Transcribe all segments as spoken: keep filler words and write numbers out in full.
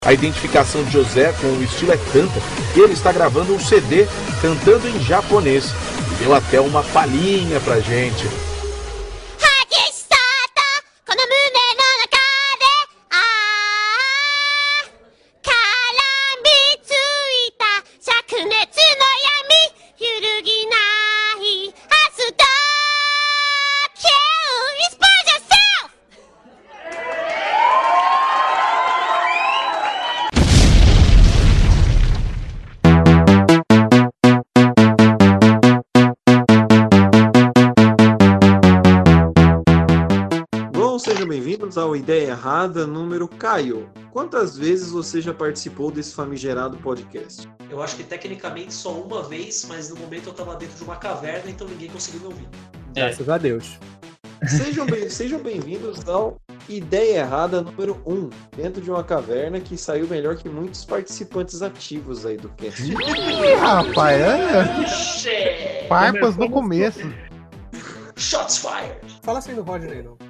A identificação de José com o estilo é tanta que ele está gravando um C D cantando em japonês. E deu até uma palhinha pra gente. Ao Ideia Errada, número Caio. Quantas vezes você já participou desse famigerado podcast? Eu acho que tecnicamente só uma vez, mas no momento eu estava dentro de uma caverna, então ninguém conseguiu me ouvir. Graças é. a Deus. Sejam, bem, sejam bem-vindos ao Ideia Errada número um, dentro de uma caverna que saiu melhor que muitos participantes ativos aí do cast. Ih, rapaz, é... Farpas no começo. Shots fired! Fala assim do Rodney, não.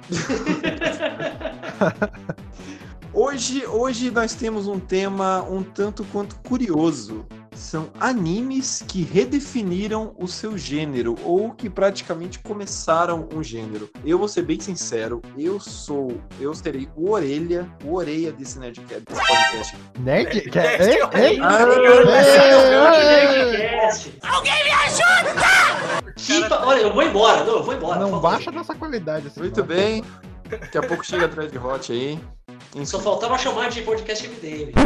hoje, hoje nós temos um tema um tanto quanto curioso. São animes que redefiniram o seu gênero ou que praticamente começaram um gênero. Eu vou ser bem sincero, eu sou, eu serei o orelha, o orelha desse Nerdcast, desse podcast. Nerd? Alguém me ajuda! Quinta, olha, eu vou embora, não, eu vou embora. Não baixa nossa qualidade. Assim, Muito não. bem, daqui a pouco chega atrás de Hot aí. Enfim. Só faltava chamar de podcast M D M.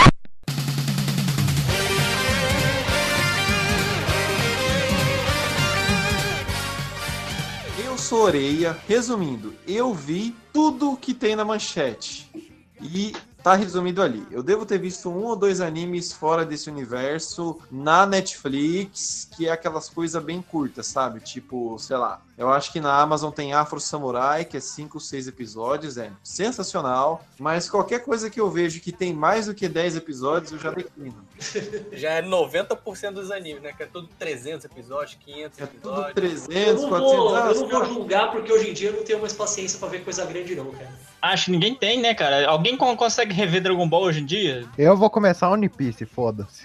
Eu sou orelha. Resumindo, eu vi tudo que tem na manchete. E tá resumido ali. Eu devo ter visto um ou dois animes fora desse universo na Netflix, que é aquelas coisas bem curtas, sabe? Tipo, sei lá. Eu acho que na Amazon tem Afro Samurai, que é cinco, seis episódios, é sensacional. Mas qualquer coisa que eu vejo que tem mais do que dez episódios, eu já declino. Já é noventa por cento dos animes, né? Que é tudo trezentos episódios, quinhentos é episódios. É tudo trezentos, eu não quatrocentos... Vou, eu não vou julgar, porque hoje em dia eu não tenho mais paciência pra ver coisa grande não, cara. Acho que ninguém tem, né, cara? Alguém consegue rever Dragon Ball hoje em dia? Eu vou começar One Piece, foda-se.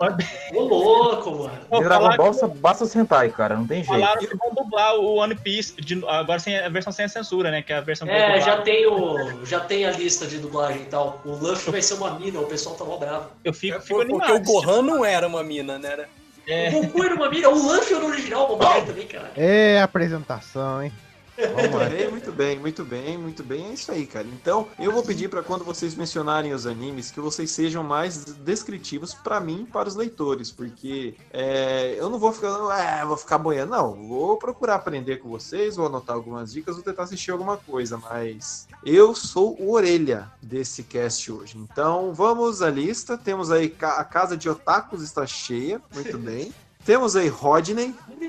Ô louco, mano. Pô, Dragon Ball só basta o Sentai, cara, não tem jeito. Falaram que vão dublar o One Piece, de, agora sem, a versão sem a censura, né? Que é a versão É, já tem, o, já tem a lista de dublagem e tal. O Luffy vai ser uma mina, o pessoal tá mó bravo. Eu fico, é fico porque animado. o Gohan não era uma mina, né? É. O Goku era uma mina, o Luffy era original, uma mulher também, cara. É, apresentação, hein? Vamos ver, muito bem, muito bem, muito bem, é isso aí, cara. Então, eu vou pedir para quando vocês mencionarem os animes, que vocês sejam mais descritivos para mim e para os leitores, porque é, eu não vou ficar, é, vou ficar boiando, não. Vou procurar aprender com vocês, vou anotar algumas dicas, vou tentar assistir alguma coisa, mas eu sou o orelha desse cast hoje. Então, vamos à lista. Temos aí a casa de otakus está cheia, muito bem. Temos aí Rodney.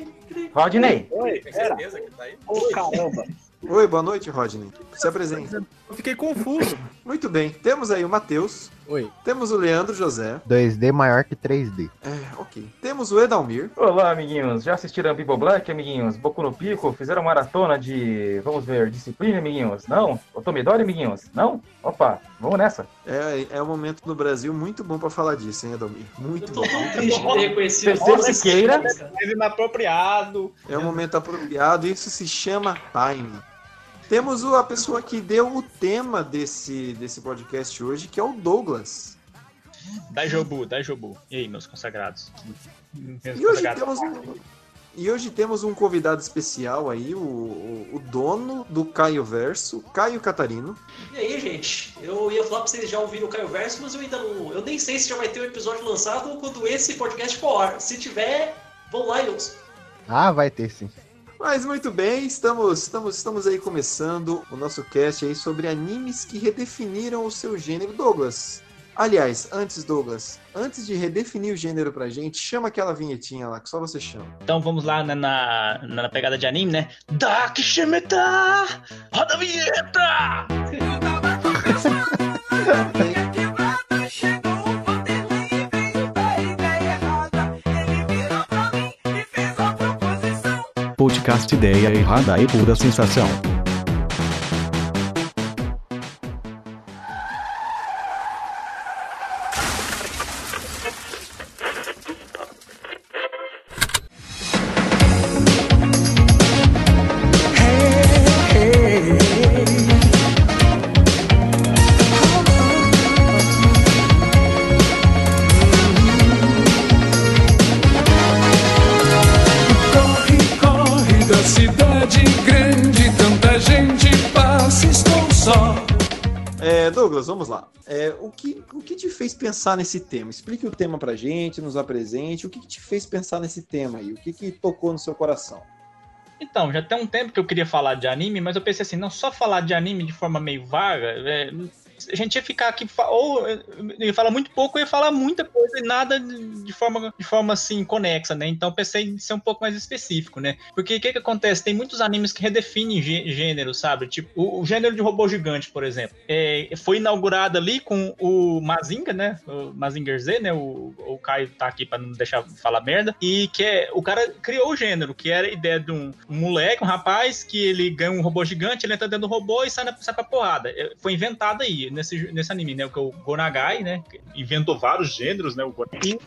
Rodney. Oi, tem certeza que tá aí? Ô, oh, caramba. Oi, boa noite, Rodney. Se apresenta. Eu fiquei confuso. Muito bem. Temos aí o Matheus. Oi. Temos o Leandro José. dois D maior que três D. É, ok. Temos o Edalmir. Olá, amiguinhos. Já assistiram Bibo Black, amiguinhos? Boku no Pico? Fizeram maratona de, vamos ver, disciplina, amiguinhos? Não? Otomidori, amiguinhos? Não? Opa, vamos nessa. É, é um momento no Brasil muito bom pra falar disso, hein, Edalmir? Muito bom. Eu tô tão triste de ter reconhecido. Terceiro Siqueira. É inapropriado. É um momento apropriado. Isso se chama time. Temos a pessoa que deu o tema desse, desse podcast hoje, que é o Douglas. Daijobu, Daijobu. E aí, meus consagrados? Meus e, hoje consagrados. temos um, e hoje temos um convidado especial aí, o, o, o dono do Caio Verso, Caio Catarino. E aí, gente? Eu ia falar pra vocês já ouviram o Caio Verso, mas eu ainda não... Eu nem sei se já vai ter um episódio lançado ou quando esse podcast for ao ar. Se tiver, vão lá e ouçam. Ah, vai ter sim. Mas muito bem, estamos, estamos, estamos aí começando o nosso cast aí sobre animes que redefiniram o seu gênero. Douglas, aliás, antes Douglas, antes de redefinir o gênero pra gente, chama aquela vinhetinha lá, que só você chama. Então vamos lá na, na, na pegada de anime, né? Dark Shimeta! Roda a vinheta! Podcast Ideia Errada e Pura Sensação. Douglas, vamos lá. É, o, que, o que te fez pensar nesse tema? Explique o tema pra gente, nos apresente. O que, que te fez pensar nesse tema aí? O que, que tocou no seu coração? Então, já tem um tempo que eu queria falar de anime, mas eu pensei assim, não só falar de anime de forma meio vaga, é, a gente ia ficar aqui, ou ia falar muito pouco, ou ia falar muita coisa e nada de forma, de forma assim, conexa, né? Então pensei em ser um pouco mais específico, né? Porque o que que acontece? Tem muitos animes que redefinem gê- gênero, sabe? Tipo, o, o gênero de robô gigante, por exemplo. É, foi inaugurado ali com o Mazinga, né? O Mazinger Z, né? O, o Caio tá aqui pra não deixar falar merda. E que é, o cara criou o gênero, que era a ideia de um, um moleque, um rapaz, que ele ganha um robô gigante, ele entra dentro do robô e sai, na, sai pra porrada. Foi inventado aí. Nesse, nesse anime, né? Que é o Gonagai, né? Que inventou vários gêneros, né? O Gonagai.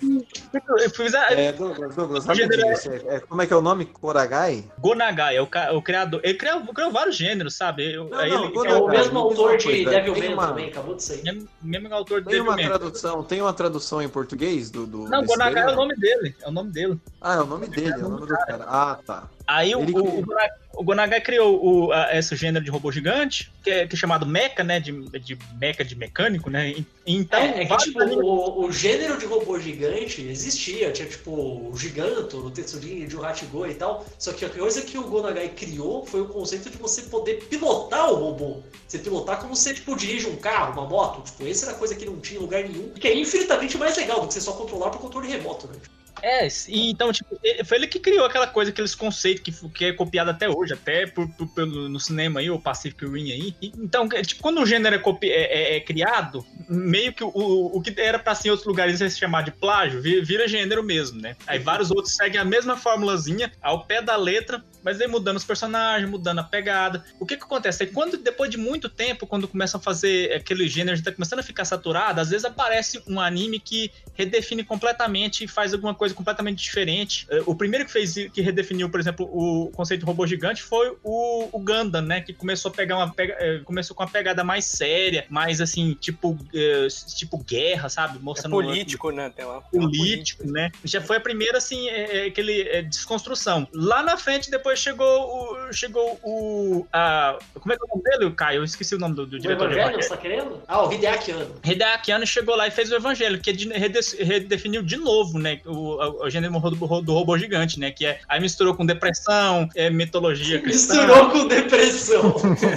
Eu fiz a... É, Douglas, Douglas, O gênero é- rapidinho, é, é, como é que é o nome? Koragai? Gonagai é o, ca- o criador. Ele criou, criou vários gêneros, sabe? Eu- Não, aí não, ele, Gonagai. É o mesmo Cara, autor me de diz uma coisa, Devilman tem uma- também, acabou de sair. mesmo, mesmo autor do Tem uma Devilman. tradução, tem uma tradução em português do, do Não, desse Gonagai daí, é o não? nome dele. É o nome dele. Ah, é o nome dele, é o nome do cara. Ah, tá. Aí o, Ele o, criou. o Gonagai, o Gonagai criou o, a, esse gênero de robô gigante, que é, que é chamado mecha, né? De, de mecha de mecânico, né? E- Então, É, é que vários tipo, animes- o, o gênero de robô gigante existia, tinha tipo o Giganto, o Tetsujin, o Hachigō e tal, só que a coisa que o Gonagai criou foi o conceito de você poder pilotar o robô. Você pilotar como você tipo, dirige um carro, uma moto, tipo, essa era a coisa que não tinha em lugar nenhum, que é infinitamente mais legal do que você só controlar por controle remoto, né? É, e então, tipo, ele- foi ele que criou aquela coisa, aqueles conceitos que, f- que é copiado até hoje, até por, por- pelo, no cinema aí, o Pacific Rim aí. E, então, é, tipo, quando o gênero é, copi- é- é- é criado, meio que o, o que era pra ser em outros lugares se chamar de plágio, vi- vira gênero mesmo, né? Aí vários outros seguem a mesma formulazinha, ao pé da letra, mas aí mudando os personagens, mudando a pegada. O que que acontece? É que quando, depois de muito tempo, quando começam a fazer aquele gênero, já tá começando a ficar saturado, às vezes aparece um anime que redefine completamente e faz alguma coisa completamente diferente. Eh, O primeiro que fez, que redefiniu, por exemplo, o conceito de robô gigante foi o, o Gundam, né? Que começou a pegar uma pega, eh, começou com uma pegada mais séria, mais assim, tipo, eh, tipo guerra, sabe? É Mostrando político, né? Tem uma, tem uma político, política. né? Já foi a primeira, assim, é, é, aquele é, desconstrução. Lá na frente, depois chegou o. Chegou o. A, como é que é o nome dele, Caio? Eu esqueci o nome do, do O diretor de Evangelho, Evangelho. você tá querendo? Ah, o Hideaki Anno. Hideaki Anno chegou lá e fez o Evangelho, que é de- rede- redefiniu de novo, né? O, o, o gênero do, do robô gigante, né? Que é. Aí misturou com depressão, é, mitologia cristã. Misturou com depressão.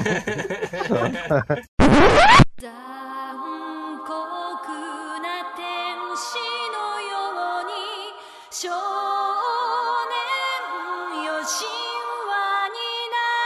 残酷な天使のように少年よ神話に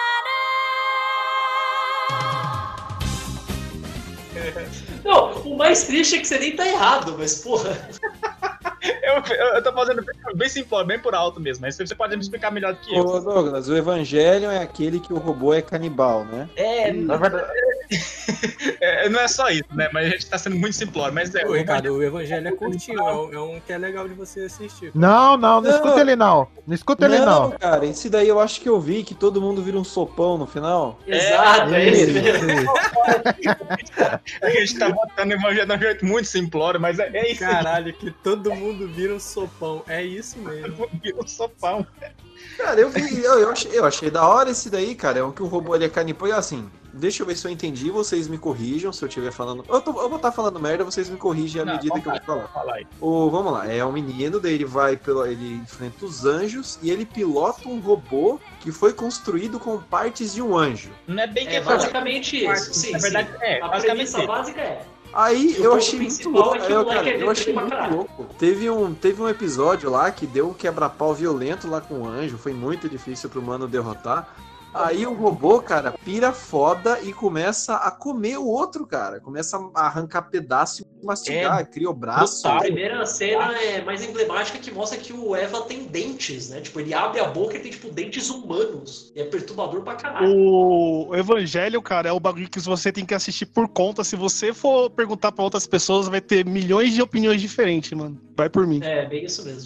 なれ Não, o mais triste é que você nem tá errado, mas porra. Eu, eu, eu tô fazendo bem, bem simplório, bem por alto mesmo, mas você pode me explicar melhor do que eu. Ô, Douglas, o Evangelho é aquele que o robô é canibal, né? É, Na verdade, é, não é só isso, né? Mas a gente tá sendo muito simplório, mas é. Ô, Ricardo, o Evangelho é curtinho, é um, é um que é legal de você assistir. Não, não, não, Não. escuta ele não. Não escuta ele não. cara, esse daí eu acho que eu vi que todo mundo vira um sopão no final. Exato, é esse Isso, mesmo. isso. A gente tá botando o evangelho de um jeito muito simplório, mas é, é isso aí. Caralho, que todo mundo vira um sopão. É isso mesmo. Vira um sopão. Cara, eu vi, eu, eu, achei, eu achei da hora esse daí, cara. É um que o robô ele é canibal. E assim, deixa eu ver se eu entendi, vocês me corrijam se eu estiver falando. Eu, tô- eu vou estar falando merda, vocês me corrigem à Não, medida que eu vou vamos falar. Fala aí. O, vamos lá, é um menino, daí ele vai pelo. Ele enfrenta os anjos e ele pilota um robô que foi construído com partes de um anjo. Não é bem que É basicamente isso. Sim, Na verdade, sim. é, A basicamente premissa isso. básica é. Aí O eu ponto achei muito principal louco. é que o eu, moleque cara, é eu achei pra muito caralho. louco. Teve um, teve um episódio lá que deu um quebra-pau violento lá com o anjo. Foi muito difícil pro mano derrotar. Aí o robô, cara, pira foda e começa a comer o outro, cara. Começa a arrancar pedaço e mastigar, cria o braço. A brutal. primeira cena é mais emblemática que mostra que o Eva tem dentes, né? Tipo, ele abre a boca e tem, tipo, dentes humanos. E é perturbador pra caralho. O Evangelho, cara, é o bagulho que você tem que assistir por conta. Se você for perguntar pra outras pessoas, vai ter milhões de opiniões diferentes, mano. Vai por mim. É, bem isso mesmo.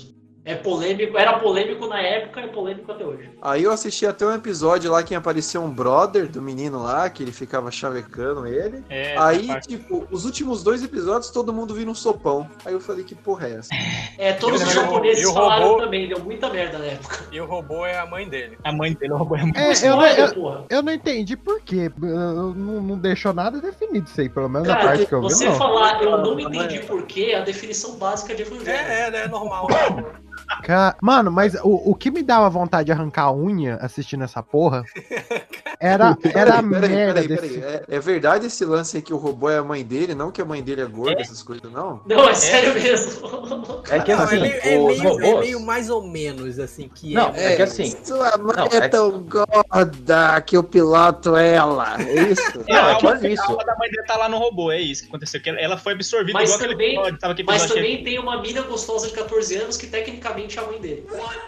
É polêmico, era polêmico na época, é polêmico até hoje. Aí eu assisti até um episódio lá que apareceu um brother do menino lá, que ele ficava chavecando ele. É, Aí, parte. tipo, os últimos dois episódios todo mundo vira um sopão. Aí eu falei, que porra é essa? É, todos E os o- japoneses e o falaram robô- também, deu muita merda na época. E o robô é a mãe dele. A mãe dele roubou a mãe. É, eu, não, Spoiler, eu, porra. eu não entendi por quê. Eu- Não, não deixou nada definido isso aí, pelo menos a Cara, parte que eu vi, você não. falar, eu não entendi por quê, a definição básica de evangelho. É, é, é normal. Ca- Mano, mas o, o que me dava vontade de arrancar a unha assistindo essa porra era, era a Peraí, merda peraí, peraí. desse... É, é verdade esse lance aí que o robô é a mãe dele, não que a mãe dele é gorda, essas coisas, não? Não, é sério mesmo. É que Não, assim, é, meio, é, os meio, é robôs... meio mais ou menos assim que Não, é. é que assim... Sua mãe Não, é, é que- tão gorda que eu piloto ela. É isso? Não, é a, alma, quase isso. a alma da mãe dele tá lá no robô, é isso que aconteceu. Que ela- ela foi absorvida Mas igual também- aquele episódio. Tava aquele Mas episódio também tem uma mina gostosa de catorze anos que tecnicamente é a mãe dele.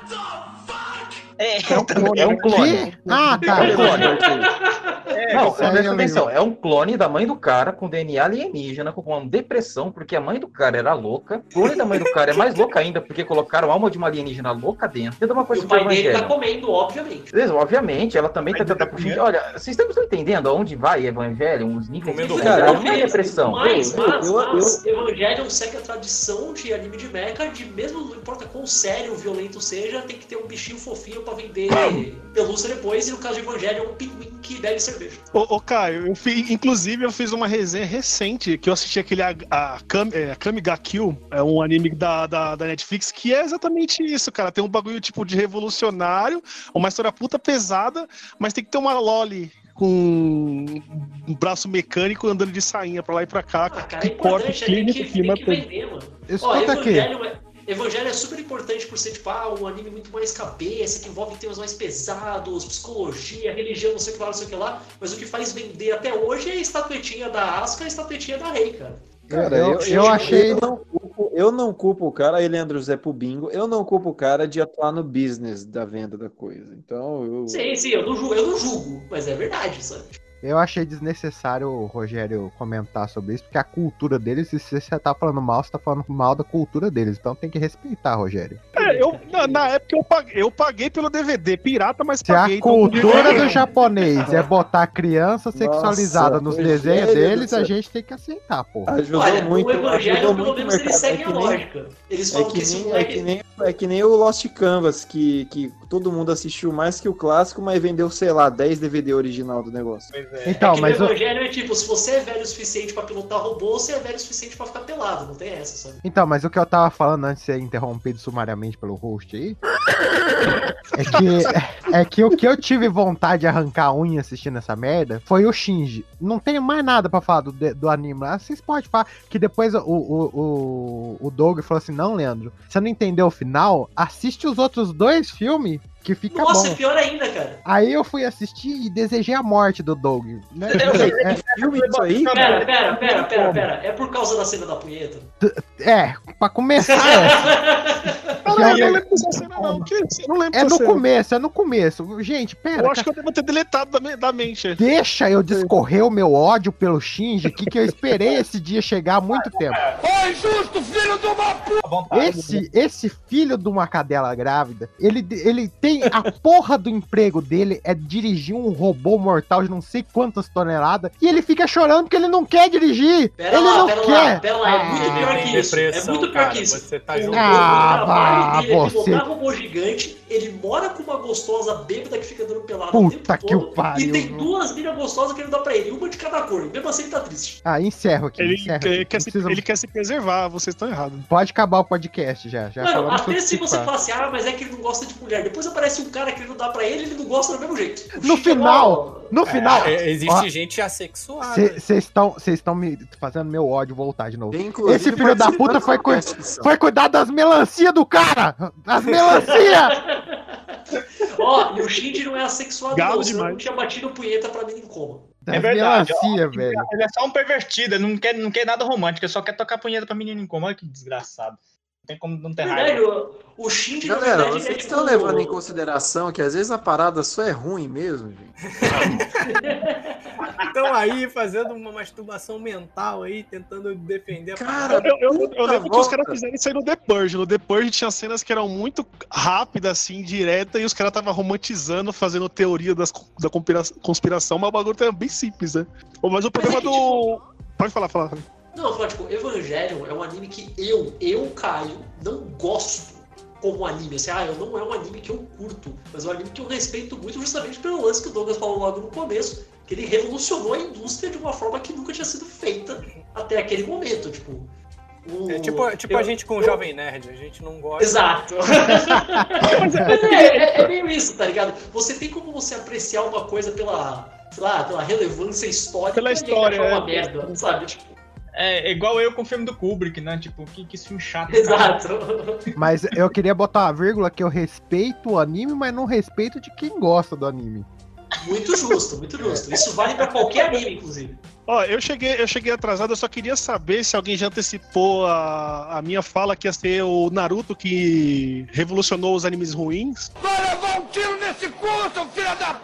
É, É um clone. É um clone. Quê? Ah, tá. É um clone. é, Não, isso aí presta eu atenção, é um clone da mãe do cara com D N A alienígena, com uma depressão, porque a mãe do cara era louca. O clone da mãe do cara é mais louca ainda, porque colocaram a alma de uma alienígena louca dentro. Tenta uma E coisa o pro pai dele tá Evangelho. comendo, obviamente. Beleza, obviamente, ela também tá Mas tentando tá puxar. comendo. Olha, vocês estão entendendo aonde vai Evangelho? Os níveis Comendo de cara, cara, eu não é depressão. Mas, Eu- mas, eu- mas, Evangelion segue a tradição de anime de mecha, de mesmo não importa quão sério ou violento seja, tem que ter um bichinho fofinho pra vender pelúcia depois, e no caso de Evangelion, um pinguim que bebe cerveja. Ô, ô, Caio, eu fiz, inclusive eu fiz uma resenha recente que eu assisti aquele a, a, Kam- é, Kami ga Kill, é um anime da, da, da Netflix, que é exatamente isso, cara. Tem um bagulho tipo de revolucionário, uma história puta pesada, mas tem que ter uma loli com um braço mecânico andando de sainha pra lá e pra cá, Ah, cara, que é corta o importante, clima, tem que, esse clima tem que todo. vender, mano. Ó, Escuta aqui. Evangelho é, Evangelho é super importante por ser, tipo, ah, um anime muito mais cabeça, que envolve temas mais pesados, psicologia, religião, não sei o que lá, não sei o que lá, mas o que faz vender até hoje é a estatuetinha da Asuka e a estatuetinha da Rei, cara. Cara, Eu- eu achei- Eu não, culpo, eu não culpo o cara, aí Leandro Zé pro bingo, eu não culpo o cara de atuar no business da venda da coisa. Então, eu... Sim, sim, eu não julgo, eu não julgo, mas é verdade, sabe? Eu achei desnecessário o Rogério comentar sobre isso, porque a cultura deles, se você tá falando mal, você tá falando mal da cultura deles. Então tem que respeitar, Rogério. É, eu, na, na época eu paguei, eu paguei pelo D V D pirata, mas Se a paguei. então, cultura do japonês é botar criança sexualizada Nossa, nos Rogério desenhos do deles, a céu. gente tem que aceitar, porra. Ajudou Olha, muito, o Evangelho, ajudou pelo muito o menos, ele mercado. segue É a que nem- lógica. Eles É falam que, que, esse nem, é, moleque... que nem, é que nem o Lost Canvas, que, que todo mundo assistiu mais que o clássico, mas vendeu, sei lá, dez D V D original do negócio. Pois é. Então, é que mas o o- Evangelho é tipo, se você é velho o suficiente pra pilotar robô, você é velho o suficiente pra ficar pelado, não tem essa, sabe? Então, mas o que eu tava falando antes de ser interrompido sumariamente pelo host aí, é que, é que o que eu tive vontade de arrancar a unha assistindo essa merda foi o Shinji. Não tem mais nada pra falar do, do anime lá. Vocês podem falar que depois o, o, o, o Doug falou assim, não, Leandro, você não entendeu o final? Assiste os outros dois filmes que fica Nossa, bom. é pior ainda, cara. Aí eu fui assistir e desejei a morte do Doug. Né? É, Filme isso aí? Pera, pera, pera, pera, pera. É por causa da cena da punheta? é, pra começar essa. Caralho, Que eu é não o- lembro dessa cena, não. Que- Eu não lembro É dessa no cena. começo, é no começo. Gente, pera. Eu acho que eu devo ter deletado da, me- da mente. Deixa eu discorrer o meu ódio pelo Shinji, que, que eu esperei esse dia chegar há muito tempo. Esse, esse filho de uma cadela grávida, ele, ele tem a porra do emprego dele é dirigir um robô mortal de não sei quantas toneladas e ele fica chorando porque ele não quer dirigir. Pera ele lá, não pera lá, quer. pera lá, é muito Ah, pior tem que isso. É depressão, muito pior cara, que isso. você tá O- jogando. o Ah, trabalho dele é você. pilotar robô gigante, ele mora com uma gostosa bêbada que fica dando pelada o Puta tempo que todo, o pariu, e tem viu? duas minas gostosas que ele dá pra ele, uma de cada cor, mesmo assim ele tá triste. Ah, encerro aqui. Ele, encerro quer, aqui. quer Não se, precisa- ele quer se preservar, vocês estão errados. Pode acabar o podcast já. já Mano, falamos até tudo se que você fala. fala assim, ah, mas é que ele não gosta de mulher. Depois aparece um cara que ele não dá pra ele, ele não gosta do mesmo jeito. O No Chico é final, mal- no final, É, existe ó, gente assexuada. vocês estão vocês estão me fazendo meu ódio voltar de novo. Tem, inclusive, Esse filho da puta foi, cu- participação. foi cuidar das melancias do cara! Das melancias! Ó, e o Shinji não é assexuado, Galo não. Senão demais. não tinha batido punheta pra mim em coma. Das É verdade, melancias, velho. Ele é só um pervertido, ele não quer, não quer nada romântico, ele só quer tocar punheta pra menina em coma. Olha que desgraçado. tem como não ter Verdade, raiva. o, o Shinji, na Galera, verdade, ele é vocês tipo... estão levando em consideração que às vezes a parada só é ruim mesmo, gente. Estão aí fazendo uma masturbação mental aí, tentando defender a Cara, Eu, eu- eu puta lembro que os caras volta. fizeram isso aí no The Purge. No The Purge tinha cenas que eram muito rápidas, assim, direta, e os caras estavam romantizando, fazendo teoria das, da conspira- conspiração, mas o bagulho era bem simples, né? Mas o problema é que, do. Pode falar, falar. Não, eu falo, tipo, Evangelion é um anime que eu, eu, Caio, não gosto como anime. Assim, ah, eu não é um anime que eu curto, mas é um anime que eu respeito muito justamente pelo lance que o Douglas falou logo no começo, que ele revolucionou a indústria de uma forma que nunca tinha sido feita até aquele momento, tipo... O... É tipo, tipo eu- a gente com o eu- Jovem Nerd, a gente não gosta. Exato. Mas é, é, é meio isso, tá ligado? Você tem como você apreciar uma coisa pela, sei lá, pela relevância histórica Pela e história, achar uma é. merda, sabe? Tipo, É igual eu com o filme do Kubrick, né? Tipo, que, que filme chato. exato. Mas eu queria botar uma vírgula que eu respeito o anime, mas não respeito de quem gosta do anime. Muito justo, muito justo. Isso vale pra qualquer anime, inclusive. Ó, eu cheguei, eu cheguei atrasado, eu só queria saber se alguém já antecipou a, a minha fala que ia ser o Naruto que revolucionou os animes ruins. Vai levar um tiro nesse cu, seu filho da...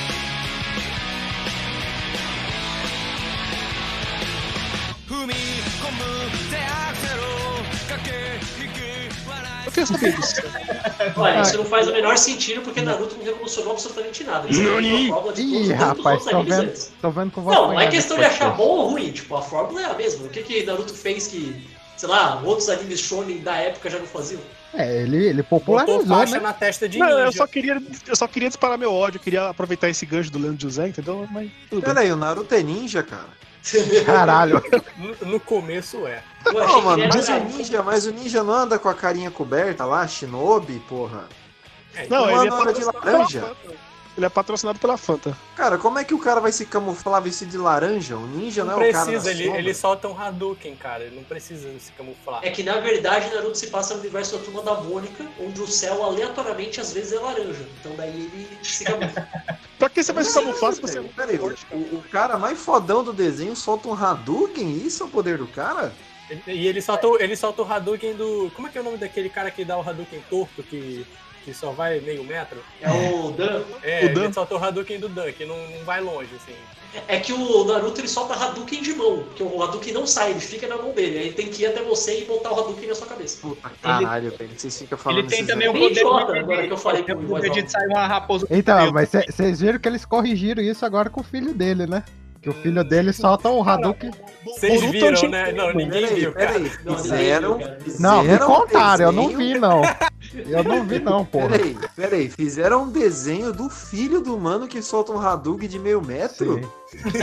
Eu queria saber disso. Olha, isso não faz o menor sentido porque Naruto não revolucionou absolutamente nada. Isso é a fórmula de todos, Ih, todos os rapaz, outros tô animes vendo, antes. tô vendo que eu vou Não, não é apanhar questão de nesse achar podcast. bom ou ruim, tipo, a fórmula é a mesma. O que que Naruto fez que, sei lá, outros animes shonen da época já não faziam? É, ele, ele Botou popularizou, faixa né? na testa de Não, ninja. eu só, queria, eu só queria disparar meu ódio, eu queria aproveitar esse gancho do Leandro José, entendeu? Mas tudo bem. Pera aí, o Naruto é ninja, cara. Caralho. No, no começo é. Eu achei Não, que mano, ele mas era o ninja, mas o ninja não anda com a carinha coberta lá, Shinobi, porra. Não, Não ele é anda hora de patrocinado pela laranja. Fanta. Ele é patrocinado pela Fanta. Cara, como é que o cara vai se camuflar vestido de laranja? O ninja não, Não é o cara da precisa, ele, sombra. ele solta um Hadouken, cara. Ele não precisa se camuflar. É que na verdade Naruto se passa no universo da Turma da Mônica, onde o céu aleatoriamente às vezes é laranja. Então daí ele se camufla. Pra que você vai se Não, camuflar se você velho, peraí, o, o- o cara mais fodão do desenho solta um Hadouken? Isso é o poder do cara? E ele solta, o- ele solta o Hadouken do... Como é que é o nome daquele cara que dá o Hadouken torto, que, que só vai meio metro? É o Dan. É, O Dan? ele solta o Hadouken do Dan, que não, não vai longe, assim. É que o Naruto ele solta Hadouken de mão, porque o Hadouken não sai, ele fica na mão dele. Aí ele tem que ir até você e botar o Hadouken na sua cabeça. Puta caralho, velho. Vocês ficam falando Ele tem esses também o Bem poder idiota, de, agora que eu falei tem com o o poder voz de alta. sair uma raposa. Então, mas vocês viram que eles corrigiram isso agora com o filho dele, né? Que o filho dele solta o Hadouken. Vocês Boruto viram, tinha- né? Não, ninguém Peraí, viu, cara. peraí. Não, Fizeram. ninguém viu, cara. Não, me fizeram um contaram, eu não desenho- vi, não. Eu não vi, não, porra. Peraí, peraí. Fizeram um desenho do filho do mano que solta um Hadouken de meio metro? Sim.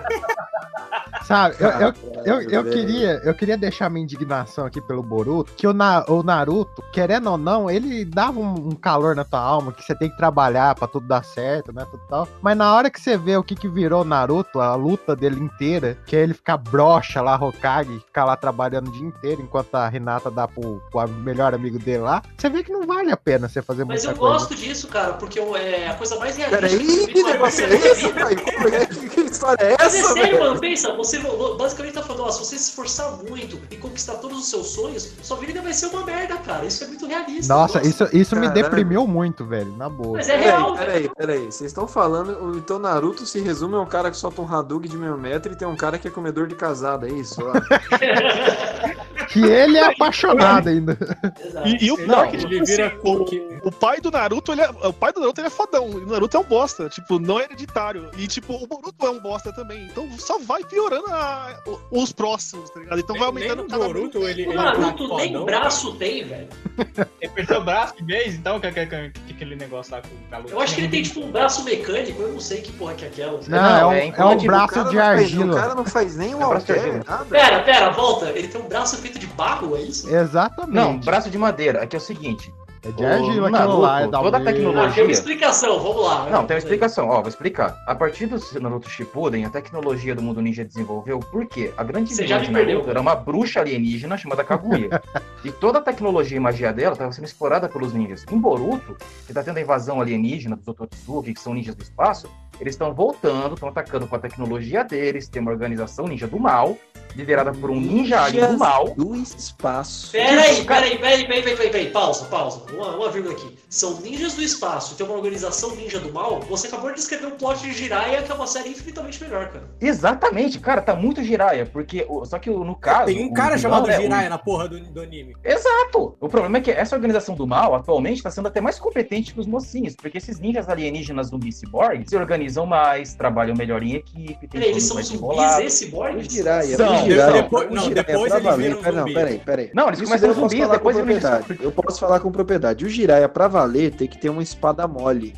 Sabe, eu, eu, eu, eu velho. queria, eu queria deixar minha indignação aqui pelo Boruto, que o, Na- o Naruto, querendo ou não, ele dava um, um calor na tua alma, que você tem que trabalhar pra tudo dar certo, né, tudo tal. Mas na hora que você vê o que que virou Naruto, a luta dele inteira, que é ele ficar broxa lá, Hokage, ficar lá trabalhando o dia inteiro, enquanto a Hinata dá pro, pro melhor amigo dele lá, você vê que não vale a pena você fazer Mas muita eu coisa. gosto disso, cara, porque eu- é a coisa mais realista Peraí, que que eu vi negócio na é minha esse, vida. pai? Como é que, que história é Mas é essa, sério, velho? mano, pensa, você basicamente tá falando, ó, se você se esforçar muito e conquistar todos os seus sonhos, sua vida vai ser uma merda, cara. Isso é muito realista. Nossa, Nossa. isso, isso me Caralho. deprimiu muito, velho, na boa. Mas é real, Peraí, peraí, peraí. Vocês estão falando. Então Naruto se resume a um cara que solta um Hadouken de meio metro e tem um cara que é comedor de casada, é isso? Ó. Que ele é apaixonado ainda. Exato. E, e o Ele- pior é não, que, tipo ele vira assim, cookie. o, o pai do Naruto, ele é, o pai do Naruto ele é fodão. E o Naruto é um bosta. Tipo, não é hereditário. E, tipo, o Boruto é um bosta também. Então só vai piorando a- o- os próximos, tá ligado? Então vai Nem, nem aumentando no cada Boruto, vez. ele, O ele Naruto tá nem fodão, braço tem, velho. Ele perdeu o braço de vez, então, que, que, que, que aquele negócio lá com o Galo. Eu acho que ele tem tipo um braço mecânico, eu não sei que porra que é aquela. Não, Não, é um, é é um inclusive, O braço cara de não faz- O argila. cara não faz nem um É braço de alter, argila. nada. Pera, pera, volta. Ele tem um braço feito de barro, é isso? Exatamente. Não, braço de madeira. Aqui é o seguinte. É de o argila Naruto, aquilo lá. É da toda a aldeia. tecnologia- Ah, tem uma explicação, vamos lá. Não, tem uma explicação. Ó, vou explicar. A partir do Naruto Shippuden, a tecnologia do mundo ninja desenvolveu porque a grande Você vilã já de me Naruto perdeu. era uma bruxa alienígena chamada Kaguya. E toda a tecnologia e magia dela estava sendo explorada pelos ninjas. Em Boruto, que tá tendo a invasão alienígena dos Otsutsuki, que são ninjas do espaço, Eles estão voltando, estão atacando com a tecnologia deles, tem uma organização ninja do mal, liderada por um ninja alien do mal. Do espaço. Peraí, peraí, peraí, peraí, peraí, peraí, peraí, pausa, pausa. Uma, uma vírgula aqui. São ninjas do espaço, tem uma organização ninja do mal. Você acabou de descrever um plot de Jiraiya, que é uma série infinitamente melhor, cara. Exatamente, cara, tá muito Jiraiya, porque. Só que no caso. Tem um cara o, chamado não, né, Jiraiya o... na porra do, do anime. Exato! O problema é que essa organização do mal, atualmente, tá sendo até mais competente que os mocinhos, porque esses ninjas alienígenas zumbi cyborg se organizam mais, trabalham melhor em equipe. Tem Peraí, eles são zumbis e cyborgs? O Jiraiya, São, o Jiraiya, depois- o não, Jiraiya depois pra eles valer, viram cara, não, zumbi. peraí, peraí. Não, eles Isso começam daí eu posso zumbis, falar depois com eles- propriedade. Eu posso falar com propriedade. O Jiraiya, pra valer, tem que ter uma espada mole.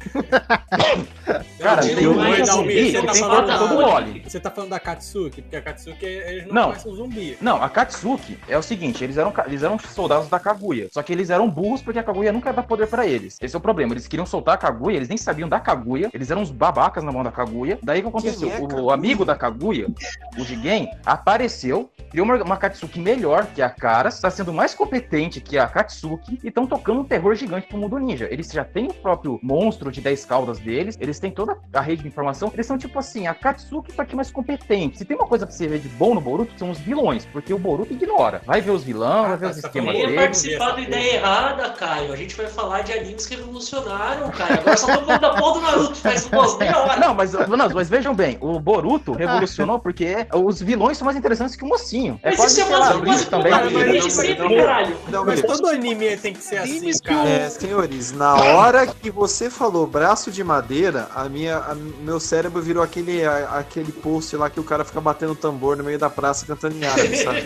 Cara, Não, tem não, um não, ninja não, zumbi, você ele tá tem falando corpo todo da- mole. Você tá falando da Katsuki? Porque a Katsuki, eles não, Não. conhecem o zumbi. Não, a Katsuki é o seguinte, eles eram, eles eram soldados da Kaguya, só que eles eram burros porque a Kaguya nunca ia dar poder pra eles. Esse é o problema, eles queriam soltar a Kaguya, eles nem sabiam da Kaguya, eles eram uns babacas na mão da Kaguya. Daí o que aconteceu? Quem é O Kaguya? amigo da Kaguya, o Jigen, apareceu, criou uma, uma Katsuki melhor que a Karas, está sendo mais competente que a Katsuki e estão tocando um terror gigante pro mundo ninja. Eles já têm o próprio monstro de dez caudas deles, eles têm toda a rede de informação, eles são tipo assim, a Katsuki só que mais competente. Se tem uma coisa pra você ver de bom no Boruto, são os vilões, porque o Boruto ignora. Vai ver os vilões, vai ver os tá esquemas Quem ia deles. participar da ideia errada, Caio. A gente vai falar de animes que revolucionaram, Caio. Agora só estamos falando da porra do Naruto, faz umas meia hora. Não, mas, não, mas vejam bem, o Boruto revolucionou porque os vilões são mais interessantes que o mocinho. É Mas quase, isso é sei uma lá, coisa Bleach que também. eu falei desde sempre, caralho. Não, Mas beleza. todo anime tem que ser assim, que cara. É, senhores, na hora que você falou braço de madeira, a minha, a- meu cérebro virou aquele, a- aquele post lá que o cara fica batendo tambor no meio da praça cantando em árabe, sabe?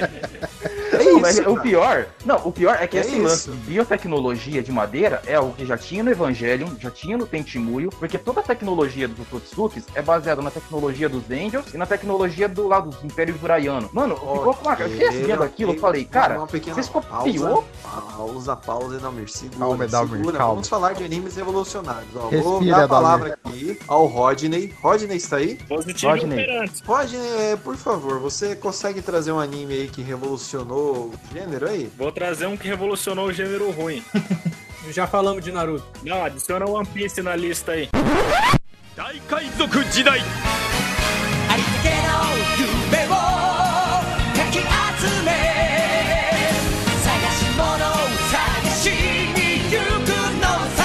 É Não, mas isso, o cara. pior, não, o pior é que É esse isso. lance de biotecnologia de madeira é algo que já tinha no Evangelion, já tinha no Tenchimuyo, porque toda a tecnologia dos Otsukis é baseada na tecnologia dos Angels e na tecnologia do lado dos Impérios Uraiano. Mano, ficou com uma cara, eu fiquei assim vendo aquilo, eu falei, cara, uma pequena vocês copiou? Pausa, pausa, pausa, Edalmir, segura, Calma, Edalmir, segura. calma. Vamos falar de animes revolucionários. Ó, vou Respira, dar a Edalmir. palavra aqui ao Rodney. Rodney está aí? Positivo Rodney. operante. Rodney, é, por favor, você consegue trazer um anime aí que revolucionou o gênero aí? Vou trazer um que revolucionou o gênero ruim. Já falamos de Naruto. Não, adiciona One Piece na lista aí. Daikaizoku Jidai. ありつけの夢をかき集め探し物を探しに行くのさ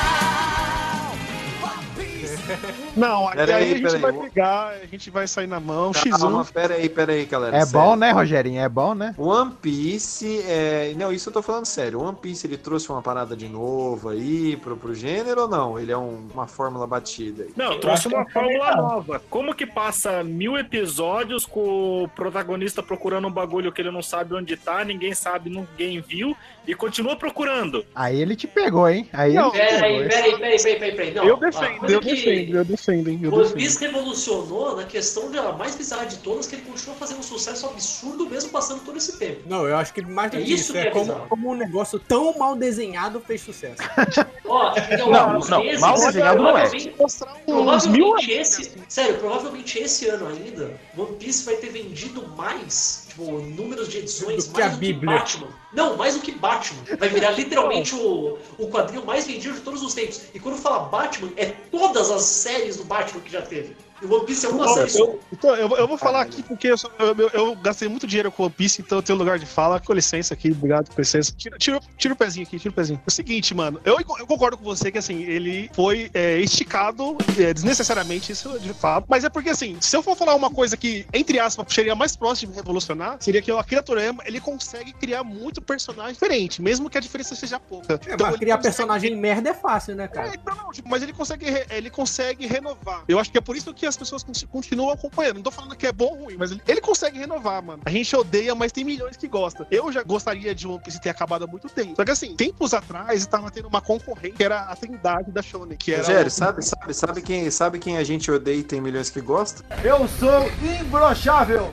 One Piece Não, aí, Pera aí aí, a gente pera vai aí. pegar, a gente vai sair na mão, X um. Calma, pera aí, pera aí, galera. É sério. bom, né, Rogerinho? É bom, né? One Piece, é... não, isso eu tô falando sério. One Piece, ele trouxe uma parada de novo aí pro, pro gênero ou não? Ele é um- uma fórmula batida aí? Não, Eu trouxe acho uma que fórmula não. nova. Como que passa mil episódios com o protagonista procurando um bagulho que ele não sabe onde tá, ninguém sabe, ninguém viu, e continua procurando? Aí ele te pegou, hein? Aí Não, ele te Peraí, pegou. peraí, peraí, peraí, peraí, peraí. Não, Eu a defendo, coisa eu que defendo, eu defendo, hein? Eu One defendo. Piece revolucionou na questão de, a mais bizarra de todas, que ele continua fazendo um sucesso absurdo mesmo passando todo esse tempo. Não, eu acho que mais do É que isso isso, que é é como, bizarro. como um negócio tão mal desenhado fez sucesso. Ó, então, Não, alguns não, meses, mal desenhado não é. provavelmente- Mostrar uns mil Provavelmente esse, sério, provavelmente esse ano ainda, One Piece vai ter vendido mais, tipo, números de edições, Do que a mais do que Bíblia. Batman. Não, mais do que Batman. Vai virar literalmente o, o quadrinho mais vendido de todos os tempos. E quando fala Batman, é todas as séries do Batman que já teve. E o One Piece é uma série só. Eu, então, eu, eu vou falar aqui porque eu, sou- eu- eu- eu gastei muito dinheiro com One Piece, então eu tenho lugar de fala. Com licença aqui, obrigado, com licença. Tira, tira, tira o pezinho aqui, tira o pezinho. É o seguinte, mano, eu, eu concordo com você que assim, ele foi é, esticado é, desnecessariamente, isso de fato. Mas é porque assim, se eu for falar uma coisa que, entre aspas, seria mais próximo de revolucionar, seria que o Akira Toriyama, ele consegue criar muito personagem diferente, mesmo que a diferença seja pouca. É, Então, mas ele criar consegue- personagem merda é fácil, né, cara? é, então, não, tipo, mas ele consegue, re- ele consegue renovar. Eu acho que é por isso que as pessoas con- continuam acompanhando. Não tô falando que é bom ou ruim, mas ele, ele consegue renovar, mano. A gente odeia, mas tem milhões que gostam. Eu já gostaria de One Piece ter acabado há muito tempo. Só que assim, tempos atrás, tava tendo uma concorrente que era a Trindade da Shonen, que era... Rogério, o- sabe, sabe, sabe, quem, sabe quem a gente odeia e tem milhões que gostam? Eu sou imbrochável.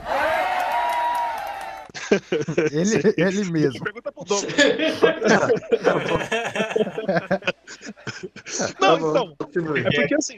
Ele, ele mesmo. Pergunta pro Dom. Tá Não, bom, então, continue. é porque assim,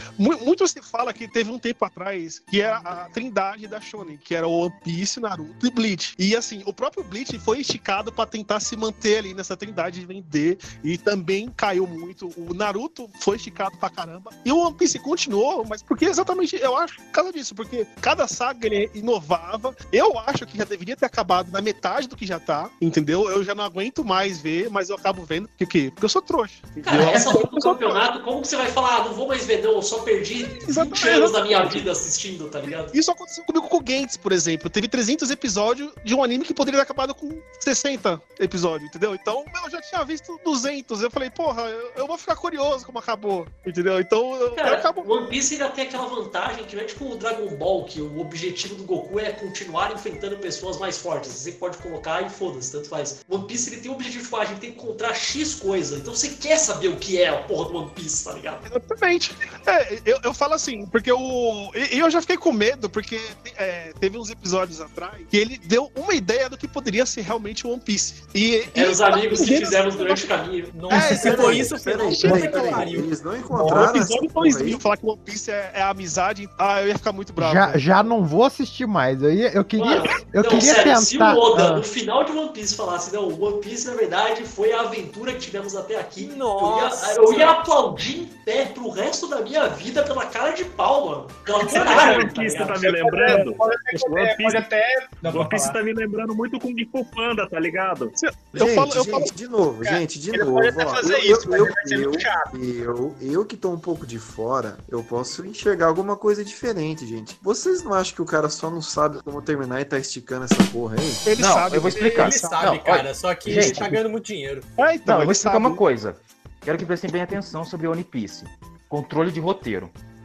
Mu- Muito se fala que teve um tempo atrás que era a trindade da Shonen, que era o One Piece, Naruto e Bleach. E assim, o próprio Bleach foi esticado pra tentar se manter ali nessa trindade e vender, e também caiu muito. O Naruto foi esticado pra caramba. E o One Piece continuou, mas porque exatamente, eu acho, por causa disso, porque cada saga ele inovava. Eu acho que já deveria ter acabado na metade do que já tá, entendeu? Eu já não aguento mais ver, mas eu acabo vendo. Por quê? Porque eu sou trouxa. Cara, entendeu? essa altura do campeonato, como que você vai falar, ah, não vou mais ver não, eu só perdi vinte anos da minha vida assistindo, tá ligado? Isso aconteceu comigo com o Gantz, por exemplo. Teve trezentos episódios de um anime que poderia ter acabado com sessenta episódios, entendeu? Então, eu já tinha visto duzentos. Eu falei, porra, eu, eu vou ficar curioso como acabou, entendeu? Então, eu, Cara, eu acabo... o One Piece ainda tem aquela vantagem que não é tipo o Dragon Ball, que o objetivo do Goku é continuar enfrentando pessoas mais fortes. Você pode colocar e foda-se, tanto faz. O One Piece ele tem o objetivo de, ah, a gente tem que encontrar X coisa. Então você quer saber o que é a porra do One Piece, tá ligado? Exatamente. É, eu, eu falo assim, porque o... E eu já fiquei com medo, porque é, teve uns episódios atrás que ele deu uma ideia do que poderia ser realmente o One Piece. E, É e os amigos que eles- fizemos durante o caminho. Nossa, É, se for isso, Peraí, puta peraí, que peraí. pariu. Eles não O encontraram essa episódio porra dois aí? mil falar que o One Piece é, é amizade, ah, eu ia ficar muito bravo. Já, já não vou assistir mais. Eu, ia, eu queria, Mano, eu não, queria sério, tentar. se o Oda, ah, no final de One Piece, falasse, não, o One Piece, na verdade, foi a aventura que tivemos até aqui, Nossa. eu ia, eu ia aplaudir em pé pro resto da minha vida pela cara de pau, mano. Pela Sabe o que coragem, One Piece tá tá ligado? me lembrando? Pode O One até, Piece, pode até... Não, One pode Piece falar. tá me lembrando muito com Kung Fu Panda, tá ligado? Eu gente, falo, eu gente, falo. de novo, Cara, gente, de ele novo. pode até ó, fazer eu, isso, mas eu, ele vai ser eu, muito chato. eu, eu que tô um pouco de fora, eu posso enxergar alguma coisa diferente, gente. Vocês não acham que o cara só não sabe como terminar e tá esticando essa porra aí? Ele Não, sabe. eu vou explicar. Ele sabe, Não, cara, olha, só que gente, ele tá ganhando muito dinheiro. É, então, Não, eu vou ele explicar sabe. uma coisa. Quero que prestem bem atenção sobre One Piece. Controle de roteiro.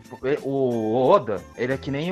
O Oda, ele é que nem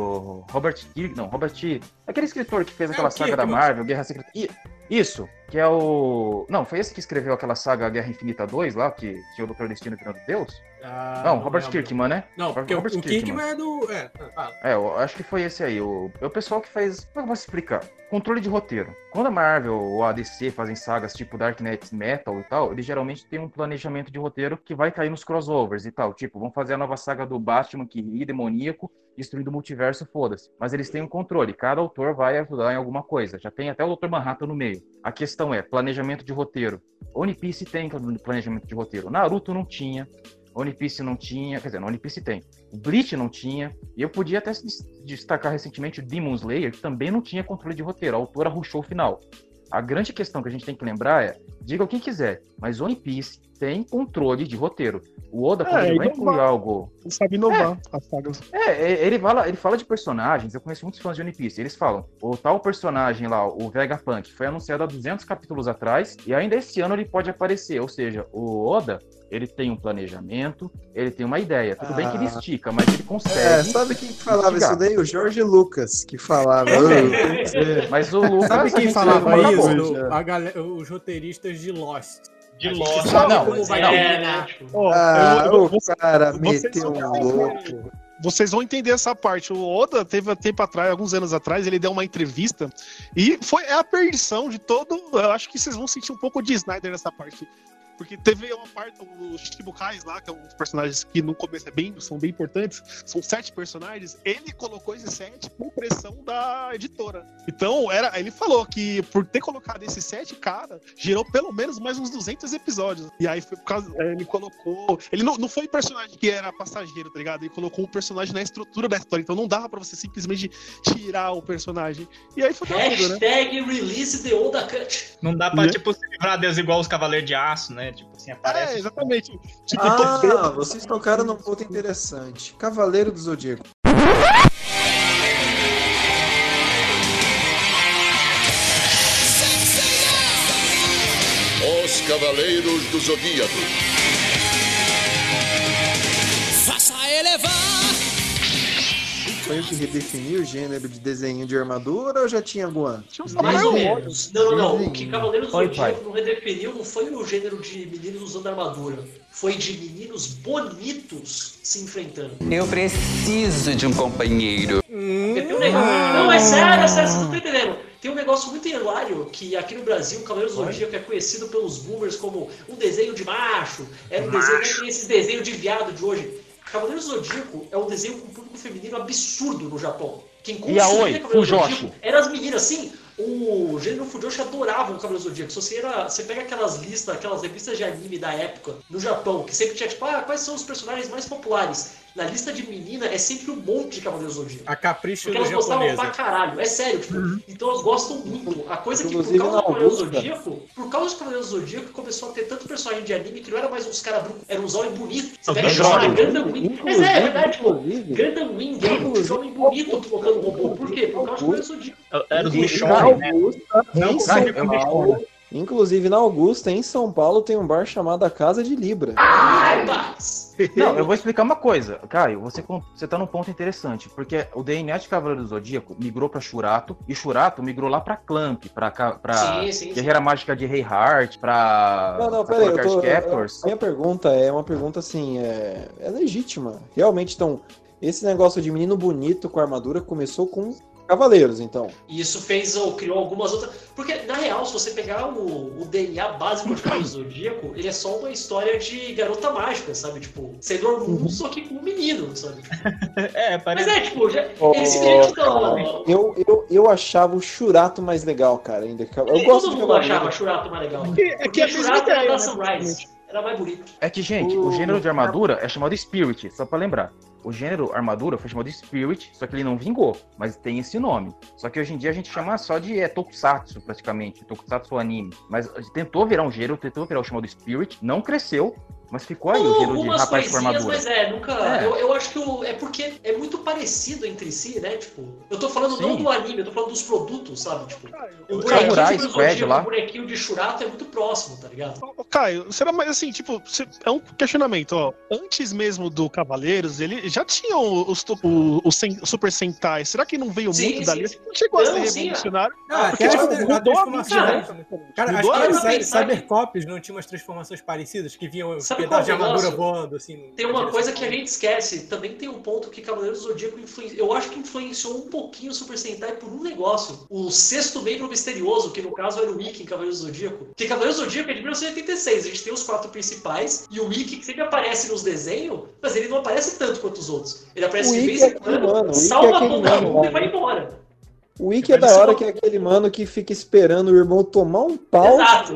o Robert Kirk, não, Robert, aquele escritor que fez É aquela o saga da Kirkman. Marvel, Guerra Secreta. I- Isso, que é o... Não, foi esse que escreveu aquela saga Guerra Infinita dois lá, que tinha o doutor Destino virando Deus? Ah, não, Robert lembro. Kirkman, né? Não, porque Robert o, o Kirkman. Kirkman é do... É, ah, É, eu acho que foi esse aí. O, é o pessoal que faz. Como eu posso explicar? Controle de roteiro. Quando a Marvel ou a D C fazem sagas tipo Dark Knight Metal e tal, eles geralmente têm um planejamento de roteiro que vai cair nos crossovers e tal. Tipo, vão fazer a nova saga do Batman que ri, demoníaco, destruindo o multiverso, foda-se. Mas eles têm um controle. Cada autor vai ajudar em alguma coisa. Já tem até o doutor Manhattan no meio. A questão é planejamento de roteiro. One Piece tem planejamento de roteiro. Naruto não tinha. One Piece não tinha, quer dizer, no One Piece tem. O Bleach não tinha, e eu podia até destacar recentemente o Demon Slayer, que também não tinha controle de roteiro, a autora rushou o final. A grande questão que a gente tem que lembrar é, diga o que quiser, mas One Piece tem controle de roteiro. O Oda, quando É, ele vai inovar. incluir algo... Ele sabe inovar as sagas. É, ele fala, ele fala de personagens, eu conheço muitos fãs de One Piece, eles falam, o tal personagem lá, o Vegapunk, foi anunciado há duzentos capítulos atrás, e ainda esse ano ele pode aparecer, ou seja, o Oda, ele tem um planejamento, ele tem uma ideia, tudo Ah. bem que ele estica, mas ele consegue... É, sabe quem que falava instigar. isso daí? O Jorge Lucas, que falava. É. "Ô, tem que ser." Mas o Lucas... sabe a quem gente falava sabe como isso? acabou. A galera, os roteiristas de Lost. De A gente Lost. sabe Não, como vai não. terminar. tipo, Ó, Ah, eu- eu- o cara vocês meteu são- um louco. Vocês vão entender essa parte. O Oda teve há tempo atrás, alguns anos atrás, ele deu uma entrevista e foi é a perdição de todo. Eu acho que vocês vão sentir um pouco de Snyder nessa parte. Porque teve uma parte, os Shichibukais lá, que é um dos personagens que no começo é bem, são bem importantes, são sete personagens, ele colocou esses sete por pressão da editora. Então, era, ele falou que por ter colocado esses sete cara, gerou pelo menos mais uns duzentos episódios. E aí foi por causa, ele colocou... Ele não, não foi personagem que era passageiro, tá ligado? Ele colocou um personagem na estrutura da história, então não dava pra você simplesmente tirar o personagem. E aí foi tudo, né? Hashtag release the Oda Cut. Não dá pra, Né? tipo, se livrar deles igual os Cavaleiros de Aço, né? Tipo assim, É, aparece. exatamente. Tipo, Ah, todo- vocês tocaram num ponto interessante. Cavaleiro do Zodíaco. Os Cavaleiros do Zodíaco. Faça elevar. Foi o que redefiniu o gênero de desenho de armadura ou já tinha algum antes? Mais ou menos. Não, não, não. O que Desenho. Cavaleiros do Oi, Zodíaco pai. não redefiniu não foi o gênero de meninos usando armadura. Foi de meninos bonitos se enfrentando. Eu preciso de um companheiro. Porque tem um negócio... Não, é sério, é sério, vocês não estão entendendo. Tem um negócio muito hilário que aqui no Brasil o Cavaleiros do Zodíaco é conhecido pelos boomers como um desenho de macho. Era um desenho, né, tem esse desenho de viado de hoje. Cavaleiros do Zodíaco é um desenho com um público feminino absurdo no Japão. Quem E a Oi, Cavaleiros do Fujoshi. Zodíaco eram as meninas, sim. O gênero Fujoshi adorava o Cavaleiros do Zodíaco. Se você, era, você pega aquelas listas, aquelas revistas de anime da época, no Japão, que sempre tinha tipo, ah, quais são os personagens mais populares? Na lista de menina é sempre um monte de Cavaleiros do Zodíaco. A capricho Porque do elas gostavam japonesa. pra caralho, é sério, tipo, então elas gostam muito. A coisa é que por Inclusive, causa na do Cavaleiros do Augusta- Zodíaco, por causa do Cavaleiros do Zodíaco, começou a ter tanto personagem de anime que não era mais uns caras brucos, eram uns homens bonitos. Você pega Android. o Gundam Wing, mas é, é verdade, tipo, Inclusive, Gundam Wing é um homem bonito pilotando robô. Por quê? Por causa do Cavaleiros do Zodíaco. Era os E- bichões, né? Augusta, em São cara, Paulo, inclusive na Augusta, em São Paulo, tem um bar chamado a Casa de Libra. Ai, mas... Não, eu vou explicar uma coisa. Caio, você, você tá num ponto interessante, porque o D N A de Cavaleiro do Zodíaco migrou pra Shurato, e Shurato migrou lá pra Clamp, pra, ca- pra Sim, sim, sim. Guerreira Mágica de Rei Heart, pra Não, não, Sakura peraí, eu tô, Card Captors. a minha pergunta é uma pergunta assim, é, é legítima. Realmente, então, esse negócio de menino bonito com armadura começou com Cavaleiros, então. E isso fez, ou criou algumas outras... Porque, na real, se você pegar o, o D N A básico de Cavaleiros do Zodíaco, ele é só uma história de garota mágica, sabe? Tipo, Sailor Moon, só que com um menino, sabe? Tipo, É, mas parece. é, tipo, já, Oh, eles simplesmente estão... Eu, eu, eu achava o Shurato mais legal, cara. Ainda. Eu Todo gosto de mundo Cavaleiros. achava Shurato mais legal. É que Porque é a mesma Shurato era ideia, da né? Sunrise. Era mais bonito. É que, gente, o gênero de armadura é chamado Spirit, só pra lembrar. O gênero armadura foi chamado Spirit, só que ele não vingou, mas tem esse nome. Só que hoje em dia a gente chama só de é, Tokusatsu, praticamente. Tokusatsu anime. Mas tentou virar um gênero, tentou virar o chamado Spirit, não cresceu, mas ficou aí o gênero de Algumas rapaz com coisinhas, armadura. mas é, nunca... É. Eu, eu acho que o, é porque é muito parecido entre si, né? Tipo, eu tô falando Sim. não do anime, eu tô falando dos produtos, sabe? Tipo, o O bonequinho Samurai de Squad Zodíaco, lá. o bonequinho de Shurato é muito próximo, tá ligado? Ô, Caio, será mais assim, tipo, cê- é um questionamento, ó. Antes mesmo do Cavaleiros, ele já tinham os, to- o- os sen- Super Sentai. Será que não veio Sim, muito sim, dali? sim. Não chegou a Não, ser sim, revolucionário? Ah, Porque, até tipo, a- a mudou a transformação, mídia, né? né? Cara, Mudou acho a que mídia. Cy- Cybercops não tinha umas transformações parecidas que vinham Sabe pedaços de qual é o armadura negócio? voando, assim. Tem na uma direção coisa que a do- gente esquece, também tem um ponto que Cavaleiros do Zodíaco influenciou, eu acho que influenciou um pouquinho o Super Sentai por um negócio. O sexto membro misterioso, que no caso era o Ikki em Cavaleiros do Zodíaco. Porque Cavaleiros do Zodíaco é de mil novecentos e oitenta e seis, a gente tem os quatro principais, e o Ikki que sempre aparece nos desenhos, mas ele não aparece tanto quanto os outros. Ele aparece O de Ikki vez é em aquele quando, mano, o Ikki é salva aquele todo mano mundo lá, e vai né? embora. O Wiki é da hora que é aquele mano que fica esperando o irmão tomar um pau. Exato.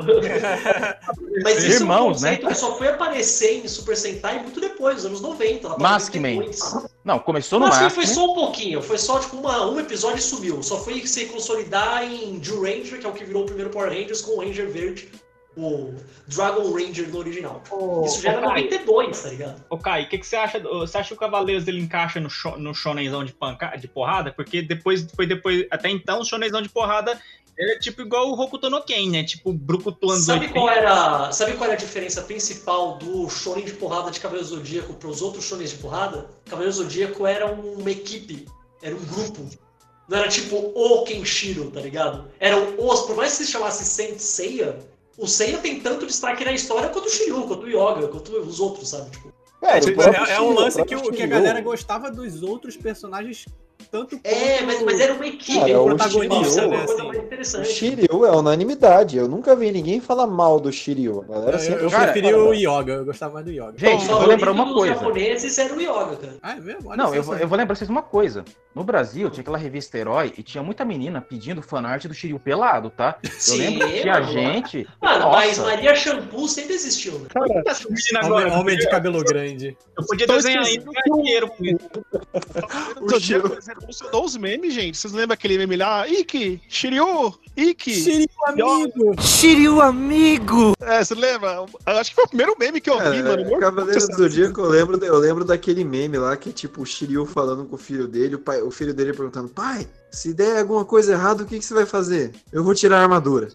Mas isso Irmãos, é um conceito né? que só foi aparecer em Super Sentai muito depois, nos anos noventa. lá pra Maskman. noventa e dois. Não, começou no Maskman Maskman. foi só um pouquinho, foi só tipo uma, um episódio e sumiu. Só foi se consolidar em Jill Ranger, que é o que virou o primeiro Power Rangers, com o Ranger Verde, o Dragon Ranger no original. Isso já era ô, Kai. noventa e dois, tá ligado? Ô, Kai, o que, que você acha? do- Você acha que o Cavaleiros ele encaixa no, sho- no shonenzão de, panca, de porrada? Porque depois, foi depois, até então, o shonenzão de porrada ele é tipo igual o Hokuto no Ken, né? Tipo, Brucutu anos Sabe oitenta. qual, era, sabe qual era a diferença principal do shonen de porrada de Cavaleiro Zodíaco para os outros shonens de porrada? Cavaleiro Zodíaco era uma equipe, era um grupo. Não era tipo o Kenshiro, tá ligado? Eram os, por mais que se chamasse Saint Seiya, o Seiya tem tanto destaque na história quanto o Shiryu, quanto o Yoga, quanto os outros, sabe? Tipo, É, o próprio É, é um Shiryu, lance o que, o- próprio que a Shiryu. galera gostava dos outros personagens tanto quanto é, mas, mas era uma equipe, Cara, o o protagonista, Shiryu, uma coisa assim, mais O interessante. Shiryu é unanimidade. Eu nunca vi ninguém falar mal do Shiryu. A galera Eu, sempre eu fala preferi mal. o Yoga, eu gostava mais do Yoga. Gente, O eu vou lembrar favorito uma dos coisa. japoneses era o Yoga, cara. Ah, é mesmo? Olha Não, só eu, essa- vou- eu vou lembrar vocês uma coisa. No Brasil, tinha aquela revista Herói e tinha muita menina pedindo fanart do Shiryu pelado, tá? Eu Sim, lembro que tinha mano. gente... Mano, mas Nossa, Maria Shampoo sempre existiu, né? Cara, Essa menina Homem, agora, homem de cabelo grande. eu podia Tô desenhar esquecendo ainda ganhar dinheiro com isso. o Zodíaco revolucionou os memes, gente. Vocês lembram aquele meme lá? Ikki, Shiryu, Ikki. Shiryu amigo! Shiryu amigo! É, você lembra? Eu acho que foi o primeiro meme que eu vi, Cara, mano. Cavaleiros do Zodíaco, eu lembro, eu lembro daquele meme lá que, tipo, o Shiryu falando com o filho dele, o, pai, o filho dele perguntando: pai, se der alguma coisa errada, o que, que você vai fazer? Eu vou tirar a armadura.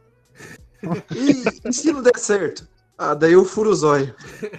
E, e se não der certo? Ah, daí eu furo o zóio.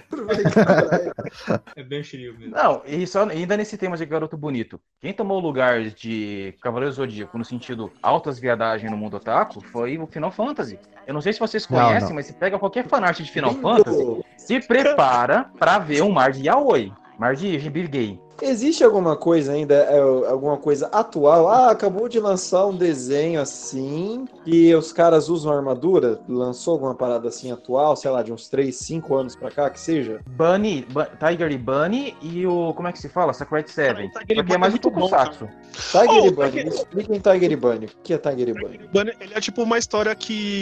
É bem Shiryu mesmo. Não, e só, ainda nesse tema de garoto bonito, quem tomou o lugar de Cavaleiro Zodíaco no sentido altas viadagens no mundo otaku foi o Final Fantasy. Eu não sei se vocês Não, conhecem, não. mas se pega qualquer fanart de Final Fantasy, se prepara pra ver um mar de yaoi, mar de gibir gay. Existe alguma coisa ainda, é, alguma coisa atual? Ah, acabou de lançar um desenho assim, e os caras usam armadura? Lançou alguma parada assim atual, sei lá, de uns três, cinco anos pra cá, que seja? Bunny, Bu- Tiger e Bunny e o... como é que se fala? Sakurai Seven. Cara, o Tiger e Só que é Bunny mais é um muito bom, tokusatsu. Tiger Oh, e Bunny, Tiger- me expliquem Tiger e Bunny. O que é Tiger e Bunny? Bunny, ele é tipo uma história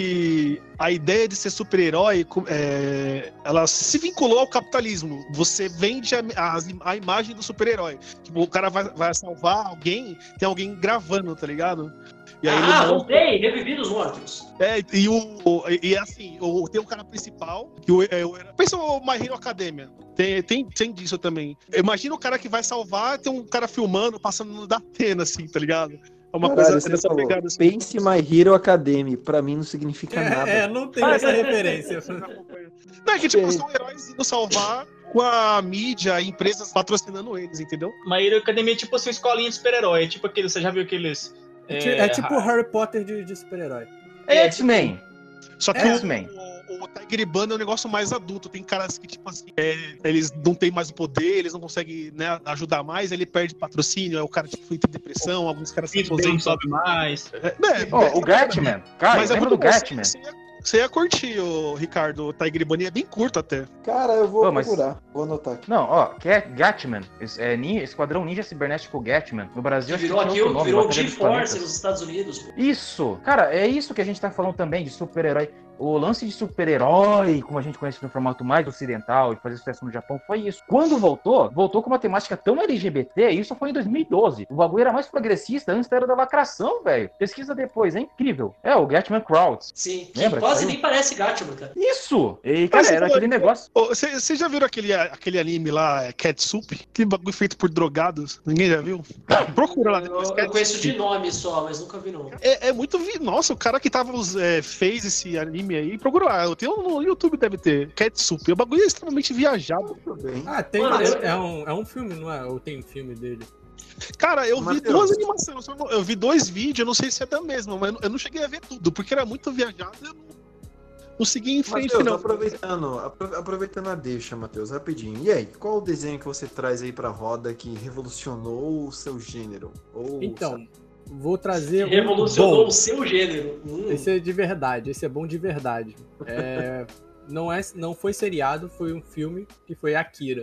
que a ideia de ser super-herói, é, ela se vinculou ao capitalismo. Você vende a, a, a imagem do super-herói. Tipo, o cara vai, vai salvar alguém, tem alguém gravando, tá ligado? E aí Ah, ele mostra- voltei, revivi dos mortos. É, e o. E, e assim, o, tem um cara principal, que o, é, o, pensa o My Hero Academia. Tem, tem, tem disso também. Imagina o cara que vai salvar, tem um cara filmando, passando da pena, assim, tá ligado? É uma Caralho, coisa você dessa falou, pegada assim. Pense My Hero Academy. Pra mim não significa nada. É, não tem Ah, essa é. referência. Não, é que tipo, são heróis indo salvar com a mídia e empresas patrocinando eles, entendeu? My Hero Academia é tipo assim, escolinha de super-herói. É tipo aqueles, você já viu aqueles... É, é tipo o Harry Potter de, de super-herói. É X-Men. Só que X-Men. o, o Tiger e Bunny é um negócio mais adulto. Tem caras que, tipo assim, é, eles não têm mais o poder, eles não conseguem, né, ajudar mais, ele perde patrocínio, é o cara tipo, entra em depressão, alguns caras se Pinto dele não aposentam. sobe mais. É, né, Ó, o Gatman. Cara, mas é lembra muito do bom. Gatman? Você, você, ia, você ia curtir, o Ricardo, o Tiger e Bunny é bem curto até. Cara, eu vou Pô, mas- procurar. Vou anotar aqui. Não, ó, que é Gatman. É, Ninja, Esquadrão Ninja Cibernético Gatman. No Brasil, acho que Virou tinha aqui, outro nome, virou Batalha dos G-Force Planetas. nos Estados Unidos. Pô. Isso! Cara, é isso que a gente tá falando também de super-herói. O lance de super-herói, como a gente conhece no formato mais ocidental, de fazer sucesso no Japão, foi isso. Quando voltou, voltou com uma temática tão L G B T, e isso foi em dois mil e doze. O bagulho era mais progressista, antes era da lacração, velho. Pesquisa depois, é incrível. É, o Gatman Crowds. Sim, que Lembra? quase Saiu? nem parece Gatman, cara. Isso! E, cara, Mas, era pô, aquele negócio... Vocês já viram aquele, aquele anime lá, é, Cat Soup? Que bagulho feito por drogados. Ninguém já viu? Procura lá depois. Eu, Cat eu conheço Soup. de nome só, mas nunca vi não. É, é muito. Vi... Nossa, o cara que tava, é, fez esse anime aí, procura lá. Tem um no YouTube, deve ter. Cat Soup. O bagulho é extremamente viajado. Ah, tem, Mano, eu- é, é um, é um filme, não é? Ou tem um filme dele? Cara, eu vi Mateus. duas animações. eu só não- Eu vi dois vídeos, eu não sei se é da mesma, mas eu não- eu não cheguei a ver tudo, porque era muito viajado e eu não, não segui em frente, Matheus, não. aproveitando, apro- aproveitando a deixa, Matheus, rapidinho. E aí, qual o desenho que você traz aí pra roda que revolucionou o seu gênero? Ou, Então, vou trazer um Revolucionou bom. o seu gênero. Hum. Esse é de verdade, esse é bom de verdade. É, não, é, não foi seriado, foi um filme que foi Akira.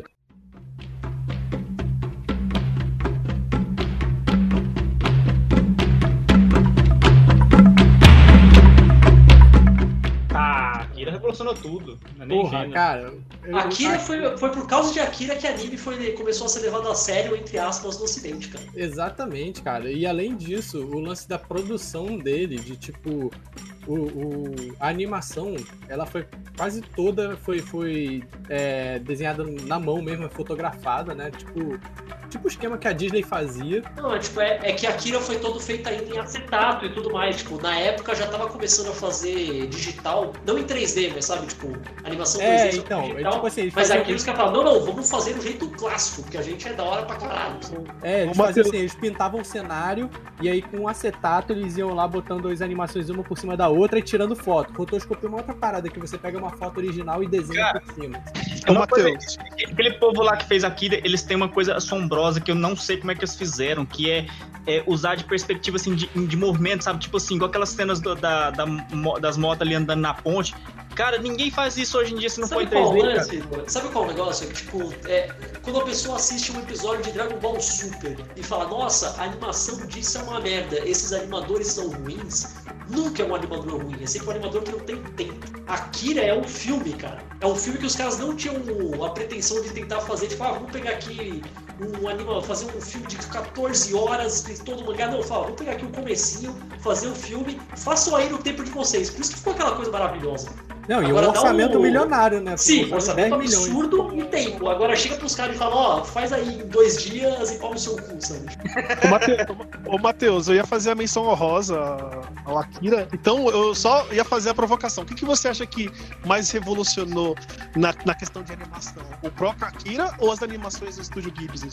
Ah, Akira revolucionou tudo. Não é nem Porra, gênero. cara. eu- Akira foi, foi por causa de Akira que anime foi, começou a ser levado a sério, entre aspas, no ocidente, cara. Exatamente, cara. E além disso, o lance da produção dele, de tipo. O, o- a animação, ela foi quase toda foi, foi é, desenhada na mão mesmo, fotografada, né? Tipo, tipo o esquema que a Disney fazia. Não, é, tipo, é, é que Akira foi todo feito ainda em acetato e tudo mais. Tipo, na época já tava começando a fazer digital, não em três D, mas sabe, tipo, animação É, três D. só que então, é digital, tipo assim, eles mas faziam- aqui os caras falaram, não, não, vamos fazer do jeito clássico, porque a gente é da hora pra caralho. É, eles Ô, faziam Matheus. assim, eles pintavam o cenário e aí com acetato eles iam lá botando as animações uma por cima da outra e tirando foto. Rotoscopia é uma outra parada, que você pega uma foto original e desenha por cima. Ô, Matheus. Aquele povo lá que fez Akira, eles têm uma coisa assombrosa que eu não sei como é que eles fizeram, que é, é usar de perspectiva assim, de, de movimento, sabe? Tipo assim, igual aquelas cenas do- da, da mo- das motos ali andando na ponte. Cara, ninguém faz isso hoje em dia se não for Sabe em três qual D, o cara. lance? Sabe qual o negócio? É que, tipo, é, quando a pessoa assiste um episódio de Dragon Ball Super e fala, nossa, a animação disso é uma merda, esses animadores são ruins, nunca é um animador ruim, é sempre um animador que não tem tempo. Akira é um filme, cara. É um filme que os caras não tinham a pretensão de tentar fazer, tipo, ah, vamos pegar aqui um anima, fazer um filme de quatorze horas, fez todo o mangá. Não, fala, vamos pegar aqui um comecinho, fazer um filme, façam aí no tempo de vocês. Por isso que ficou aquela coisa maravilhosa. Não, e um Agora dá orçamento um- milionário, né? Sim, Pô, orçamento dez milhões. absurdo e tempo. Agora chega pros caras e fala, ó, faz aí em dois dias e pau no seu cu, sabe? Ô, Mate- Ô, Matheus, eu ia fazer a menção honrosa ao Akira, então eu só ia fazer a provocação. O que, que você acha que mais revolucionou na, na questão de animação? O próprio Akira ou as animações do Estúdio Ghibli?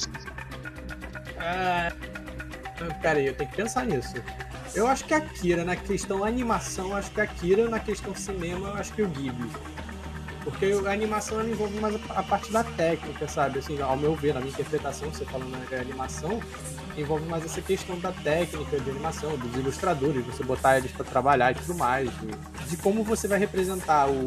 Ah, pera aí, eu tenho que pensar nisso. Eu acho que a Akira, na questão animação, eu acho que a Akira, na questão cinema, eu acho que o Ghibli. Porque a animação ela envolve mais a parte da técnica, sabe? Assim, ao meu ver, na minha interpretação, você falando na animação, envolve mais essa questão da técnica de animação, dos ilustradores, você botar eles pra trabalhar e tudo mais, de, de como você vai representar o,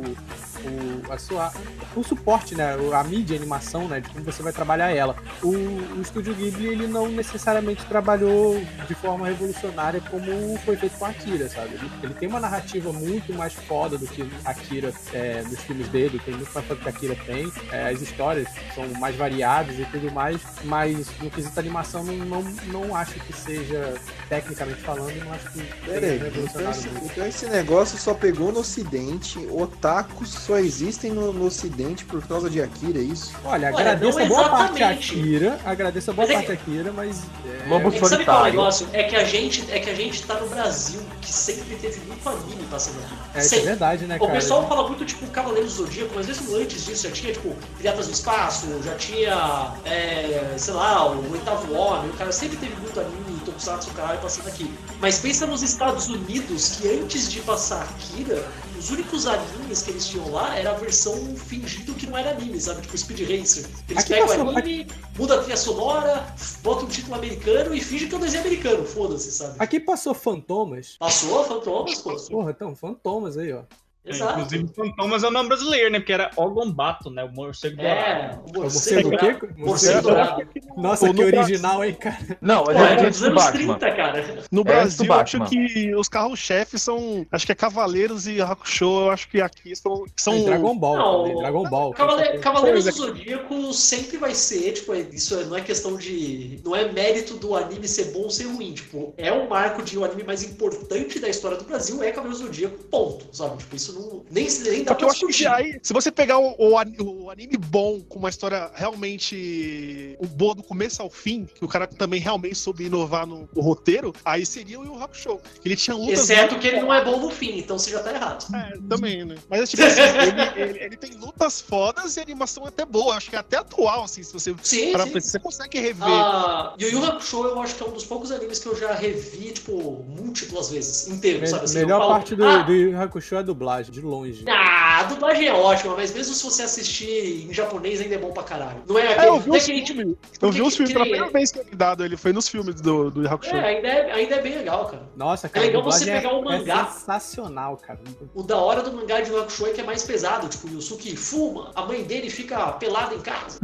o, a sua, o suporte, né? A mídia a animação, né? De como você vai trabalhar ela. O, o Estúdio Ghibli, ele não necessariamente trabalhou de forma revolucionária como foi feito com a Akira, sabe? Ele, ele tem uma narrativa muito mais foda do que a Akira é, nos filmes dele, tem muito mais foda que a Akira tem, é, as histórias são mais variadas e tudo mais, mas no quesito animação não, não não acho que seja, tecnicamente falando, não acho que Peraí, então esse, então esse negócio só pegou no ocidente, otakus só existem no, no ocidente por causa de Akira, é isso? Olha, agradeço a boa parte a Akira, agradeço a boa parte a Akira, mas... É... Lobo é que sabe qual é o negócio? É que, a gente, é que a gente tá no Brasil, que sempre teve muito anime passando aqui. É, isso é verdade, né, cara? O pessoal fala muito, tipo, Cavaleiros do Zodíaco, mas mesmo antes disso já tinha, tipo, Piratas do Espaço, já tinha, é, sei lá, o Oitavo Homem, o cara sempre teve muito anime, Tokusatsu, caralho, passando aqui. Mas pensa nos Estados Unidos, que antes de passar Akira, os únicos animes que eles tinham lá era a versão fingindo que não era anime, sabe? Tipo Speed Racer. Eles aqui pegam passou, o anime, aqui... muda a trilha sonora, bota um título americano e finge que é um desenho americano, foda-se, sabe? Aqui passou Fantomas. Passou Fantomas, pô. Porra, então, Fantomas aí, ó. Exato. É, inclusive, Fantomas é o nome brasileiro, né? Porque era Ogombato, né? O morcego dourado. É, o morcego o quê? Morcego dourado. Nossa, que original, hein, cara? Não, Pô, é, é dos anos trinta, cara. No É Brasil, do eu acho Batman. que os carros-chefes são. Acho que é Cavaleiros e Hakusho, eu acho que aqui são. são... É Dragon Ball, Não, também, Dragon Ball. Cavale- Cavaleiros do Zodíaco sempre vai ser, tipo, isso não é questão de. Não é mérito do anime ser bom ou ser ruim. Tipo, é o marco de o anime mais importante da história do Brasil, é Cavaleiros do Zodíaco, ponto. Sabe? Tipo, isso não. Nem, nem dá Só que pra eu acho que discutir. aí, se você pegar o, o, an- o anime bom, com uma história realmente o boa do começo ao fim, que o cara também realmente soube inovar no, no roteiro, aí seria o Yu Yu Hakusho. Ele tinha lutas... Exceto muito que ele não é bom no fim, então você já tá errado. É, também, né? Mas, tipo assim, ele, ele, ele tem lutas fodas e a animação é até boa. Acho que é até atual, assim, se você... Sim, para sim. pensar, você consegue rever. Ah, Yu Yu Hakusho eu acho que é um dos poucos animes que eu já revi, tipo, múltiplas vezes, inteiro, Me- sabe? Assim, melhor eu falo, parte do, ah, do Yu Yu Hakusho é a dublagem, de longe. Ah, a dublagem é ótima, mas mesmo se você assistir em japonês ainda é bom pra caralho. Não é É, aquele... eu vi não é os aquele filmes. tipo- Eu vi porque os filmes. que Pela nem- primeira vez que eu vi dado, ele foi nos filmes do, do Yu Hakusho. É, ainda é, ainda é bem legal, cara. Nossa, É cara, legal a dublagem você pegar um é, mangá. é sensacional, cara. O da hora do mangá de Yu Yu Hakusho é que é mais pesado. Tipo, o Yusuke fuma, a mãe dele fica pelada em casa.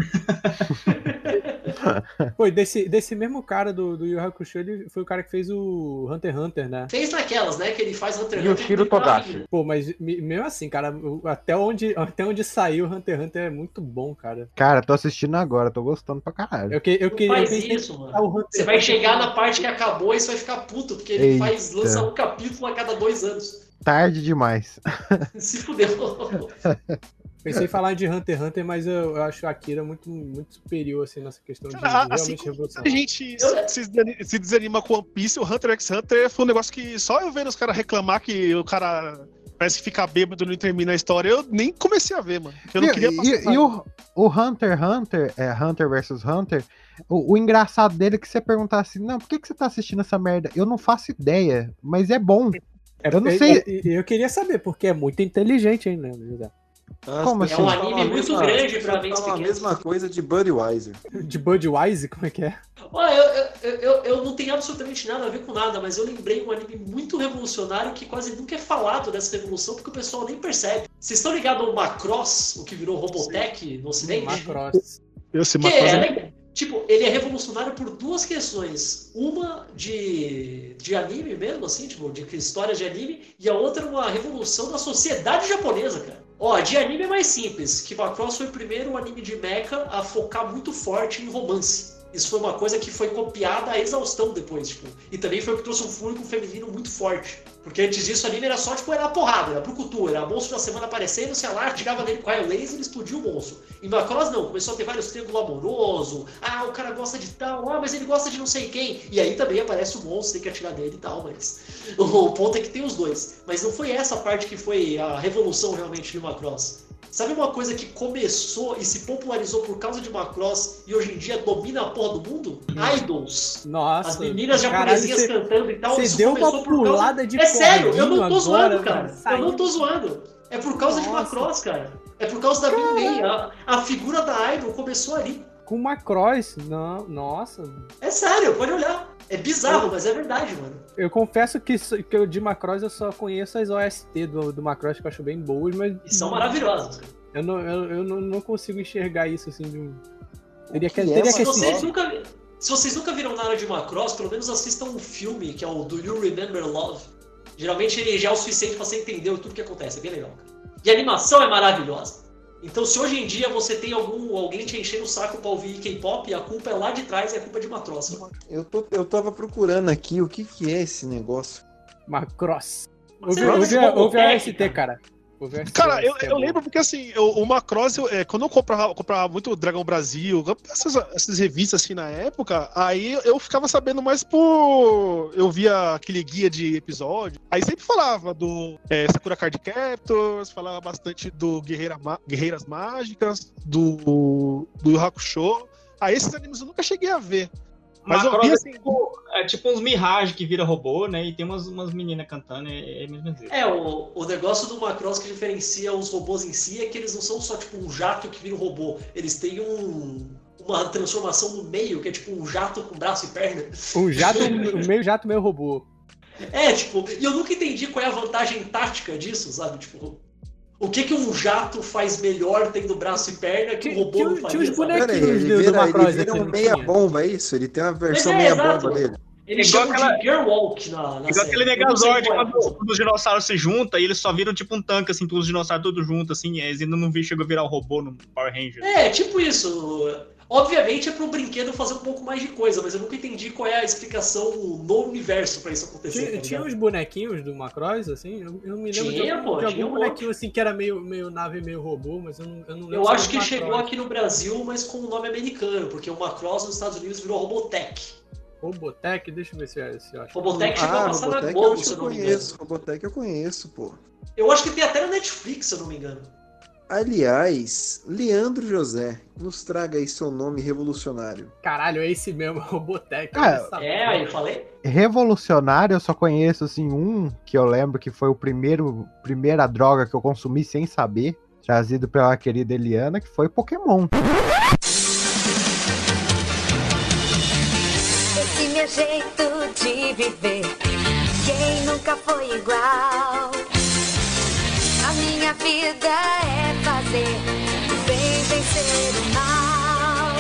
Pô, e desse, desse mesmo cara do, do Yu Yu Hakusho, ele foi o cara que fez o Hunter x Hunter, né? Fez naquelas, né? Que ele faz Hunter x Hunter. Yoshiro e fica na Togashi. vida. Pô, mas me- mesmo assim, cara, o- até onde, até onde saiu o Hunter x Hunter é muito bom, cara. Cara, tô assistindo agora, tô gostando pra caralho. Eu, que, eu Não queria. faz eu pensei isso, em mano. botar o Hunter Você x vai Hunter chegar como- na parte que acabou e você vai ficar puto, porque ele Eita. faz, lança um capítulo a cada dois anos. Tarde demais. Se fudeu. Pensei em falar de Hunter x Hunter, mas eu, eu acho a Akira muito, muito superior, assim, nessa questão de, de Cara, assim realmente como revolução. a gente se, se desani- se desanima com One Piece, o Hunter x Hunter foi um negócio que só eu vendo os caras reclamar que o cara parece que fica bêbado e não termina a história, eu nem comecei a ver, mano. Eu não E, queria passar. e- e o, o Hunter x Hunter, é, Hunter versus Hunter, o, o engraçado dele é que você perguntar assim, não, por que, que você tá assistindo essa merda? Eu não faço ideia, mas é bom. É, eu não é- sei. é- eu queria saber, porque é muito inteligente, hein, né, José? Como As assim? pessoas É um anime falam a muito mesma- grande as pessoas pra mentes falam a pequenas. mesma coisa de Budweiser. De Budweiser, como é que é? Olha, eu, eu, eu, eu não tenho absolutamente nada a ver com nada, mas eu lembrei um anime muito revolucionário que quase nunca é falado dessa revolução, porque o pessoal nem percebe. Vocês estão ligados ao Macross, o que virou Robotech no ocidente? Macross. Eu sei Que uma coisa. é, tipo, ele é revolucionário por duas questões. Uma de, de anime mesmo, assim, tipo, de história de anime, e a outra uma revolução da sociedade japonesa, cara. Ó, de anime é mais simples, que Macross foi o primeiro anime de mecha a focar muito forte em romance. Isso foi uma coisa que foi copiada à exaustão depois, tipo. E também foi o que trouxe um público feminino muito forte. Porque antes disso o anime era só, tipo, era porrada, era brucutu, era monstro da semana aparecendo, se a Lar tirava nele com raio laser e explodiu o monstro. Em Macross não, começou a ter vários triângulos amorosos, ah, o cara gosta de tal, ah, mas ele gosta de não sei quem. E aí também aparece o monstro, tem que atirar nele e tal, mas... O ponto é que tem os dois. Mas não foi essa parte que foi a revolução realmente de Macross. Sabe uma coisa que começou e se popularizou por causa de Macross e hoje em dia domina a porra do mundo? Idols. Nossa. As meninas caralho, japonesinhas cê- cantando e tal. Você isso deu começou uma por causa- pulada de É sério, eu não tô corguinho zoando, agora, cara. velho, Eu não tô zoando. É por causa de Nossa. Macross, cara. É por causa da Bin May. A, a figura da Idol começou ali. Com Macross, não, nossa. É sério, pode olhar. É bizarro, mas é verdade, mano. Eu confesso que, isso- que eu, de Macross eu só conheço as O S T do, do Macross, que eu acho bem boas, mas. E são maravilhosas. Eu não, eu, eu não, não consigo enxergar isso assim de um. Teria que, que é teria Se que vocês, assistir. nunca, se vocês nunca viram nada de Macross, pelo menos assistam um filme que é o Do You Remember Love? Geralmente ele já é o suficiente pra você entender tudo que acontece, é bem legal, cara. E a animação é maravilhosa. Então se hoje em dia você tem algum, alguém te enchendo o saco pra ouvir K-pop, a culpa é lá de trás, é a culpa de Macross. Eu, tô, eu tava procurando aqui o que, que é esse negócio. Macross. Você Ouve, vai ouve, ser a- ouve a Robotech, O S T, cara. cara. Ouve a O S T, Cara, O S eu, T é eu bom. lembro porque assim, eu- o Macross, eu- é, quando eu comprava, comprava muito Dragão Brasil, essas, essas revistas assim na época, aí eu ficava sabendo mais por. Eu via aquele guia de episódio, aí sempre falava do é, Sakura Card Captors, falava bastante do Guerreira Ma- Guerreiras Mágicas, do, do Yu Hakusho. Aí esses animes eu nunca cheguei a ver. Mas eu Macross vi é, assim. tipo, é tipo uns Mirage que vira robô, né? E tem umas, umas meninas cantando, é, é mesmo assim. É, o, o negócio do Macross que diferencia os robôs em si é que eles não são só tipo um jato que vira um robô. Eles têm um, uma transformação no meio, que é tipo um jato com braço e perna. Um jato, um meio jato, meio robô. É, tipo, e eu nunca entendi qual é a vantagem tática disso, sabe? Tipo, o que que um jato faz melhor tendo braço e perna que um robô Tinha- não tinha faria, os sabe? bonequinhos. Pera aí, ele do- do vira, ele Macross, vira que um não meia tinha. bomba, é isso? Ele tem uma versão é, meia exato. bomba dele. Eles Igual chamam aquela- de Gearwalk na, na Igual série. aquele Eu não sei Megazord, qual é. quando, quando os dinossauros se juntam e eles só viram tipo um tanque, assim, todos os dinossauros todos juntos, assim, e eles ainda não vi, chegou a virar um robô no Power Ranger. É, tipo isso. Obviamente é pro brinquedo fazer um pouco mais de coisa, mas eu nunca entendi qual é a explicação no universo pra isso acontecer. Tinha, tá tinha ligado? uns bonequinhos do Macross, assim? Eu, eu me lembro Tinha, de, algum- pô, de tinha algum um bonequinho assim que era meio, meio nave, meio robô, mas eu não, eu não lembro. Eu se acho era que do chegou Macross. aqui no Brasil, mas com o nome americano, porque o Macross nos Estados Unidos virou Robotech. Robotech, deixa eu ver se, é- se eu acho. Robotech chegou a Ah, passar na Robotech eu Globo, acho se que eu eu não me engano. conheço. Robotech eu conheço, pô. Eu acho que tem até na Netflix, se eu não me engano. Aliás, Leandro José, nos traga aí seu nome revolucionário. Caralho, é esse mesmo, Robotech. Ah, olha essa É, porra. aí eu falei. Revolucionário, eu só conheço assim um que eu lembro que foi o primeiro primeira droga que eu consumi sem saber, trazido pela querida Eliana, que foi Pokémon. Esse meu jeito de viver, quem nunca foi igual? A minha vida é fazer o bem vencer o mal.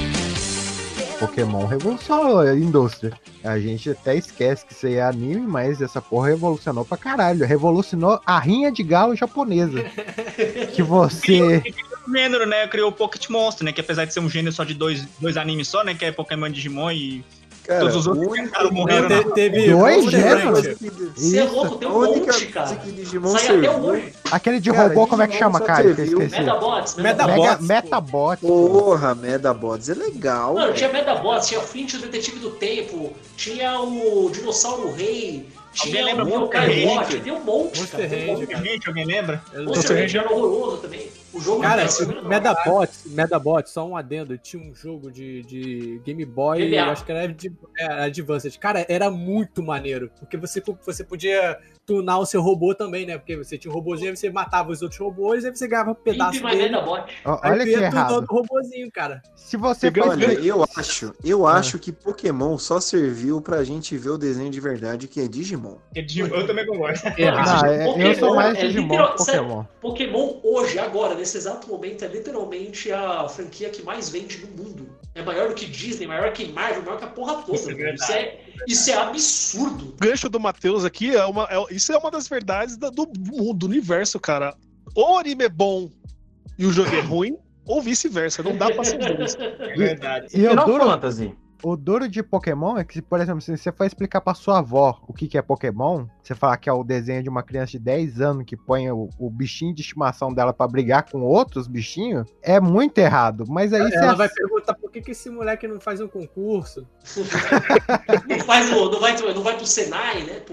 Pokémon revolucionou a indústria. A gente até esquece que isso aí é anime, mas essa porra revolucionou pra caralho. Revolucionou a rinha de galo japonesa. Que você... O gênero, né? Criou o Pocket Monster, né? Que apesar de ser um gênero só de dois, dois animes só, né? Que é Pokémon e Digimon e Cara, todos os outros o único- tentaram morreram Te- na... teve Dois Golden gêneros? Ranger. Você é Isso. louco, tem A um única monte, cara. coisa que Digimon Sai até serviu. hoje. Aquele de Cara, robô, como é que Digimon chama, só cara? Que eu serviu. esqueci. Medabots, Meda- Medabots. Mega, Metabots. Porra, Medabots é legal. Mano, velho. tinha Medabots, tinha Flint, o Detetive do Tempo, tinha o Dinossauro Rei, tinha lembra o Monster Kaiot, Ranger? tem um monte, Monster cara. Tem um monte, Ranger, cara. Gente, alguém lembra? Monster Ranger era horroroso também. O jogo Cara, não tem Medabots, Medabots, só um adendo, tinha um jogo de, de Game Boy, G B A. eu acho que era de, era Advanced. Cara, era muito maneiro, porque você, você podia tunar o seu robô também, né? Porque você tinha um robôzinho, aí você matava os outros robôs, aí você ganhava um pedaço Pimp My dele. Medabot. Ó, Aí Olha tu que ia errado. tunando o robôzinho, cara. Se você for... Olha, eu acho, eu acho que Pokémon só serviu pra gente ver o desenho de verdade que é Digimon. Que Digimon, eu também concordo. Não, é- eu sou mais é Digimon literal- que Pokémon. Pokémon hoje, agora, nesse exato momento, é literalmente a franquia que mais vende no mundo. É maior do que Disney, maior que Marvel, maior que a porra toda. Isso é mano. Isso é, isso é absurdo. O gancho do Matheus aqui, é uma, é- isso é uma das verdades da- do mundo, do universo, cara. Ou o anime é bom e o jogo é ruim, ou vice-versa. Não dá pra ser dois. É verdade. E o Final duro, Fantasy. o duro de Pokémon é que, por exemplo, se você for explicar pra sua avó o que, que é Pokémon, você falar que é o desenho de uma criança de dez anos que põe o, o bichinho de estimação dela pra brigar com outros bichinhos, é muito errado. Mas aí Ela você... vai perguntar por que, que esse moleque não faz um concurso. Não, faz o, não, vai, não vai pro Senai, né, porra?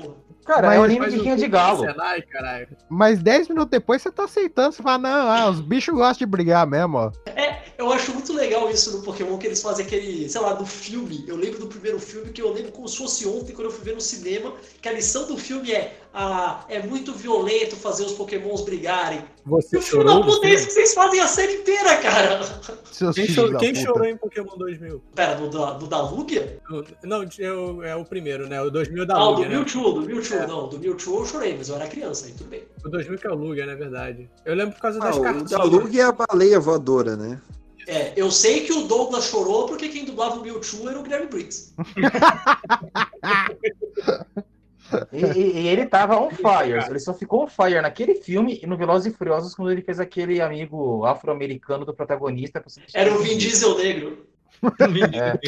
Cara, Mas- é um anime Faz de o rinha de filme galo. do Senai, caralho. Mas dez minutos depois você tá aceitando. Você fala, não, ah, os bichos gostam de brigar mesmo, ó. É, eu acho muito legal isso no Pokémon, que eles fazem aquele, sei lá, do filme. Eu lembro do primeiro filme, que eu lembro como se fosse ontem, quando eu fui ver no cinema, que a lição do filme é, ah, é muito violento fazer os Pokémons brigarem. Você E o filme da chorou? no puta é isso filme? que vocês fazem a série inteira, cara. Seus Quem, filhos chorou, da quem puta. chorou em Pokémon dois mil? Pera, do, da- do da Lugia? Não, eu, é o primeiro, né? O dois mil da Ah, o Lugia, do né? Mewtwo, do Mewtwo, não. Do Mewtwo eu chorei, mas eu era criança, aí tudo bem. O dois mil que é o Lugia, na verdade. Eu lembro por causa Ah, das o cartinhas. da Lug é a baleia voadora, né? É, eu sei que o Douglas chorou porque quem dublava o Mewtwo era o Guilherme Briggs. E, e- e ele tava on fire. Ele só ficou on fire naquele filme e no Velozes e Furiosos quando ele fez aquele amigo afro-americano do protagonista. Era o Vin Diesel negro. É.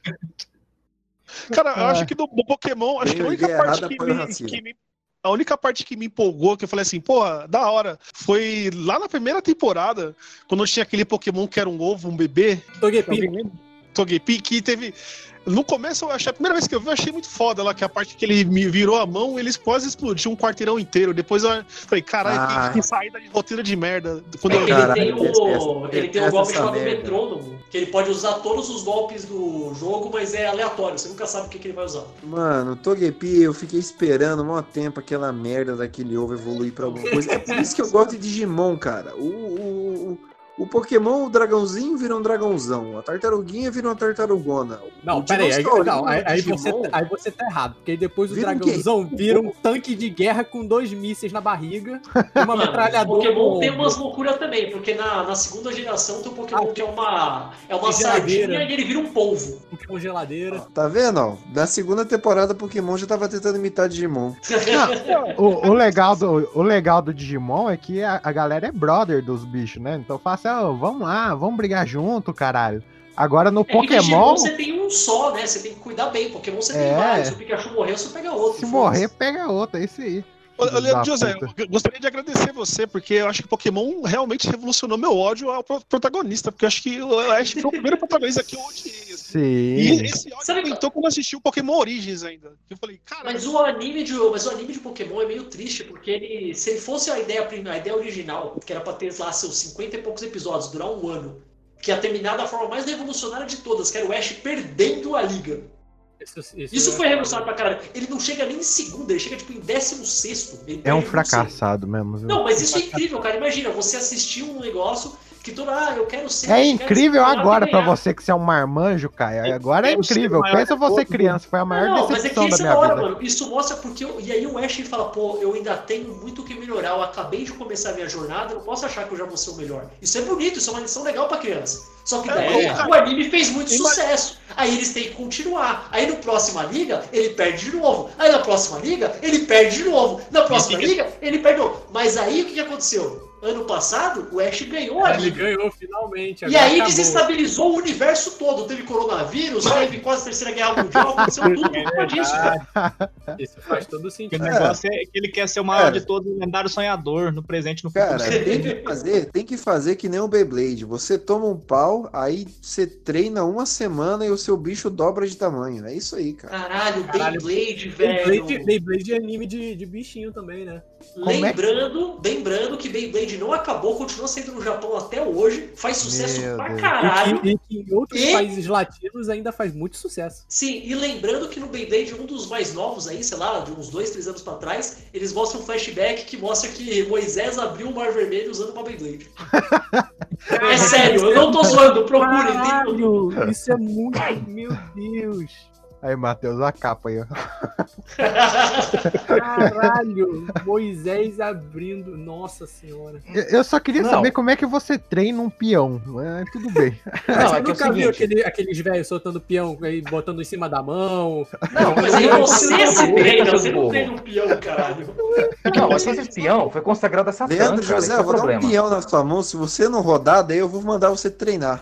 Cara, eu acho que do, do Pokémon, acho que a Tem única ideia parte errada, que apoio me, racismo. que me- a única parte que me empolgou, que eu falei assim, pô, da hora, foi lá na primeira temporada, quando tinha aquele Pokémon que era um ovo, um bebê. Togepi. Alguém lembra? Togepi, que teve. No começo, eu achei, a primeira vez que eu vi, eu achei muito foda lá, que a parte que ele me virou a mão, ele quase explodiu um quarteirão inteiro. Depois eu falei, caralho, Ah. que, que saída de roteiro de merda. Quando É eu que ele Caralho, tem, detesto- o, ele tem um detesto golpe essa chamado merda. metrônomo, que ele pode usar todos os golpes do jogo, mas é aleatório, você nunca sabe o que, que ele vai usar. Mano, o Togepi, eu fiquei esperando um maior tempo aquela merda daquele ovo evoluir pra alguma coisa. É por isso que eu gosto de Digimon, cara. O, o, o, o Pokémon, o dragãozinho vira um dragãozão. A tartaruguinha vira uma tartarugona. Não, O peraí, aí, dinossaurinho não, aí, do aí você, Digimon aí você tá errado, porque aí depois o Vira um dragãozão quê? vira um tanque de guerra com dois mísseis na barriga e uma Mano, o metralhadora. Pokémon no tem ombro. umas loucuras também, porque na, na segunda geração tem um Pokémon Ah, que é uma, é uma tem geladeira. sardinha e ele vira um polvo. Pokémon geladeira. Tá vendo? Ó? Na segunda temporada, Pokémon já tava tentando imitar Digimon. O, o legal do, o legal do Digimon é que a, a galera é brother dos bichos, né? Então fala assim, ó, vamos lá, vamos brigar junto, caralho. Agora no É que Digimon Pokémon, você tem um só, né? Você tem que cuidar bem. Pokémon você tem É. vários. Se o Pikachu morreu, você pega outro. se foda-se. morrer, pega outra, é isso aí. Ô, ô, Filho Leandro da José, puta. eu gostaria de agradecer você, porque eu acho que Pokémon realmente revolucionou meu ódio ao pro- protagonista, porque eu acho que o Ash foi o primeiro protagonista que eu odiei. assim. Sim. E esse ódio Sabe- aumentou quando eu assisti o Pokémon Origins ainda. Eu falei, cara, Mas o anime de, mas o anime de Pokémon é meio triste, porque ele, se ele fosse a ideia, prim- a ideia original, que era pra ter lá seus cinquenta e poucos episódios, durar um ano, que ia terminar da forma mais revolucionária de todas, que era o Ash perdendo a liga. Isso, isso, Isso eu foi acho- revolucionário pra caralho. Ele não chega nem em segunda, ele chega tipo em décimo sexto. Ele É um perde, não sei. fracassado mesmo. viu? Não, mas isso é incrível, cara. Imagina, você assistiu um negócio que todo, ah, eu quero ser. É eu quero incrível ser agora e pra ganhar. você que você é um marmanjo, Caio. Agora é Eu sei, incrível. maior Pensa que você todos. criança, foi a maior Não, mas é que decepção da isso é minha da hora, vida. mano. Isso mostra porque. Eu... E aí o Ash fala, pô, eu ainda tenho muito o que melhorar. Eu acabei de começar a minha jornada, eu não posso achar que eu já vou ser o melhor. Isso é bonito, isso é uma lição legal pra criança. Só que daí É, o anime fez muito Ima- sucesso. Aí eles têm que continuar. Aí no próxima liga, ele perde de novo. Aí na próxima liga, ele perde de novo. Na próxima liga, ele perde de novo. Mas aí o que que aconteceu? Ano passado, o Ash ganhou a Ele liga. ganhou finalmente. E agora aí acabou. desestabilizou o universo todo. Teve coronavírus, teve quase a terceira guerra mundial, aconteceu tudo por causa disso, cara. Isso faz todo Porque sentido. o negócio é que ele quer ser o maior Cara. de todos, o lendário sonhador, no presente e no futuro. Cara, tem que fazer, tem que fazer que nem o Beyblade. Você toma um pau, aí você treina uma semana e o seu bicho dobra de tamanho. É isso aí, cara. Caralho, Caralho, Beyblade, velho. Beyblade, Beyblade é anime de, de bichinho também, né? Como é que- Lembrando, lembrando que Beyblade não acabou, continua sendo no Japão até hoje, faz sucesso Meu pra Deus. caralho. E que, e que em outros E- países latinos ainda faz muito sucesso. Sim, e lembrando que no Beyblade, um dos mais novos aí, sei lá, de uns dois, três anos pra trás, eles mostram um flashback que mostra que Moisés abriu o Mar Vermelho usando uma Beyblade. É sério, eu não tô zoando, procurem. tem- Caralho, isso é muito. Meu Deus. Aí, Matheus, a capa aí, ó. Caralho, Moisés abrindo. Nossa senhora. Eu- Eu só queria Não. saber como é que você treina um peão. É, tudo bem. Não, Você é que é o nunca viu seguinte. aquele, aqueles velhos soltando peão aí, botando em cima da mão? Não, Mas aí você se treina, você não burro. treina um peão, caralho. Não, a ciência espião foi consagrada a Satã, Leandro cara, José, esse é eu o vou dar um problema. peão na sua mão. Se você não rodar, daí eu vou mandar você treinar.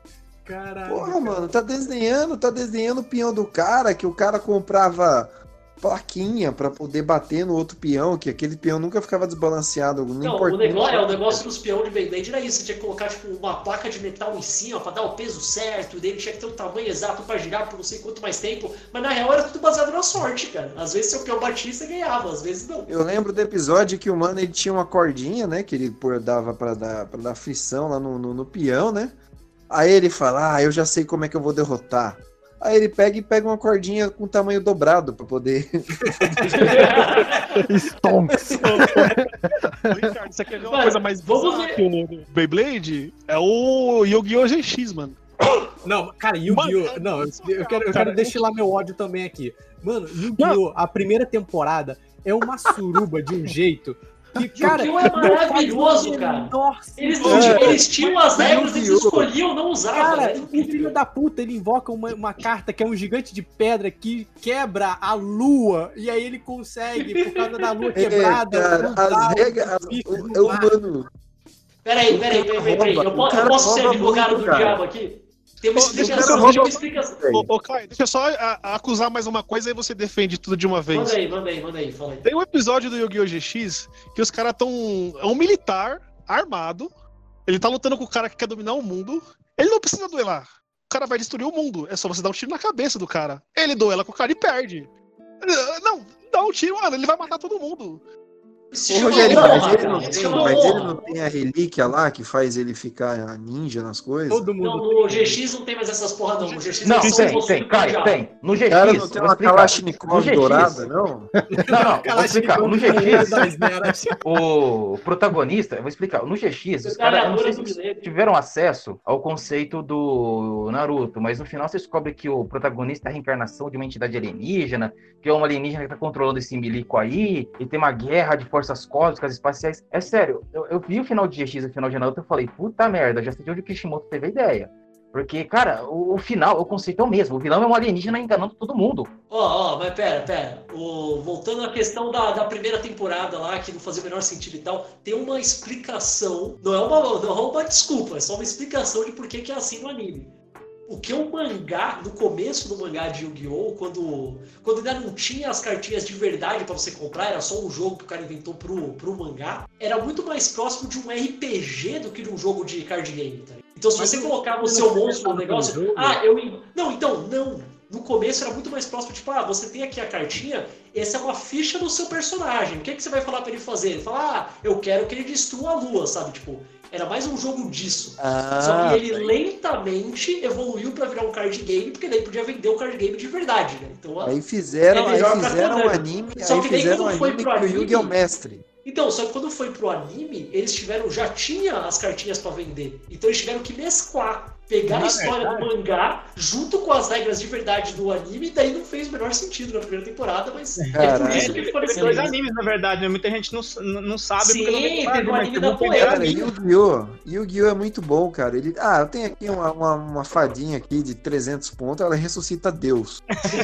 Caralho. Porra, mano, tá desenhando, tá desenhando o peão do cara, que o cara comprava plaquinha pra poder bater no outro peão, que aquele peão nunca ficava desbalanceado. Não, Não, importa. o negócio, é, o negócio dos peões de Beyblade era isso. Você tinha que colocar tipo, uma placa de metal em cima pra dar o peso certo, e daí ele tinha que ter o tamanho exato pra girar por não sei quanto mais tempo. Mas na real era tudo baseado na sorte, cara. Às vezes seu peão batia e você ganhava, às vezes não. Eu lembro do episódio que o mano ele tinha uma cordinha, né? Que ele pô, dava pra dar, pra dar frição lá no, no, no peão, né? Aí ele fala, ah, eu já sei como é que eu vou derrotar. Aí ele pega e pega uma cordinha com tamanho dobrado pra poder... Stonks. Ô, Ricardo, você quer ver uma Mano, coisa mais vamos bizarra ver. que o Beyblade? É o Yu-Gi-Oh! G X, mano. Não, cara, Yu-Gi-Oh! Não, eu quero, eu quero destilar meu ódio também aqui. Mano, Yu-Gi-Oh! A primeira temporada é uma suruba de um jeito que, cara... Yu-Gi-Oh! É maravilhoso, cara. Nossa, Eles, é. eles tinham as regras, eles escolhiam não usar. Cara, velho. o filho da puta, ele invoca uma, uma carta que é um gigante de pedra que quebra a lua, e aí ele consegue, por causa da lua quebrada... É, cara, as regras... É o mano... Peraí, peraí, peraí, peraí, peraí. Eu, po- eu posso ser advogado do diabo aqui? Tem uma explicação, tem uma explicação. Ô, ô, Caio, deixa eu só a- a acusar mais uma coisa e você defende tudo de uma vez. Manda aí, manda aí, manda aí, fala aí. Tem um episódio do Yu-Gi-Oh! G X que os caras tão... É um militar armado, ele tá lutando com o cara que quer dominar o mundo, ele não precisa duelar. O cara vai destruir o mundo, é só você dar um tiro na cabeça do cara. Ele duela com o cara e perde. Não, dá um tiro, mano, ele vai matar todo mundo. Ô, Rogerinho, mas ele, não tem, mas ele não tem a relíquia lá que faz ele ficar ninja nas coisas? Todo mundo. Não, no G X não tem mais essas porra não. No G X Não, eles tem, são tem, Caio, tem. No G X. Cara, não tem eu vou uma explicar. Kalashnikov No G X. dourada, não? Não, não, eu vou explicar. No G X, o protagonista, eu vou explicar. No G X, os caras, eu não sei se vocês tiveram acesso ao conceito do Naruto, mas no final você descobre que o protagonista é a reencarnação de uma entidade alienígena, que é uma alienígena que tá controlando esse milico aí, e tem uma guerra de forças cósmicas, espaciais. É sério, eu, eu vi o final de G X e o final de Naruto e falei, puta merda, já sei de onde o Kishimoto teve a ideia. Porque, cara, o, o final, o conceito é o mesmo. O vilão é um alienígena enganando todo mundo. Ó, ó, mas pera, pera. O, voltando à questão da, da primeira temporada lá, que não fazia o menor sentido e tal, tem uma explicação, não é uma, não é uma desculpa, é só uma explicação de por que que é assim no anime. O que o mangá, no começo do mangá de Yu-Gi-Oh!, quando, quando ainda não tinha as cartinhas de verdade pra você comprar, era só um jogo que o cara inventou pro, pro mangá, era muito mais próximo de um R P G do que de um jogo de card game, tá ligado? Então se Mas você eu- colocava o eu seu não monstro no sei negócio... do jogo. Ah, eu... in- Não, então, não. No começo era muito mais próximo, tipo, ah, você tem aqui a cartinha, essa é uma ficha do seu personagem. O que, é que você vai falar pra ele fazer? Ele fala, ah, eu quero que ele destrua a lua, sabe? Tipo, era mais um jogo disso. Ah, Só que ele lentamente evoluiu pra virar um card game, porque daí podia vender um card game de verdade, né? Então, Aí fizeram, é aí melhor pra fizeram um todo. anime, Só aí que daí fizeram um quando foi anime pro que o anime- Yugi é o mestre. Então, só que quando foi pro anime, eles tiveram, já tinha as cartinhas pra vender. Então eles tiveram que mesclar. Pegar a Na história verdade- do mangá junto com as regras de verdade do anime, e daí não fez o menor sentido na primeira temporada, mas é por Caralho. isso que ficou Teve nesse dois anime. animes, na verdade, né? Muita gente não, não não sabe Sim, porque não tem teve um mas anime teve da um primeiro Poema. Cara, anime. Yu-Gi-Oh! Yu-Gi-Oh! É muito bom, cara. Ele... Ah, eu tenho aqui uma, uma, uma fadinha aqui de trezentos pontos, ela ressuscita Deus.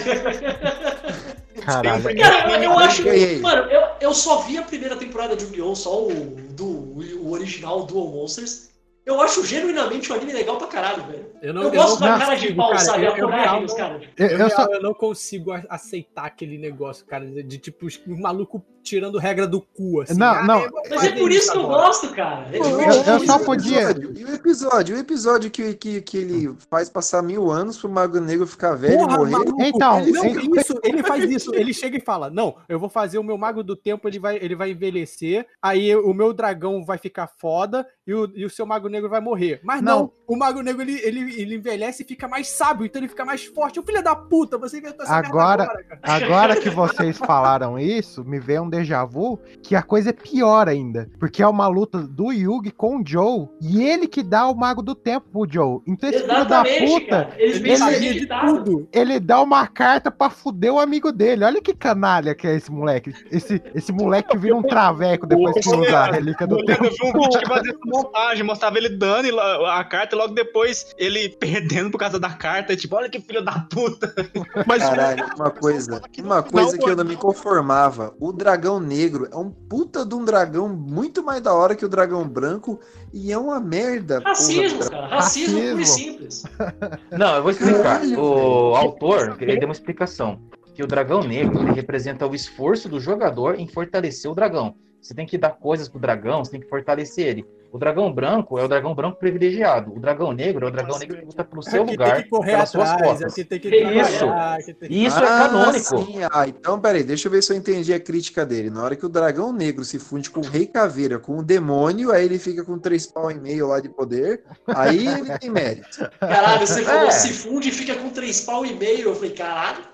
Caralho. Cara, eu, eu acho Ei, ei. que. Mano, eu, eu só vi a primeira temporada de Yu-Gi-Oh! Só o, do, o original Duel Monsters. Eu acho genuinamente um anime legal pra caralho, velho. Eu não, Eu eu gosto não da cara de consigo, pau, cara. sabe? Eu, A eu, coragem real dos não- caras. Eu, eu, eu real, só, eu não consigo a- aceitar aquele negócio, cara, de, de, tipo os os malucos tirando regra do cu, assim. Não, Ah, não. eu vou Mas é fazer por isso que eu agora. gosto, cara. É Pô, Eu- divertido. eu só e o podia- episódio? E o episódio? O episódio que, que, que ele faz passar mil anos pro Mago Negro ficar velho Porra, e morrer? maluco, Então, ele, não, hein? isso, ele faz isso, ele chega e fala, não, eu vou fazer o meu mago do tempo, ele vai, ele vai envelhecer, aí o meu dragão vai ficar foda e o, e o seu mago negro vai morrer. Mas não, Não. o mago negro, ele, ele, ele envelhece e fica mais sábio, então ele fica mais forte. O filho da puta, você inventou essa merda Agora- agora, cara. Agora que vocês falaram isso, me veio um déjà vu que a coisa é pior ainda. Porque é uma luta do Yugi com o Joe e ele que dá o Mago do Tempo pro Joe. Então esse filho da Exatamente, puta, cara. Eles Ele bem sabia sabiam de que tava. tudo. ele dá uma carta pra fuder o amigo dele. Olha que canalha que é esse moleque. Esse, esse moleque que vira um traveco depois que usa a relíquia do Eu tempo. vi um vídeo que fazia essa montagem, mostrava ele dando e la- a carta e logo depois ele perdendo por causa da carta. Tipo, olha que filho da puta. Mas Caralho, uma coisa, uma coisa que eu não me conformava. O dragão negro é um puta de um dragão muito mais da hora que o dragão branco e é uma merda. Racismo, porra. cara. Racismo puro e Racismo. simples. Não, eu vou explicar. Caralho, O velho. autor, ele deu uma explicação. que o dragão negro ele representa o esforço do jogador em fortalecer o dragão. Você tem que dar coisas pro dragão, você tem que fortalecer ele. O dragão branco é o dragão branco privilegiado. O dragão negro é o dragão negro que luta pelo seu que lugar, tem que correr pelas suas atrás, cotas. é que tem que Isso. trabalhar, que tem- Isso é Ah, canônico. sim. Ah, então peraí, deixa eu ver se eu entendi a crítica dele. Na hora que o dragão negro se funde com o rei caveira, com o demônio, aí ele fica com três pau e meio lá de poder, aí ele tem mérito. Caralho, você falou É. se funde e fica com três pau e meio. Eu falei, caralho.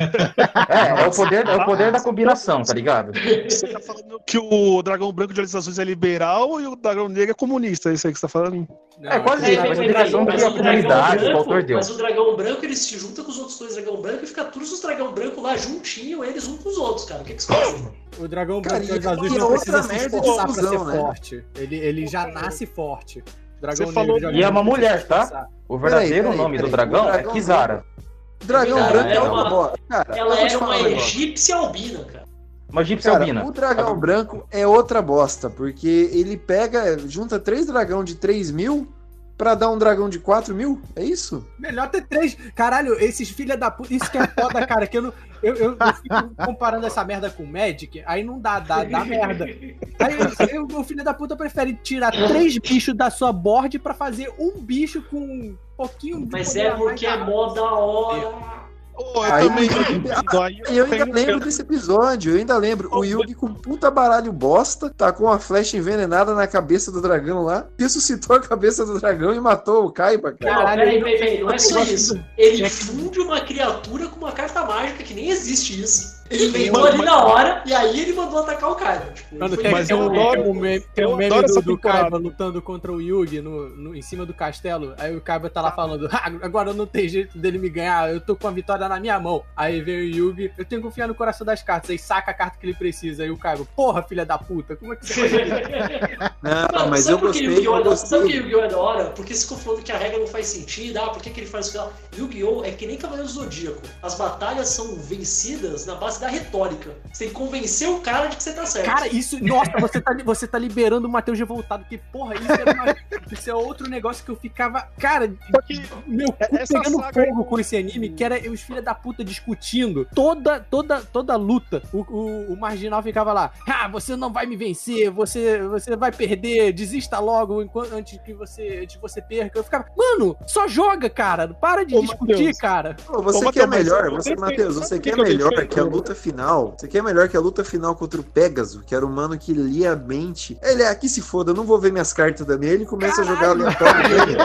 É, é o poder, é o poder da combinação, tá ligado? Você tá falando que o dragão branco de olhos azuis é liberal e o dragão negro é comunista, é isso aí que você tá falando? É quase isso, mas a Peraí, indicação mas que a o dragão comunidade, que o branco- autor deu. Mas o dragão branco, ele se junta com os outros dois dragão branco e fica todos os dragão branco lá juntinho, eles um com os outros, cara. O que que você faz? O dragão Cara, branco de e- olhos azuis e não outra precisa se merda de esforçar pra confusão, ser né? forte. Ele, ele já nasce forte. O dragão Você falou- negro de olhos E é uma azuis não mulher, precisa se tá? esforçar. O verdadeiro Peraí, peraí, nome do peraí. dragão, O dragão é Kizara. Dragão Cara, branco é é uma uma- bosta. Cara, eu Ela vou te é falar uma um negócio. egípcia albina, cara. Uma egípcia Cara, albina. o dragão branco é outra bosta, porque ele pega, junta três dragão de três mil pra dar um dragão de quatro mil? É isso? Melhor ter três. Caralho, esses filha da puta. Isso que é foda, cara. Que eu não. Eu, eu, eu fico comparando essa merda com o Magic, aí não dá, dá, dá merda. Aí eu- eu- o filho da puta prefere tirar três bichos da sua board pra fazer um bicho com um pouquinho de Mas poder é a mais porque é da- mó da hora. Oh, eu Aí- também. Ah, eu ainda lembro desse episódio, eu ainda lembro. O Yugi com puta baralho bosta, tacou uma flecha envenenada na cabeça do dragão lá, ressuscitou a cabeça do dragão e matou o Kaiba, cara. Não, Caralho, peraí, eu- peraí, peraí, não é só eu- isso. Ele funde uma criatura com uma carta mágica que nem existe isso. Ele inventou Mas- ali mas- na hora e aí ele mandou atacar o cara. Tipo, Quando ele tem, foi- Mas tem, eu um, adoro- tem um meme, tem um eu meme adoro do, essa do temporada. Kaiba lutando contra o Yugi no, no- em cima do castelo. Aí o Kaiba tá lá falando: "Ah, agora não tem jeito dele me ganhar, eu tô com a vitória na minha mão." Aí vem o Yugi, eu tenho que confiar no coração das cartas. Aí saca a carta que ele precisa. Aí o Kaiba, porra, filha da puta, como é que você faz isso? Não, Não, mas sabe eu por que gostei, Yu-Gi-Oh! eu é da- Sabe por que gostei. Yu-Gi-Oh! É da hora? Porque se ficou falando que a regra não faz sentido, ah, por que, que ele faz isso? Yu-Gi-Oh! É que nem Cavaleiro do Zodíaco. As batalhas são vencidas na base da retórica. Você tem que convencer o cara de que você tá certo. Cara, isso, nossa, você tá, você tá liberando o Matheus revoltado, porque, porra, isso, era uma- isso é outro negócio que eu ficava, cara, Só que meu cu essa pegando saga fogo aí- com esse anime, que era os filha da puta discutindo toda, toda, toda luta. O, o, o Marginal ficava lá, ah, você não vai me vencer, você, você vai perder, desista logo enquanto, antes que você, antes que você perca. Eu ficava, mano, só joga, cara, para de Ô, discutir, Matheus. cara. Pô, você Ô, quer Matheus, mas melhor, eu você, defendo- Matheus, sabe você por que quer que eu melhor defendo? que a luta final? Você quer melhor que a luta final contra o Pégaso, que era o mano que lia a mente. Ele é aqui se foda, eu não vou ver minhas cartas também. Ele começa a jogar aleatório dele.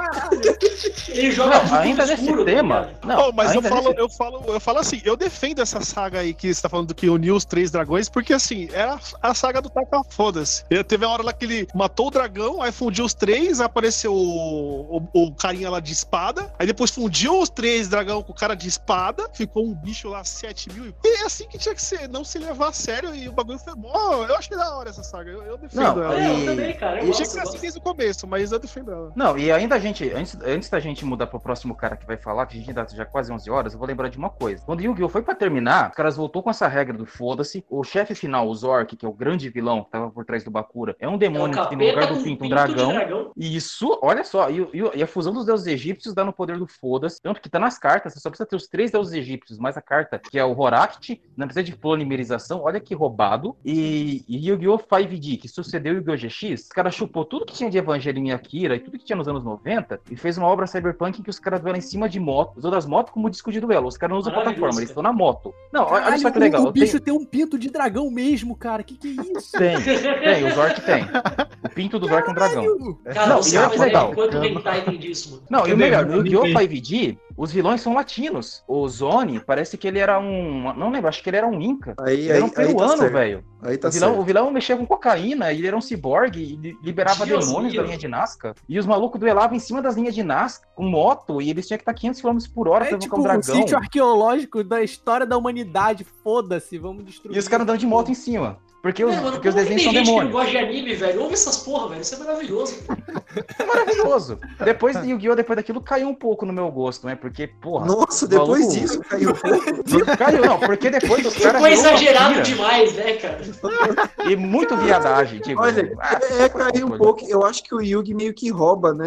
Ele joga Não, ainda nesse escuro, tá tema. ligado? Não, Oh, mas eu ainda falo, nesse- eu falo, eu falo assim, eu defendo essa saga aí que você tá falando que uniu os três dragões, porque assim, era a saga do Taca Foda-se. Eu- Teve a hora lá que ele matou o dragão, aí fundiu os três, aí apareceu o, o, o carinha lá de espada, aí depois fundiu os três dragão com o cara de espada, ficou um bicho lá sete mil. E é assim que tinha que ser, não se levar a sério, e o bagulho foi mó. Eu achei da hora essa saga, eu, eu defendo Não, ela. É, eu E- também, cara. Eu Eu gosto, achei que eu era gosto. assim desde o começo, mas eu defendo ela. Não, e ainda a gente, antes, antes da gente mudar pro próximo cara que vai falar, que a gente ainda já quase onze horas, eu vou lembrar de uma coisa. Quando Yu-Gi-Oh! Foi pra terminar, os caras voltou com essa regra do foda-se. O chefe final, o Zork, que é o grande vilão que tava por trás do Bakura, é um demônio É o que tem no lugar capeta do com pinto um pinto de dragão. dragão. E isso, olha só, e, e- e a fusão dos deuses egípcios dá no poder do foda-se. Tanto que tá nas cartas, você só precisa ter os três deuses egípcios, mais a carta, que é o Horact, não precisa de polimerização, olha que roubado. E, e Yu-Gi-Oh! cinco D, que sucedeu Yu-Gi-Oh! G X, os caras chupou tudo que tinha de Evangelho em Akira e tudo que tinha nos anos noventa e fez uma obra cyberpunk em que os caras duelam em cima de moto, usou das motos como disco de duelo. Os caras não usam Maravilhoso, plataforma, eles cara. estão na moto. Não, olha Caralho, só que o- legal. O, bicho Tem, tem um pinto de dragão mesmo, cara. Que que é isso? tem, tem, o Zork tem. O pinto do Zork é um dragão. Cara, Não, você e olha não que vai legal. ver quanto hentai tem disso, mano. Não, e o Cadê? melhor, no Não Yu-Gi-Oh! entendi. cinco D, os vilões são latinos. O Zone parece que ele era um. Não lembro, acho que ele era um Inca. Aí, Ele era um aí, aí tá peruano, certo. velho. Aí tá O vilão, certo. o vilão mexia com cocaína, ele era um ciborgue, e li- liberava Deus demônios meu. da linha de Nazca. E os malucos duelavam em cima das linhas de Nazca, com moto, e eles tinham que estar quinhentos quilômetros por hora É pra tipo invocar um um dragão. sítio arqueológico da história da humanidade. Foda-se, vamos destruir. E os caras andando de moto em cima. Porque os, É, mano, porque os como que desenhos são tem gente que não demônios. gosta de anime, velho? Ouve essas porra, velho. Isso é maravilhoso. É maravilhoso. Depois de Yu-Gi-Oh! Depois daquilo caiu um pouco no meu gosto, né? Porque, porra. Nossa, o depois maluco- disso caiu. Caiu, não, porque depois os caras. Ficou virou uma exagerado pira. demais, né, cara? E muito viadagem, tipo. Olha, ah, é, é cair um coisa. pouco. Eu acho que o Yugi meio que rouba, né?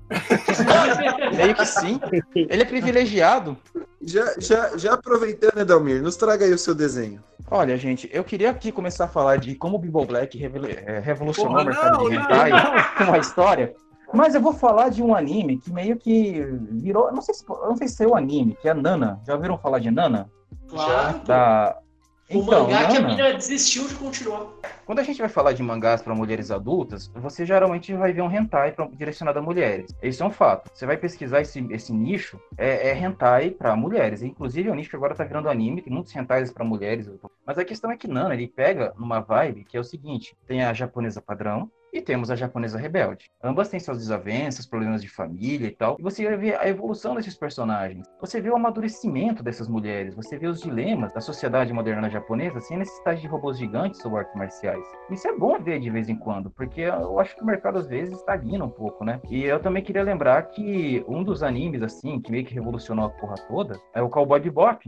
Meio que sim. Ele é privilegiado. Já, já, já aproveitando, Edalmir, nos traga aí o seu desenho. Olha, gente, eu queria aqui começar a falar de como o Bible Black revela- é, revolucionou Porra, o mercado não, de não, hentai não. com uma história. Mas eu vou falar de um anime que meio que virou. Não sei se, eu não sei se é o anime, que é Nana. Já ouviram falar de Nana? Claro. Da... O Então, mangá que a Nana, menina desistiu de continuar. quando a gente vai falar de mangás para mulheres adultas, você geralmente vai ver um hentai pra, direcionado a mulheres. Isso é um fato. Você vai pesquisar esse, esse nicho, é, é hentai para mulheres. Inclusive, o nicho agora tá virando anime, tem muitos hentais para mulheres. Mas a questão é que Nana, ele pega numa vibe que é o seguinte: tem a japonesa padrão, e temos a japonesa rebelde. Ambas têm suas desavenças, problemas de família e tal. E você vê a evolução desses personagens. Você vê o amadurecimento dessas mulheres. Você vê os dilemas da sociedade moderna japonesa sem a necessidade de robôs gigantes ou artes marciais. Isso é bom ver de vez em quando, porque eu acho que o mercado às vezes estagna um pouco, né? E eu também queria lembrar que um dos animes, assim, que meio que revolucionou a porra toda, é o Cowboy Bebop.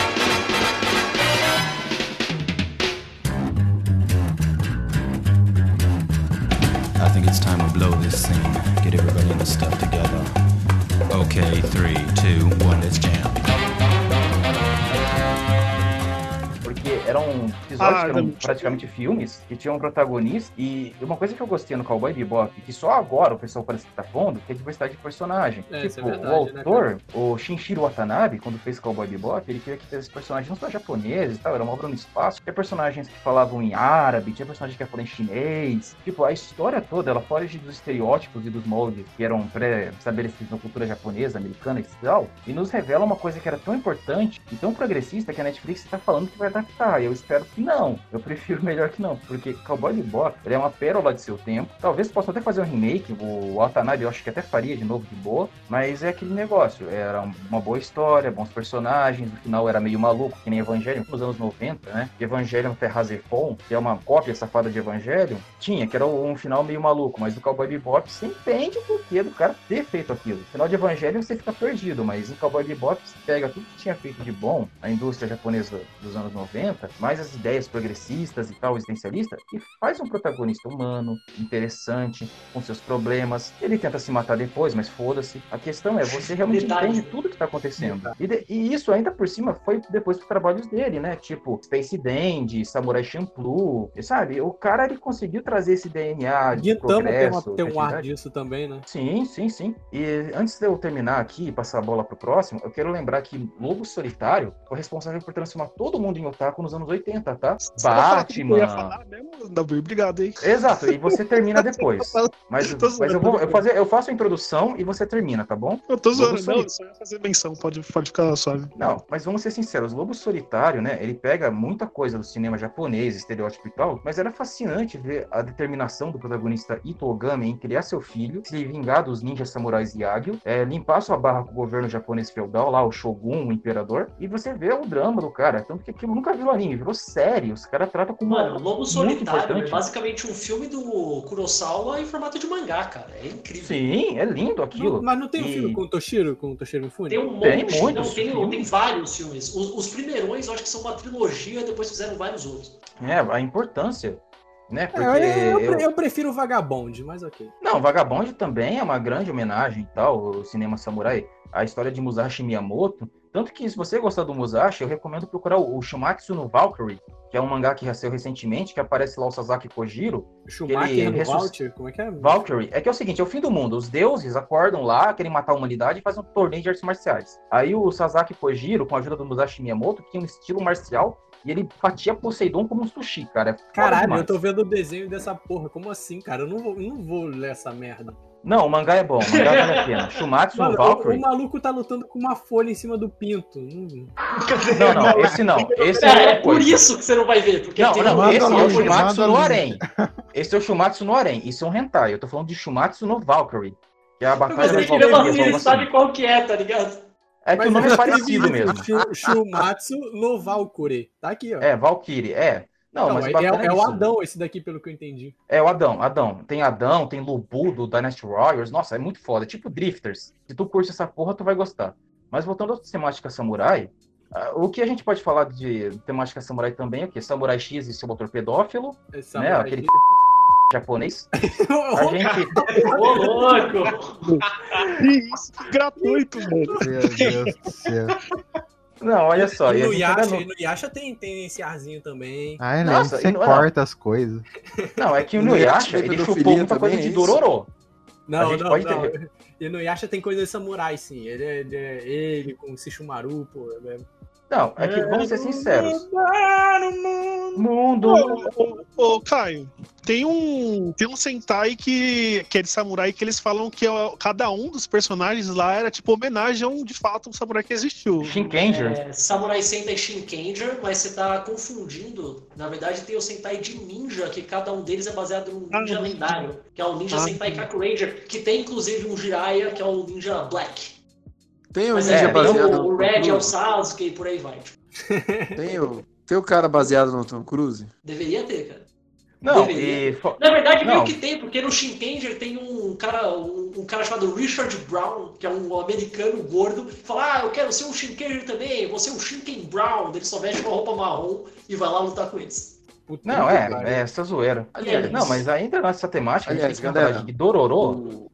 I think it's time to blow this scene. Get everybody in the stuff together. Okay, three, two, one, let's jam. Porque eram episódios Ah, que eram não. praticamente filmes, que tinham um protagonista. E uma coisa que eu gostei no Cowboy Bebop, que só agora o pessoal parece que tá pondo, que é a diversidade de personagem. É, isso é tipo, verdade, o né, autor, o Shinichiro Watanabe, quando fez Cowboy Bebop, ele queria que tivesse personagens não só japoneses e tal, era uma obra no espaço. Tinha personagens que falavam em árabe, tinha personagens que falavam em chinês. Tipo, a história toda, ela foge dos estereótipos e dos moldes que eram pré-estabelecidos na cultura japonesa, americana e tal, e nos revela uma coisa que era tão importante e tão progressista que a Netflix está falando que vai adaptar. E eu espero que não. Eu prefiro melhor que não, porque Cowboy Bebop, ele é uma pérola de seu tempo. Talvez possam até fazer um remake, o Watanabe eu acho que até faria de novo de boa, mas é aquele negócio, era uma boa história, bons personagens, o final era meio maluco, que nem Evangelion nos anos noventa, né? Evangelion Terrazefon, que é uma cópia safada de Evangelion, tinha, que era um final meio maluco, mas do Cowboy Bebop você entende o porquê do cara ter feito aquilo. No final de Evangelion você fica perdido, mas em Cowboy Bebop você pega tudo que tinha feito de bom a indústria japonesa dos anos noventa, mais as ideias progressistas e tal, existencialistas, e faz um protagonista humano, interessante, com seus problemas. Ele tenta se matar depois, mas foda-se. A questão é, você realmente Detalhe. entende tudo que tá acontecendo. E, de- e isso ainda por cima foi depois dos trabalhos dele, né? Tipo, Space Dandy, Samurai Champloo, sabe? O cara, ele conseguiu trazer esse D N A de Gintama tem, uma, progresso. tem um ar criatividade. disso também, né? Sim, sim, sim. E antes de eu terminar aqui e passar a bola pro próximo, eu quero lembrar que Lobo Solitário foi responsável por transformar todo mundo em otaku nos anos oitenta, tá? Você vai falar tudo que eu ia Batman. falar mesmo, Davi? Obrigado, hein? Exato, e você termina depois. Mas, Tô mas eu, zoando. vou, eu, fazer, eu faço a introdução e você termina, tá bom? Eu tô Lobo zoando, não, Solitário. eu só ia fazer menção, pode, pode ficar suave. Não, mas vamos ser sinceros, Lobo Solitário, né, ele pega muita coisa do cinema japonês, estereótipo e tal, mas era fascinante ver a determinação do protagonista Ito Ogami em criar seu filho, se vingar dos ninjas samurais Yagyu, é, limpar sua barra com o governo japonês feudal, lá o Shogun, o imperador, e você vê o drama do cara, tanto que aquilo nunca virou anime, virou série, os caras tratam como Mano, Lobo muito Solitário importante. é basicamente um filme do Kurosawa em formato de mangá, cara. É incrível. Sim, é lindo aquilo. Não, mas não tem um E- filme com o Toshiro, com o Toshiro Mifune? Tem um Tem monte, muitos não, tem, filmes. tem vários filmes. Os, os primeirões eu acho que são uma trilogia, depois fizeram vários outros. É, a importância, né, porque... É, eu, eu, eu- eu prefiro o Vagabond, mas ok. Não, Vagabond também é uma grande homenagem e tal, o cinema samurai, a história de Musashi Miyamoto. Tanto que, se você gostar do Musashi, eu recomendo procurar o, o Shumatsu no Valkyrie, que é um mangá que já saiu recentemente, que aparece lá o Sasaki Kojiro. Schumacher ele no ressusc- Valkyrie? Como é que é? Valkyrie. É que é o seguinte, é o fim do mundo. Os deuses acordam lá, querem matar a humanidade e fazem um torneio de artes marciais. Aí o Sasaki Kojiro, com a ajuda do Musashi Miyamoto, que tem um estilo marcial, e ele fatia Poseidon como um sushi, cara. É foda Caralho, demais. eu tô vendo o desenho dessa porra. Como assim, cara? Eu não vou, eu não vou ler essa merda. Não, o mangá é bom, o mangá vale a pena. Shumatsu Mano, no o, Valkyrie. o maluco tá lutando com uma folha em cima do pinto. Hum. Não, não, esse não. Esse é É, outra é por coisa. isso que você não vai ver. Porque Não, tem não, um- esse é o Manda Shumatsu link, no manda Harem. Esse é o Shumatsu no Harem. Isso é um hentai. Eu tô falando de Shumatsu no Valkyrie. Que é a batalha Mas das ele mesmo assim, Valkyrias. ele algo sabe assim. qual que é, tá ligado? É que o nome é parecido mesmo. Shu- Shumatsu no Valkyrie. Tá aqui, ó. É, Valkyrie, é. Não, Não, mas é, o bacana é, é o isso. Adão esse daqui, pelo que eu entendi. É o Adão, Adão. Tem Adão, tem Lubu do Dynasty Warriors. Nossa, é muito foda. É tipo Drifters. Se tu curte essa porra, tu vai gostar. Mas voltando à temática samurai, ah, o que a gente pode falar de temática samurai também é o quê? Samurai X e seu motor pedófilo. É Né? Samurai Aquele... X. japonês. A gente... Ô, louco! Isso, gratuito, mano. Meu Deus do céu. Não, olha só. E e a no gente Yasha, ainda e no Yasha tem, tem esse arzinho também. Ah, né? Nossa, Você e não- corta as coisas. Não, é que o No Nuyasha, Yasha tem ele pedofilia chupou muita também, coisa de é isso? Dororo. A Não, gente não, pode não. ter- E no Yasha tem coisa de samurai, sim. Ele é, ele, é- ele com o Shishumaru, pô. É... Não, é que vamos ser sinceros. Mundo. Ô, ô, ô, Caio, tem um, tem um Sentai que, que é de samurai que eles falam que ó, cada um dos personagens lá era tipo homenagem a um, de fato, um samurai que existiu. Shinkenger. É, Samurai Sentai Shinkenger, mas você tá confundindo. Na verdade, tem o Sentai de ninja, que cada um deles é baseado num ninja Ah, lendário, que é o Ninja ah, Sentai Kaku Ranger, que tem inclusive um Jiraiya, que é o Ninja Black. Tem o Mas ninja é, tem baseado o, o no Red Tom é o Cruise? Sasuke e por aí vai. Tem o, tem o cara baseado no Tom Cruise? Deveria ter, cara. Não, Deveria. e... fo- Na verdade, meio Não. que tem, porque no Shinkenger tem um cara, um, um cara chamado Richard Brown, que é um americano gordo, que fala, ah, eu quero ser um Shinkenger também, vou ser um Shinken Brown. Ele só veste uma roupa marrom e vai lá lutar com eles. Não, é, é essa zoeira. Aliás, Não, mas ainda nessa temática, Aliás, a gente tem que galera, falar de Dororo. O,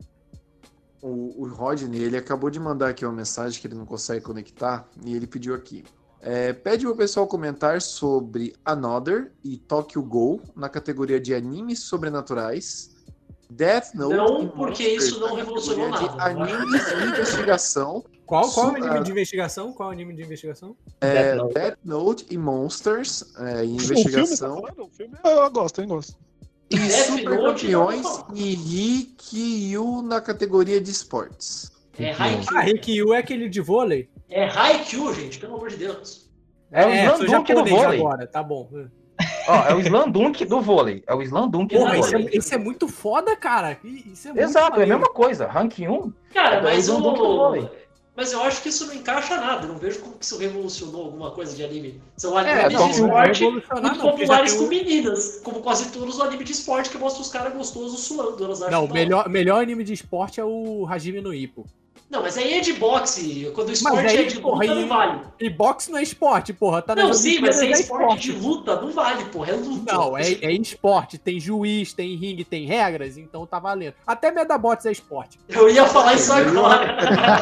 o, o Rodney, ele acabou de mandar aqui uma mensagem que ele não consegue conectar e ele pediu aqui. É, pede pro pessoal comentar sobre Another e Tokyo Ghoul na categoria de animes sobrenaturais. Death Note Não, e porque Monsters isso não na revolucionou categoria nada. de animes de investigação. Qual, qual Su- é o anime ah, de investigação? Qual é o anime de investigação? É, Death Note. Death Note e Monsters é, em O filme, tá investigação. falando? O filme eu gosto, eu gosto. E Death Super Note, Campeões não, não. e Rikyu na categoria de esportes. É Haikyuu. Ah, Rikyu é aquele de vôlei? É Haikyuu, gente, pelo amor de Deus. É o É, sou Slandunk do japonês vôlei. agora, tá bom. Ó, é o Slandunk do vôlei. É o Slandunk do Porra, isso vôlei. é, isso é muito foda, cara. Isso é muito Exato, é a maneiro. mesma coisa. Rank um Cara, é mas o Slandunk do o... vôlei. Mas eu acho que isso não encaixa nada. Eu não vejo como que isso revolucionou alguma coisa de anime. São É, animes não, de não esporte revolucionar, muito não, porque já populares tem com um- meninas. Como quase todos os animes de esporte que mostram os caras gostosos suando. Elas acham Não, o da melhor, melhor anime de esporte é o Hajime no Ippo. Não, mas aí é de boxe. Quando o Mas esporte aí, é de porra, luta, e- não vale. E boxe não é esporte, porra. Tá Não, nas sim, mas se é Olimpíadas, esporte de luta, não vale, porra. É luta. Não, é, é esporte. Tem juiz, tem ringue, tem regras, então tá valendo. Até Medabots é esporte. Eu ia falar isso agora.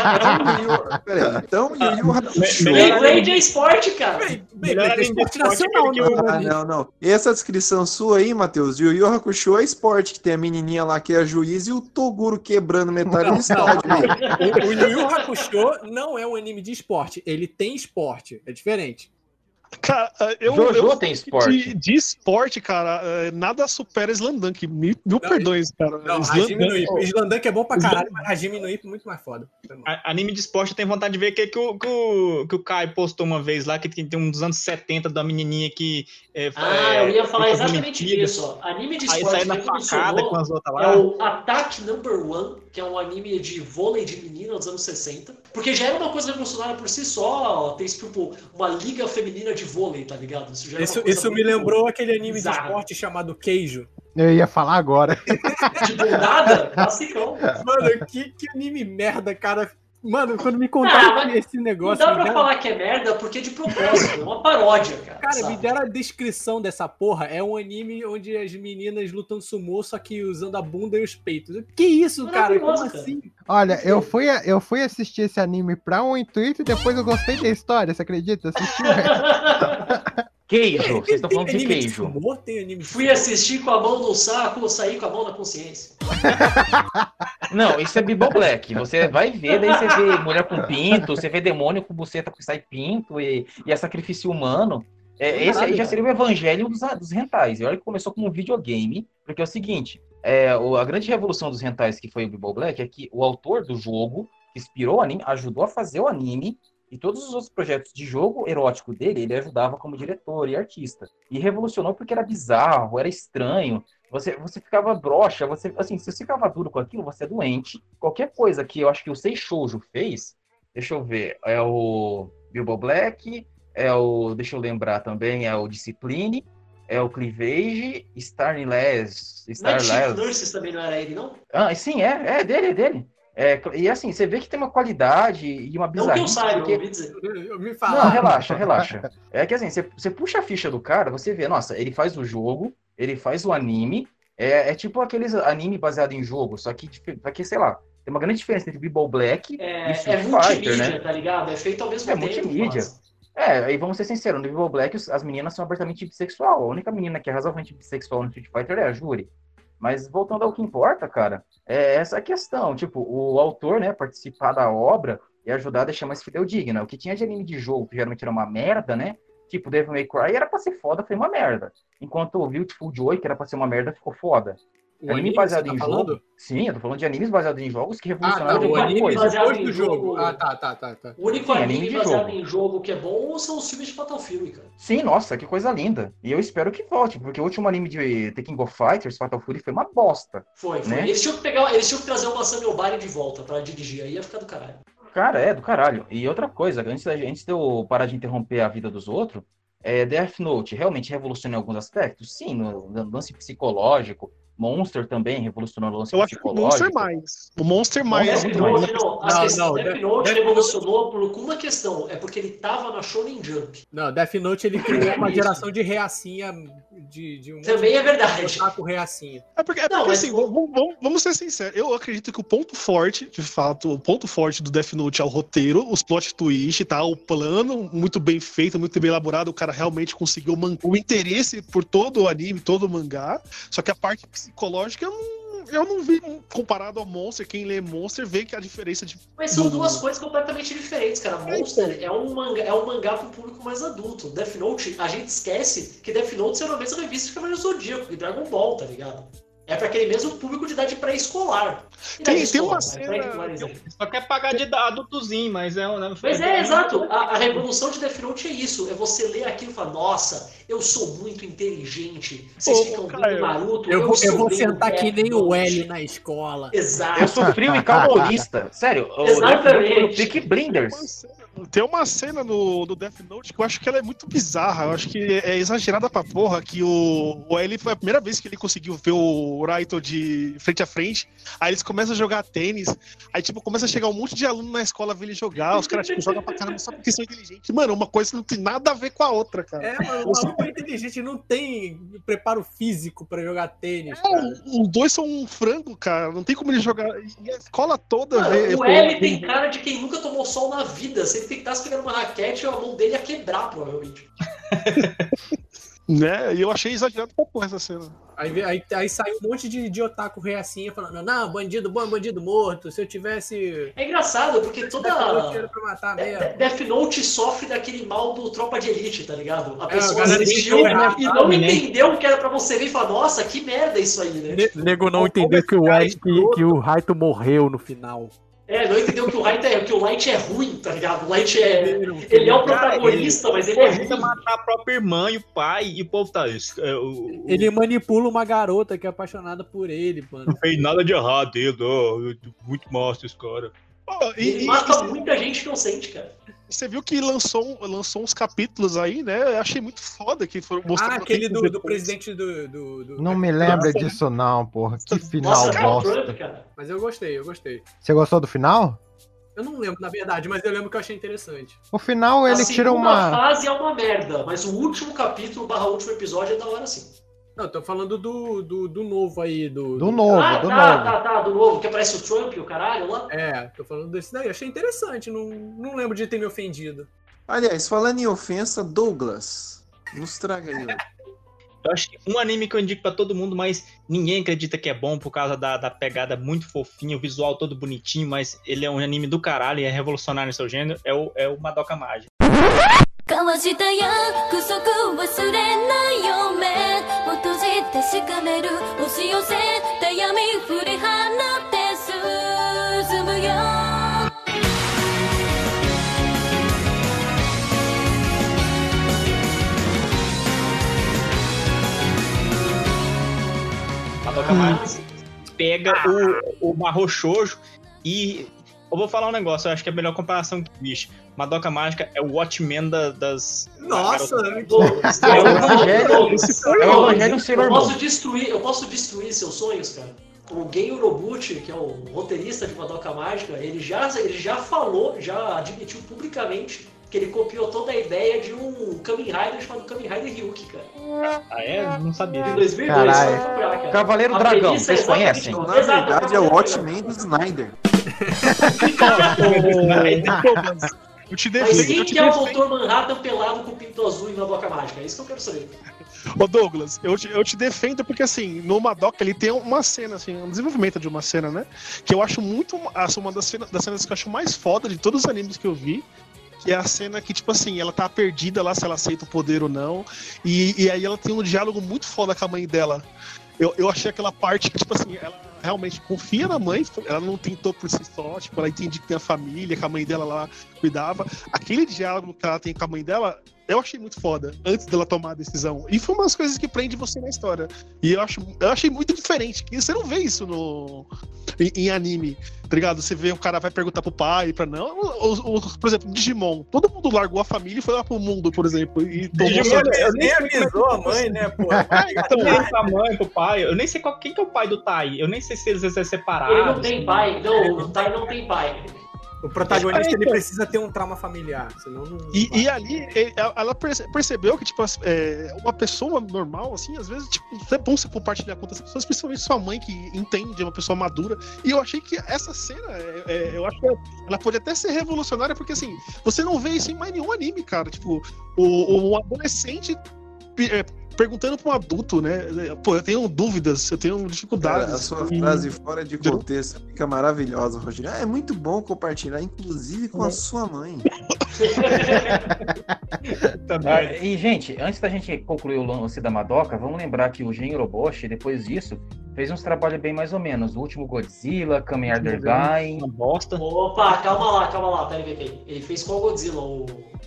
Peraí, então Yu Yu Hakusho. Beyblade é esporte, cara. Melhor é anime de esporte esporte nacional, é aquele que né? Ah, não, não. E essa descrição sua aí, Matheus, Yu Yu Hakusho é esporte, que tem a menininha lá que é a juiz e o Toguro quebrando metade do estádio. O, o Yu Yu Hakusho não é um anime de esporte. Ele tem esporte. É diferente. Cara, eu, Jojo eu- tem esporte. De, de esporte, cara, é, nada supera Slandunk. Mil, mil perdões, cara. Não, Slandunk- Hajime no Ippo. Slandunk é bom pra caralho, mas Hajime no Ippo é muito mais foda. A- Anime de esporte eu tenho vontade de ver que, que, o, que, o, que o Caio postou uma vez lá, que tem, tem um dos anos setenta da menininha que. É, Ah, é, eu ia falar foi pra exatamente Olimpíada. disso. Ó. Anime de Aí esporte sai na que facada revolucionou com as outras é lá. o Attack Number One, que é um anime de vôlei de menina dos anos sessenta. Porque já era uma coisa revolucionária por si só, ter tipo uma liga feminina de vôlei, tá ligado? Isso, já era uma Isso, coisa isso me muito lembrou aquele anime bizarra. de esporte chamado Queijo. Eu ia falar agora. De bundada, classicão. Mano, que, que anime merda, cara. Mano, quando me Ah, contaram mas esse Não negócio. dá me pra deram- falar que é merda porque é de propósito, é uma paródia, cara. Cara, sabe? me deram a descrição dessa porra. É um anime onde as meninas lutam sumô, só que usando a bunda e os peitos. Que isso, cara? Como Maravilhoso, cara. assim? Olha, eu fui, eu fui assistir esse anime pra um intuito e depois eu gostei da história, você acredita? Assisti, velho. Queijo, vocês estão Tem falando de anime de queijo. sumô? Tem anime de Fui sumô? assistir com a mão no saco, saí com a mão na consciência. Não, isso é Bibo Black. Você vai ver, daí você vê mulher com pinto, você vê demônio com buceta que sai pinto e, e é sacrifício humano. É, esse aí já seria o evangelho dos, dos hentais. E olha que começou como um videogame, porque é o seguinte, é, o- a grande revolução dos hentais que foi o Bibo Black é que o autor do jogo, que inspirou o anime, ajudou a fazer o anime, e todos os outros projetos de jogo erótico dele, ele ajudava como diretor e artista. E revolucionou porque era bizarro, era estranho, você, você ficava broxa, você, assim, se você ficava duro com aquilo, você é doente. Qualquer coisa que eu acho que o Sei Shoujo fez, deixa eu ver, é o Bilbo Black, é o, deixa eu lembrar também, é o Discipline, é o Cleavage, Starless, Night Shift Starless. Nurses também não era ele, não? Ah, sim, é, é dele, é dele. É, e assim, você vê que tem uma qualidade e uma Não que eu bizarrice. saiba, porque- eu ouvi dizer. Eu me Não, falaram. relaxa, relaxa. É que assim, você, você puxa a ficha do cara, você vê, nossa, ele faz o jogo, ele faz o anime, É, é tipo aqueles anime baseado em jogo, só que, só que, sei lá, tem uma grande diferença entre Bible Black É, e Street é Fighter, multimídia, né? tá ligado? É feito ao mesmo É tempo. multimídia. quase. É, e vamos ser sinceros, no Bible Black os- as meninas são abertamente bissexual. A única menina que é razoavelmente bissexual no Street Fighter é a Juri. Mas voltando ao que importa, cara, é essa a questão. Tipo, o autor, né, participar da obra e ajudar a deixar mais fidedigna. O que tinha de anime de jogo, que geralmente era uma merda, né? Tipo, Devil May Cry era pra ser foda, foi uma merda. Enquanto o Beautiful Joy, que era pra ser uma merda, ficou foda. O anime anime baseado você tá em falando? jogo. Sim, eu tô falando de animes baseados em jogos que Ah, revolucionaram tá, o alguma anime coisa. baseado depois em do jogo. jogo. Ah, tá, tá, tá, tá. O único Sim, anime, anime de baseado jogo. em jogo que é bom são os filmes de Fatal Fury, cara. Sim, nossa, que coisa linda. E eu espero que volte, porque o último anime de The King of Fighters, Fatal Fury, foi uma bosta. Foi, foi. Né? Eles, tinham que pegar, eles tinham que trazer uma Samuel Bari de volta pra dirigir, aí ia ficar do caralho. Cara, é do caralho. E outra coisa, antes, da- antes de eu parar de interromper a vida dos outros, é, Death Note realmente revolucionou em alguns aspectos? Sim, no, no lance psicológico. Monster também revolucionou o lance Eu acho que o Monster psicológico. mais. O Monster mais. Death muito Note, mais. não, a Não, questão, não, Death Death- Note Death revolucionou por uma questão, é porque ele tava na Shonen Jump. Não, Death Note ele criou uma geração de reacinha, de, de um Também é verdade. otaku reacinha. É porque, é Não, porque mas assim, o- vamos, vamos- vamos ser sinceros. Eu acredito que o ponto forte, de fato, o ponto forte do Death Note é o roteiro, os plot twist, tá? O plano muito bem feito, muito bem elaborado. O cara realmente conseguiu man- o interesse por todo o anime, todo o mangá. Só que a parte psicológica eu não, eu não vi comparado ao Monster. Quem lê Monster vê que a diferença de. Mas são do- duas coisas completamente diferentes, cara. Monster é um mangá, é um mangá para um público mais adulto. Death Note, a gente esquece que Death Note é uma mesma revista que Cavaleiro do Zodíaco e Dragon Ball, tá ligado? É para aquele mesmo público de idade pré-escolar. Tem- Idade tem uma escolar, cena- né? Pré-escolar. Só quer pagar de adultozinho, mas é um. Mas é, exato. A, a revolução de Death Note é isso. É você ler aquilo e falar, nossa, eu sou muito inteligente. Vocês Ô, ficam Caio, vendo Naruto, Eu, vou, eu sou vou bem sentar que Death nem o Note." Hélio na escola. Exato. Eu sou frio e calculista. Sério, o Exatamente. Peak Blinders. Tem uma cena no, no Death Note que eu acho que ela é muito bizarra. Eu acho que é exagerada pra porra. Que o, o L foi a primeira vez que ele conseguiu ver o Raito de frente a frente. Aí eles começam a jogar tênis. Aí, tipo, começa a chegar um monte de aluno na escola ver ele jogar. Os caras, tipo, jogam pra caramba só porque são inteligentes. Mano, uma coisa não tem nada a ver com a outra, cara. É, mano, o maluco é inteligente, não tem preparo físico pra jogar tênis. É, Cara. os dois são um frango, cara. Não tem como ele jogar. E a escola toda Mano, vê. o L tem cara de quem nunca tomou sol na vida. Se ele tentasse pegar uma raquete, a mão dele ia quebrar, provavelmente. Né? E eu achei exagerado pra porra essa cena. Aí, vê- aí, aí saiu um monte de, de otaku reacinha falando, não, bandido bom é bandido morto, se eu tivesse... É engraçado, porque toda. Death Note era pra matar É, mesmo. Death Note sofre daquele mal do Tropa de Elite, tá ligado? A É, pessoa a galera assistiu entendeu e errado, não né? entendeu que era pra você ver e falar, nossa, que merda isso aí, né? Ne- Nego não entendeu que o, Ai- que, que o Raito morreu no final. É, não entendeu que o Light é, que o Light é ruim, tá ligado? O Light é. Ele é o protagonista, mas ele é Cogita ruim. matar a própria irmã e o pai, e o povo tá. isso, é, o- o- Ele manipula uma garota que é apaixonada por ele, mano. Não fez nada de errado dele, ó, muito massa esse cara. Pô, e- Ele e- mata e- muita gente inocente, cara. Você viu que lançou, lançou uns capítulos aí, né? Eu achei muito foda que foram Ah, mostrando aquele do, do depois. presidente do... do, do- Não me lembra disso não, porra. Que final Nossa, cara, o bosta. Trump, cara. Mas eu gostei, eu gostei. Você gostou do final? Eu não lembro, na verdade, mas eu lembro que eu achei interessante. O final ele a tira segunda uma. fase é uma merda, mas o último capítulo barra último episódio é da hora sim. Não, eu tô falando do, do, do novo aí, do... Do novo, ah, do tá, novo. tá, tá, do novo, que aparece o Trump e o caralho lá. É, tô falando desse daí. Achei interessante, não, não lembro de ter me ofendido. Aliás, falando em ofensa, Douglas, nos traga aí. ó. Eu acho que um anime que eu indico pra todo mundo, mas ninguém acredita que é bom por causa da, da pegada muito fofinha, o visual todo bonitinho, mas ele é um anime do caralho e é revolucionário no seu gênero, é o, é o Madoka Mágica. 交わした約束忘れないよ目を閉じて確かめる押し寄せた闇振り放って進むよ Madoka Mágica pega o, o Mahou Shoujo e... Eu vou falar um negócio, eu acho que é a melhor comparação que existe. Madoka Mágica é o Watchmen da- das... Nossa, garotas. É o Evangelho, é o Evangelho Eu Sailor posso Moon. destruir, eu posso destruir seus sonhos, cara. O Gen Urobuchi, que é o roteirista de Madoka Mágica, ele já, ele já falou, já admitiu publicamente que ele copiou toda a ideia de um Kamen Rider chamado Kamen Rider Ryuki, cara. Ah, é? Não sabia. Em dois mil e dois, Caralho. só procurar, cara. Cavaleiro A Dragão, premissa é vocês exatamente conhecem? igual. Na Exato, verdade, é o Cavaleiro Watchmen do Snyder. Eu te Mas defendo. quem eu te que é o defendo. doutor Manhattan pelado com o pinto azul e uma boca mágica? É isso que eu quero saber. Ô Douglas, eu te, eu te defendo porque assim, no Madoka ele tem uma cena, assim, um desenvolvimento de uma cena, né? Que eu acho muito. Essa é uma das cenas, das cenas que eu acho mais foda de todos os animes que eu vi. Que é a cena que, tipo assim, ela tá perdida lá se ela aceita o poder ou não. E, e aí ela tem um diálogo muito foda com a mãe dela. Eu, eu achei aquela parte que, tipo assim, ela realmente confia na mãe, ela não tentou por si só, tipo, ela entende que tem a família, que a mãe dela lá cuidava. Aquele diálogo que ela tem com a mãe dela, eu achei muito foda, antes dela tomar a decisão. E foi uma das coisas que prende você na história. E eu, acho, eu achei muito diferente, que você não vê isso no, em, em anime, tá ligado? Você vê o cara vai perguntar pro pai, pra não. O, o, por exemplo, Digimon, todo mundo largou a família e foi lá pro mundo, por exemplo. E tomou Digimon, sua- eu nem Nem sei como é que avisou a mãe, né, pô? Então, nem pra mãe, pro pai. Eu nem sei qual, quem que é o pai do Tai. Eu nem sei se eles são separados. Ele não tem pai. Não, o Tai não tem pai. O protagonista, É, ele então. precisa ter um trauma familiar, senão não... E, e ali, ele- ela perce- percebeu que, tipo, as- é, uma pessoa normal, assim, às vezes, tipo, é bom você compartilhar com outras pessoas, principalmente sua mãe, que entende, é uma pessoa madura. E eu achei que essa cena, é, é, eu acho que ela pode até ser revolucionária, porque, assim, você não vê isso em mais nenhum anime, cara. Tipo, o, o adolescente é, perguntando pra um adulto, né? Pô, eu tenho dúvidas, eu tenho dificuldades. Cara, a sua E- frase fora de contexto fica maravilhosa, Rogério. Ah, é muito bom compartilhar, inclusive com a sua mãe. Ah, e, gente, antes da gente concluir o lance da Madoka, vamos lembrar que o Gen Uroboshi, depois disso, fez uns trabalhos bem mais ou menos. O último Godzilla, Kamen Rider Gain. Uma bosta. Opa, calma lá, calma lá, peraí, peraí. Ele fez qual Godzilla? O...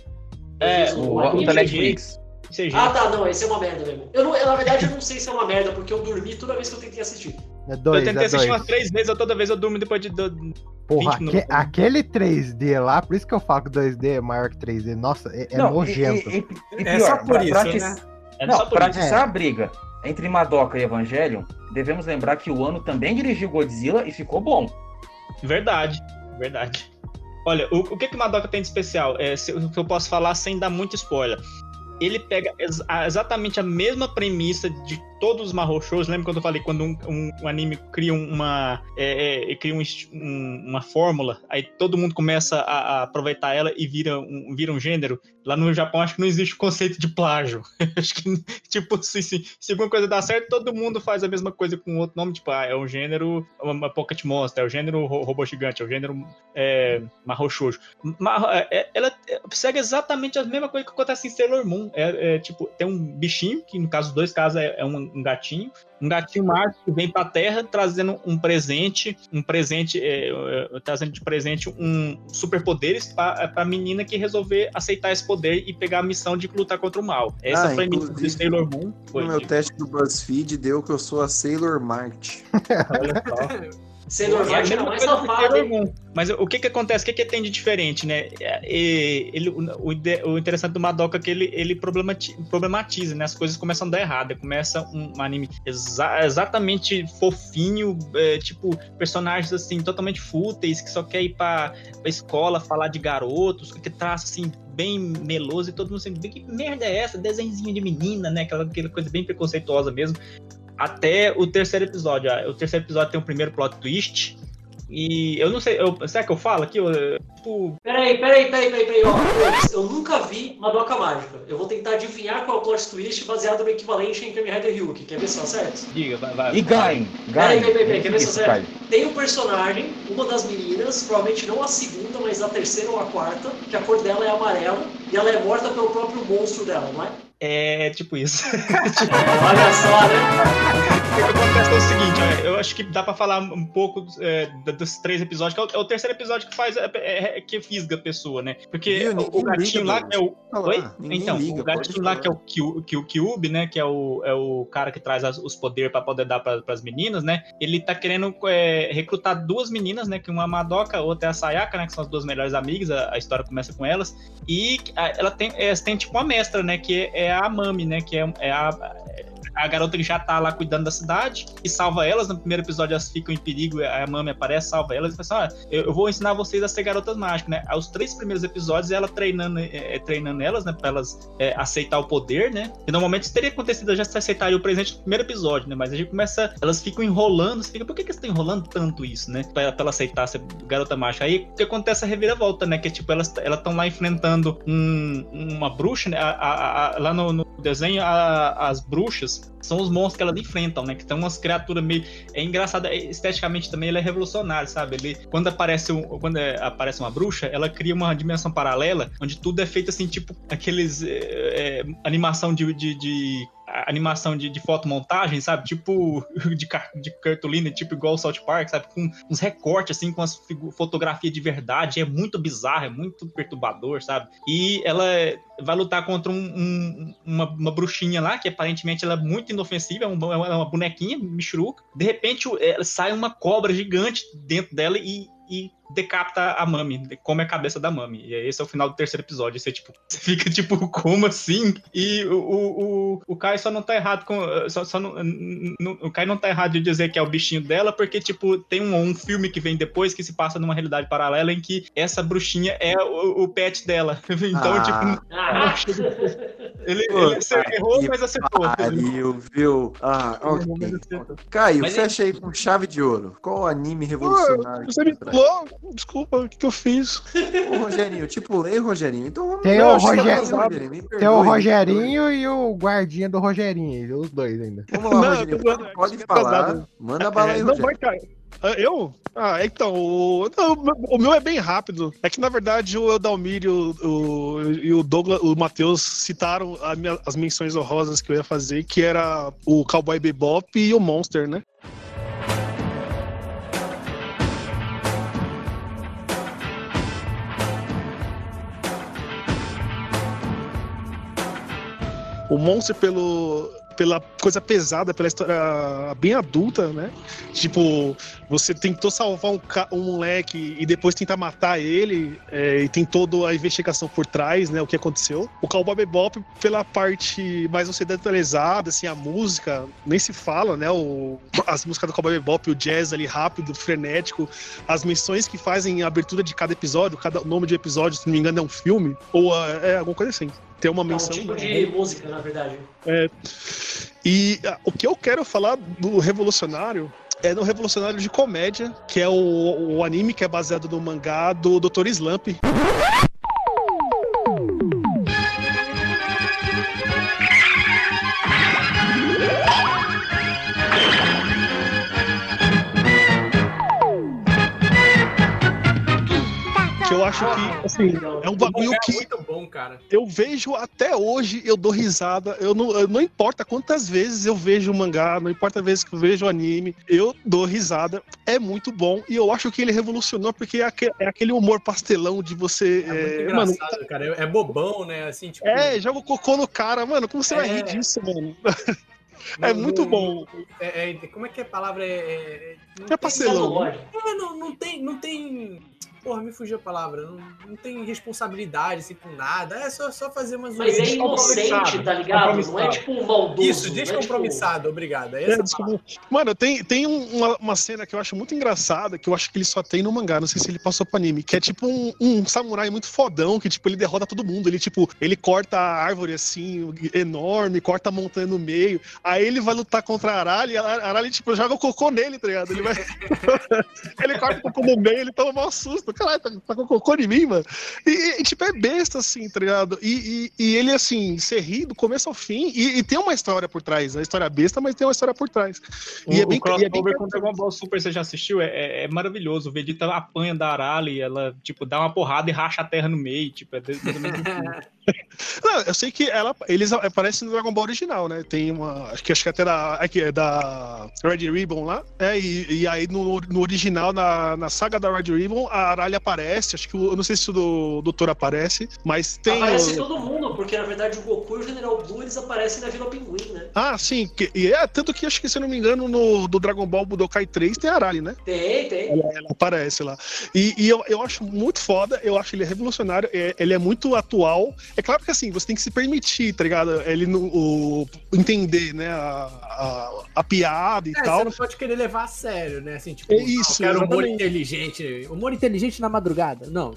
É, Ele fez O, o anime? da Netflix. C G. Ah, tá, não, esse é uma merda mesmo. Eu, não, eu, na verdade, eu não sei se é uma merda, porque eu dormi toda vez que eu tentei assistir. É dois, eu tentei é assistir dois. umas três vezes, eu toda vez eu durmo depois de. de Porra, vinte minutos. aque- aquele três D lá, por isso que eu falo que dois D é maior que três D. Nossa, é, é Não, e- nojento. E, e- e É pior, só por pra, isso, pra né? atiçar- É não, só por pra isso. atiçar a briga entre Madoka e Evangelion, devemos lembrar que o Ano também dirigiu Godzilla e ficou bom. Verdade, verdade. Olha, o, o que que o Madoka tem de especial? É, se, o que eu posso falar sem dar muito spoiler. Ele pega ex- a- exatamente a mesma premissa de todos os Mahou Shows. Lembra quando eu falei quando um, um- um anime cria uma é, é, cria um esti- um- uma fórmula, aí todo mundo começa a, a aproveitar ela e vira um, vira um gênero? Lá no Japão acho que não existe o conceito de plágio. Acho que, tipo, se, se, se alguma coisa dá certo, todo mundo faz a mesma coisa com outro nome, tipo, ah, é um gênero uma Pocket Monster, é o gênero ro- robô gigante, é o gênero é, Mahou Shoujo. Ma- é- ela é, segue exatamente a mesma coisa que acontece em Sailor Moon. É, é, tipo, tem um bichinho, que no caso dos dois casos é, é um, um gatinho, um gatinho mágico que vem pra Terra trazendo um presente, um presente, é, é, trazendo de presente um superpoderes pra, pra menina que resolver aceitar esse poder e pegar a missão de lutar contra o mal. Essa Ah, foi a missão de inclusive, Sailor Moon. Foi, No meu tipo, teste do BuzzFeed deu que eu sou a Sailor Mart. olha só. Sailor É a Mart era mesma mais coisa do safado, Sailor hein? Moon. Mas o que que acontece? O que que tem de diferente, né? É, é, Ele, o, ide- o interessante do Madoka é que ele, ele problemati- problematiza, né? As coisas começam a dar errado. Começa um, um anime exa- exatamente fofinho, é, tipo, personagens assim, totalmente fúteis, que só quer ir pra, pra escola falar de garotos, que traça assim, bem meloso e todo mundo assim, que merda é essa? Desenhozinho de menina, né? Aquela, aquela coisa bem preconceituosa mesmo. Até o terceiro episódio. ah, O terceiro episódio tem o primeiro plot twist. E eu não sei, eu, será que eu falo aqui? Eu, eu, tipo, Peraí, peraí, peraí, peraí, peraí, ó. Eu nunca vi Madoka Mágica. Eu vou tentar adivinhar qual é o plot twist baseado no equivalente em Kamen Rider Ryuki. Quer ver se tá certo? diga, vai, vai. E Gain. Peraí, Gain. peraí, peraí, quer ver se Isso, tá certo? Caio. Tem um personagem, uma das meninas, provavelmente não a segunda, mas a terceira ou a quarta, que a cor dela é amarela e ela é morta pelo próprio monstro dela, não é? É tipo isso. Olha só, né? O que acontece é o seguinte, ó, eu acho que dá pra falar um pouco é, d- dos três episódios, que é o, é o terceiro episódio que faz é, é, que fisga a pessoa, né? Porque Viu? o, Ninguém o gatinho liga, lá que é o. Fala, Oi? ninguém Então, liga, o pode gatinho lá falar. que é o Kyu- que o Kyubi, né? Que é o, é o cara que traz as- os poderes pra poder dar pra, pras meninas, né? Ele tá querendo é, recrutar duas meninas, né? Que uma é a Madoka, a outra é a Sayaka, né? Que são as duas melhores amigas, a, a história começa com elas. E a- ela tem, é, tem tipo uma mestra, né? Que é, é a Mami, né? Que é, é a. a garota que já tá lá cuidando da cidade e salva elas. No primeiro episódio elas ficam em perigo, a Mami aparece, salva elas e fala assim, ah, eu, eu vou ensinar vocês a ser garotas mágicas, né? Os três primeiros episódios ela treinando, é, treinando elas, né? Pra elas é, aceitar o poder, né? E normalmente isso teria acontecido, já se aceitaria o presente no primeiro episódio, né? Mas a gente começa, elas ficam enrolando, você fica, por que, que elas estão enrolando tanto isso, né? Pra, pra ela aceitar ser garota mágica. Aí o que acontece é a reviravolta, né? Que é tipo, elas estão lá enfrentando um, uma bruxa, né? A, a, a, lá no, no desenho, a, as bruxas são os monstros que elas enfrentam, né? Que são umas criaturas meio... É engraçado, esteticamente também ele é revolucionário, sabe? Ele, quando aparece, um, quando é, aparece uma bruxa, ela cria uma dimensão paralela, onde tudo é feito assim, tipo, aqueles... É, é, animação de... de, de animação de, de fotomontagem, sabe? Tipo de, de cartolina, tipo igual o South Park, sabe? Com uns recortes, assim, com as fotografias de verdade. É muito bizarro, é muito perturbador, sabe? E ela vai lutar contra um, um, uma, uma bruxinha lá, que aparentemente ela é muito inofensiva, é uma, é uma bonequinha, michuruca. De repente, ela, sai uma cobra gigante dentro dela e, e decapita a Mami, come a cabeça da Mami. E esse é o final do terceiro episódio. Você, tipo, você fica tipo, como assim? E o, o, o, o Kai só não tá errado com. Só, só não, não, o Kai não tá errado de dizer que é o bichinho dela, porque, tipo, tem um, um filme que vem depois que se passa numa realidade paralela em que essa bruxinha é o, o pet dela. Então, Ah. tipo. Ah, Ele, Pô, ele errou, que mas acertou. Pariu, viu? Ah, ok. Caio, Mas fecha aí com chave de ouro. Qual o anime revolucionário? Você me falou, desculpa, o que, que eu fiz? Ô, Rogerinho, te pulei, Rogerinho. Então vamos Tem Não, o, chega Roger... mais, Rogerinho, me perdoe, Tem o me Rogerinho e o guardinha do Rogerinho, os dois ainda. perdoe. Vamos lá, Não, Rogerinho. eu tô- Pode eu tô falar. atrasado. Manda bala aí, É, não Rogerinho. vai cair. Ah, Eu? Ah, então, o, não, o meu é bem rápido. É que, na verdade, o Eudalmir e o, o, e o Douglas, o Matheus citaram a minha- as menções honrosas que eu ia fazer, que era o Cowboy Bebop e o Monster, né? O Monster pelo... pela coisa pesada, pela história bem adulta, né? Tipo, você tentou salvar um, ca- um moleque e depois tentar matar ele, é, e tem toda a investigação por trás, né? O que aconteceu. O Cowboy Bebop, pela parte mais ocidentalizada, assim, a música, nem se fala, né? O, as músicas do Cowboy Bebop, o jazz ali rápido, frenético, as missões que fazem a abertura de cada episódio, cada nome de episódio, se não me engano, é um filme, ou é, é alguma coisa assim. Tem uma é um menção. tipo de música, na verdade. É, e ah, o que eu quero falar do Revolucionário é no Revolucionário de Comédia, que é o, o anime que é baseado no mangá do doutor Slump. Que eu acho que, assim, é um bagulho É que muito bom, cara. eu vejo até hoje, eu dou risada. Eu não, eu- não importa quantas vezes eu vejo o mangá, não importa as vezes que eu vejo o anime, eu dou risada. É muito bom e eu acho que ele revolucionou porque é aque- é aquele humor pastelão de você. É muito é, mano, engraçado, cara. É bobão, né? Assim, tipo. é, joga o cocô no cara, mano. Como você vai É. rir disso, mano? É não- muito não- bom. É, é- como é que é a palavra? É, é, não É tem- pastelão. É, não, não tem. Não tem. Porra, me fugiu a palavra. Não, não tem responsabilidade assim, com nada. É só, só fazer umas. Mas é inocente, tá ligado? Não é tipo um maldoso. Isso, não é descompromissado, obrigado. É É, essa desculpa. Mano, tem, tem um- uma, uma cena que eu acho muito engraçada, que eu acho que ele só tem no mangá, não sei se ele passou pro anime, que é tipo um, um samurai muito fodão, que tipo, ele derrota todo mundo, ele tipo, ele corta a árvore assim, enorme, corta a montanha no meio, aí ele vai lutar contra a Arali, a Arali tipo, joga o cocô nele, tá ligado? Ele vai... ele corta o cocô no meio, ele toma um maior susto, caralho, tá, tá com cocô em mim, mano? E, e, tipo, é besta assim, tá ligado? E, e, e ele assim, você ri do começo ao fim, e, e tem uma história por trás, a história é besta, mas tem uma história por trás. O, E é bem, o crossover e é bem com Dragon Ball Super, você já assistiu? É, é- é maravilhoso. O Vegeta apanha da Arali, ela, tipo, dá uma porrada e racha a terra no meio, tipo, é mais ou menos assim. Não, eu sei que ela, eles aparecem no Dragon Ball original, né? Tem uma. Acho que, acho que até da, aqui, é da Red Ribbon lá. É, e, e aí no, no original, na, na saga da Red Ribbon, a Aralha aparece. Acho que o, eu não sei se o do doutor aparece, mas tem. Aparece o- todo mundo, porque na verdade o Goku e o General Blue eles aparecem na Vila Pinguim, né? Ah, sim. Que, e é tanto que acho que, se eu não me engano, no do Dragon Ball Budokai três tem a Aralha, né? Tem, tem. Ela, ela aparece lá. E, e eu, eu acho muito foda, eu acho ele revolucionário, é- ele é muito atual. É claro que assim, você tem que se permitir, tá ligado? Ele no, o, entender, né, a, a, a piada e é, tal. Você não pode querer levar a sério, né? Assim, tipo, é isso, eu quero humor exatamente. inteligente. Humor inteligente na madrugada. Não.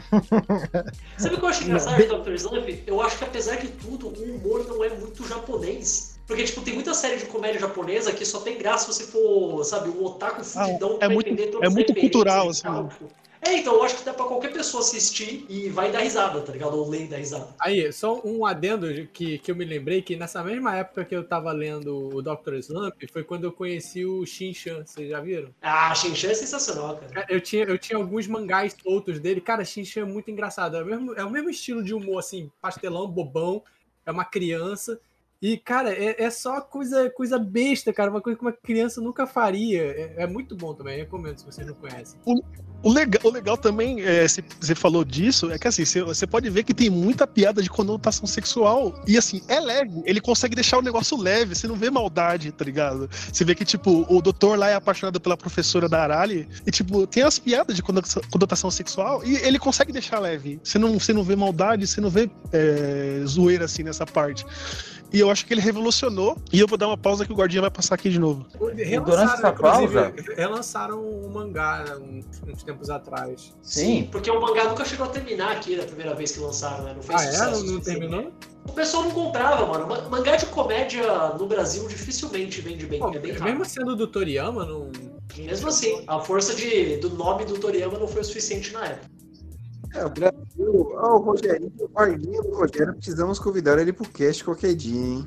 Sabe o que eu acho engraçado de doutor Slump? Eu acho que apesar de tudo, o humor não é muito japonês. Porque, tipo, tem muita série de comédia japonesa que só tem graça se você for, sabe, um otaku fudidão Ah, que é vai muito- entender todas é as muito referências cultural, e assim, tal, né? tipo. É, então eu acho que dá pra qualquer pessoa assistir e vai dar risada, tá ligado? Ou ler dar risada. Aí, só um adendo que, que eu me lembrei que nessa mesma época que eu tava lendo o doutor Slump foi quando eu conheci o Shin-Chan, vocês já viram? Ah, Shin-Chan é sensacional, cara. Eu tinha, eu tinha alguns mangás soltos dele. Cara, Shin-Chan é muito engraçado. É o, mesmo, é o mesmo estilo de humor, assim, pastelão, bobão. É uma criança. E, cara, é, é só coisa, coisa besta, cara. Uma coisa que uma criança nunca faria. É, é muito bom também. Recomendo se vocês não conhecem. O, o, legal, o legal também, é, se você falou disso, é que assim, você, você pode ver que tem muita piada de conotação sexual. E assim, é leve. Ele consegue deixar o negócio leve. Você não vê maldade, tá ligado? Você vê que, tipo, o doutor lá é apaixonado pela professora da Arali. E, tipo, tem as piadas de conotação, conotação sexual. E ele consegue deixar leve. Você não, você não vê maldade, você não vê é, zoeira assim nessa parte. E eu acho que ele revolucionou. E eu vou dar uma pausa que o Guardinha vai passar aqui de novo. Durante essa pausa? Relançaram um mangá uns, uns tempos atrás. Sim, porque o mangá nunca chegou a terminar aqui da primeira vez que lançaram, né? Não fez Ah, é? sucesso. Não, não terminou? O pessoal não comprava, mano. Ma- Mangá de comédia no Brasil dificilmente vende bem. Pô, é bem raro. mesmo sendo do Toriyama, não. Mesmo assim, a força de, do nome do Toriyama não foi o suficiente na época. É, o Brasil. Ó, o Rogerinho, o guardinha do Rogério, precisamos convidar ele pro cast qualquer dia, hein?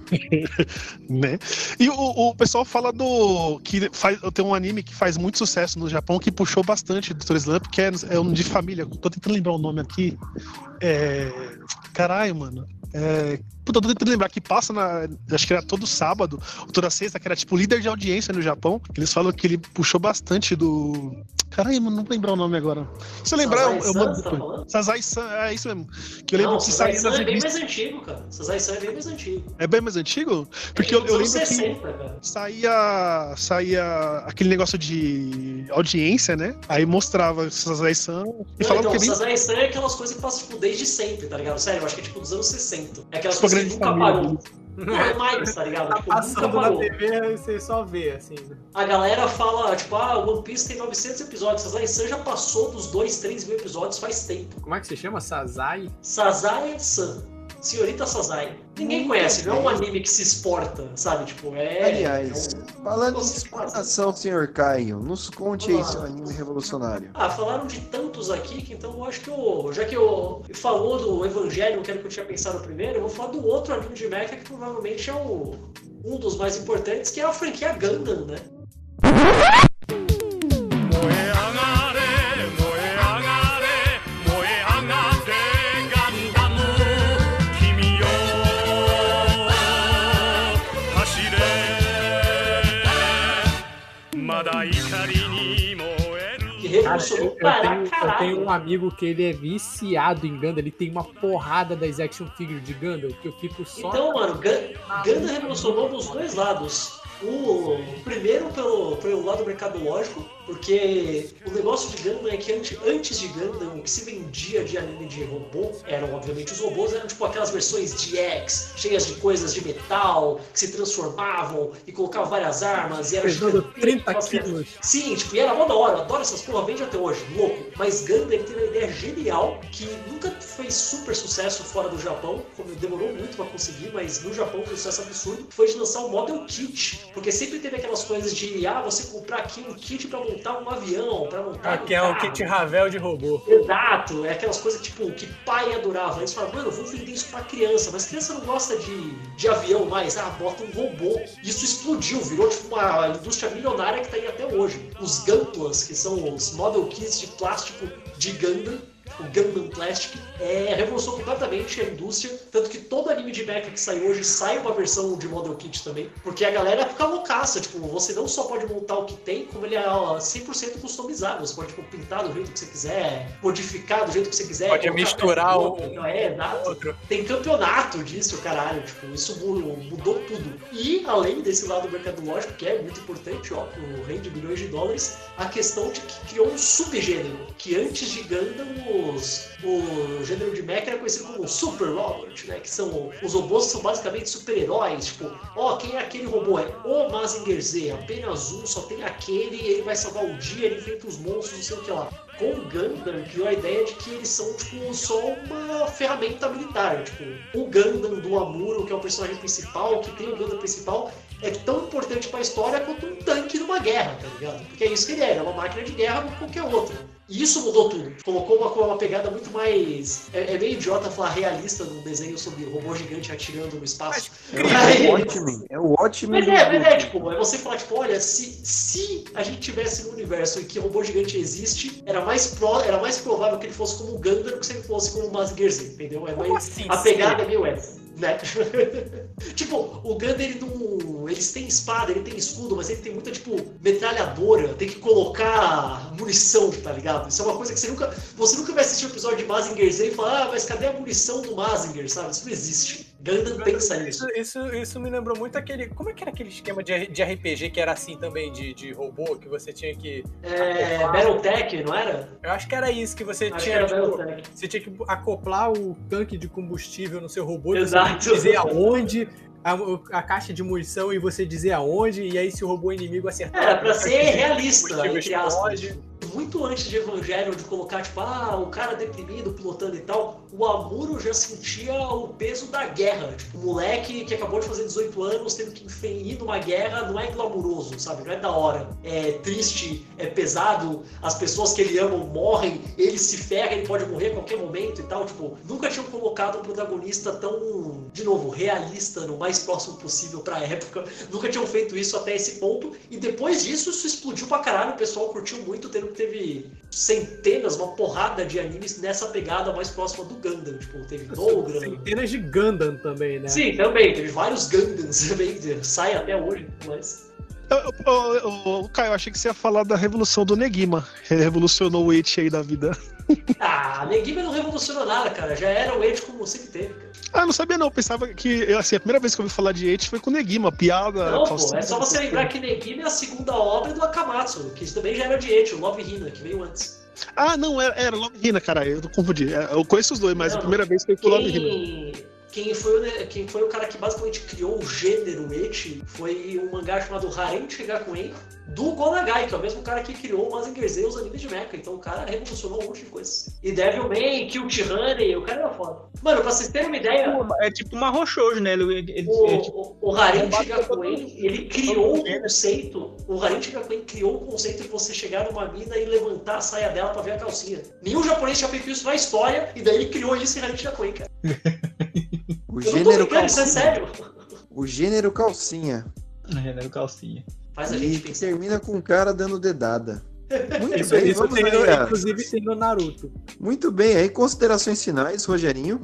Né? E o, o pessoal fala do. Que faz, tem um anime que faz muito sucesso no Japão, que puxou bastante do doutor Slump, que é, é um de família. Tô tentando lembrar o nome aqui. É. Caralho, mano. É... Puta, tô tentando lembrar que passa na. Acho que era todo sábado, ou toda sexta, que era tipo líder de audiência no Japão. Eles falam que ele puxou bastante do. Caralho, mano, não vou lembrar o nome agora. Se eu lembrar, eu, eu mando depois. Sazai-san, é isso mesmo. Que eu lembro Não, que Sazai saía San nas é bem revistas. mais antigo, cara. Sazai-san é bem mais antigo. É bem mais antigo? Porque É eu, eu dos lembro anos que sessenta, cara. saía, saía aquele negócio de audiência, né? Aí mostrava Sazai-san e Não, falava então, que é bem... Sazai-san é aquelas coisas que passam tipo, desde sempre, tá ligado? Sério, eu acho que é tipo dos anos sessenta. É aquelas Tipo a coisas que Grande nunca Família. parou. Não é mais, tá ligado? Tá Tipo, nunca passando na parou. T V, você só vê, assim. A galera fala, tipo, ah, One Piece tem novecentos episódios. Sazai-san já passou dos dois, três mil episódios faz tempo. Como é que se chama? Sazai? Sazai-san. Senhorita Sazai. Ninguém conhece, não é um anime que se exporta, sabe? Tipo, é... Aliás, é um- falando em Nossa, exportação, senhor Caio, nos conte aí seu anime revolucionário. Ah, falaram de tantos aqui que então eu acho que eu, já que eu falou do Evangelho, que era o que eu tinha pensado primeiro, eu vou falar do outro anime de mecha que provavelmente é o, um dos mais importantes, que é a franquia Gundam, né? Que Cara, revolucionou eu, eu para tenho, eu caralho. tenho um amigo que ele é viciado em Gundam, ele tem uma porrada das action figures de Gundam, que eu fico só... Então, mano, Gun- Gundam revolucionou dos dois lados. O primeiro pelo, pelo lado mercadológico, porque o negócio de Gundam é que antes, antes de Gundam, o que se vendia de anime de robô eram, obviamente, os robôs eram tipo aquelas versões G X, cheias de coisas de metal, que se transformavam e colocavam várias armas, e era Pesando gigante, trinta nossa, quilos. Sim, tipo, e era mó da hora, eu adoro essas porra, vende até hoje, louco. Mas Gundam ele teve uma ideia genial que nunca fez super sucesso fora do Japão, como demorou muito pra conseguir, mas no Japão foi um sucesso absurdo, foi de lançar o Model Kit, porque sempre teve aquelas coisas de, ah, você comprar aqui um kit pra montar um avião, pra montar Aqui um é o carro. kit Ravel de robô. Exato, é aquelas coisas tipo que pai adorava. Eles falavam, mano, vou vender isso pra criança, mas criança não gosta de, de avião mais, ah, bota um robô. Isso explodiu, virou tipo uma indústria milionária que tá aí até hoje. Os Gunplans, que são os model kits de plástico de Gundam, o Gundam Plastic, é, revolucionou completamente a indústria, tanto que todo anime de mecha que sai hoje sai uma versão de model kit também, porque a galera fica loucaça, tipo, você não só pode montar o que tem, como ele é ó, cem por cento customizável, você pode tipo, pintar do jeito que você quiser, modificar do jeito que você quiser. Pode colocar misturar peça o- outra, então, é, exato. outro. Tem campeonato disso, caralho, tipo, isso mu- mudou tudo. E, além desse lado mercadológico, que é muito importante, ó, o rei de bilhões de dólares, a questão de que criou um subgênero, que antes de Gundam, o os, o gênero de mecha era conhecido como Super Robot, né? Que são os robôs que são basicamente super-heróis. Tipo, ó, oh, quem é aquele robô? É o Mazinger Z, apenas um, só tem aquele, ele vai salvar o dia, ele enfrenta os monstros, não sei o que lá. Com o Gundam criou a ideia de que eles são, tipo, só uma ferramenta militar. Tipo, o Gundam do Amuro, que é o personagem principal, que tem o Gundam principal, é tão importante pra história quanto um tanque numa guerra, tá ligado? Porque é isso que ele é, é uma máquina de guerra como qualquer outra. E isso mudou tudo. Colocou uma, uma pegada muito mais... É, é meio idiota falar realista num desenho sobre robô gigante atirando no espaço. É o ótimo. É o ótimo. Mas é, mas é, tipo, é você falar, tipo, olha, se, se a gente tivesse num universo em que robô gigante existe, era mais, pro, era mais provável que ele fosse como o Gundam do que se ele fosse como o Mazinger Z, entendeu? É mais, assim, a pegada é meio essa. Né? Tipo, o Gundam, ele não... Eles têm espada, ele tem escudo, mas ele tem muita, tipo, metralhadora. Tem que colocar munição, tá ligado? Isso é uma coisa que você nunca... Você nunca vai assistir um episódio de Mazinger Z e falar, ah, mas cadê a munição do Mazinger, sabe? Isso não existe. Gundam pensa nisso. Isso, isso, isso me lembrou muito aquele... Como é que era aquele esquema de, de R P G que era assim também, de, de robô, que você tinha que... É... Battletech, não era? Eu acho que era isso, que você acho tinha, que tipo, você tinha que acoplar o tanque de combustível no seu robô, exato, você dizer aonde... A, a caixa de munição e você dizer aonde, e aí se o robô inimigo acertar... Era pra ser realista, entre aspas. Muito antes de Evangelho, de colocar, tipo, ah, o cara deprimido, pilotando e tal, o Amuro já sentia o peso da guerra. Tipo, o moleque que acabou de fazer dezoito anos, tendo que ir numa guerra, não é glamuroso, sabe? Não é da hora. É triste, é pesado, as pessoas que ele ama morrem, ele se ferra, ele pode morrer a qualquer momento e tal. Tipo, nunca tinham colocado um protagonista tão, de novo, realista, no mais próximo possível pra época. Nunca tinham feito isso até esse ponto. E depois disso, isso explodiu pra caralho. O pessoal curtiu muito, tendo que teve centenas, uma porrada de animes nessa pegada mais próxima do Gundam. Tipo, teve Dogram. Centenas de Gundam também, né? Sim, também. Teve vários Gundams também. Sai até hoje, mas... O Caio, eu achei que você ia falar da revolução do Negima. Revolucionou o Eti aí da vida. Ah, Negima não revolucionou nada, cara. Já era o Eti como sempre teve, cara. Ah, não sabia não. Eu pensava que, assim, a primeira vez que eu ouvi falar de Eti foi com Negima, piada. Não, pô, é só você lembrar que Negima é a segunda obra do Akamatsu, que também já era de Eti, o Love Hina, que veio antes. Ah, não, era, era Love Hina, cara. Eu confundi. Eu conheço os dois, mas não, a primeira vez foi com o Love Hina. Quem foi, o, quem foi o cara que basicamente criou o gênero Eti foi um mangá chamado Haren Shigakuen, do Go Nagai, que é o mesmo cara que criou o Mazinger Z e os animes de mecha. Então o cara revolucionou um monte de coisas. E Devilman, Kill Honey, o cara era foda. Mano, pra vocês terem uma ideia... É tipo uma Roshoujo, né? Ele, ele, o, é tipo... o, o Haren Shigakuen, ele criou o conceito... O Haren Shigakuen criou o conceito de você chegar numa mina e levantar a saia dela pra ver a calcinha. Nenhum japonês tinha feito isso na história, e daí ele criou isso em Haren Shigakuen, cara. O gênero calcinha. Isso é sério. O gênero calcinha. O gênero calcinha. Faz a e gente pensar. Termina com o cara dando dedada. Muito isso, bem, isso vamos tem aí, no, inclusive tem no Naruto. Muito bem, aí considerações finais, Rogerinho.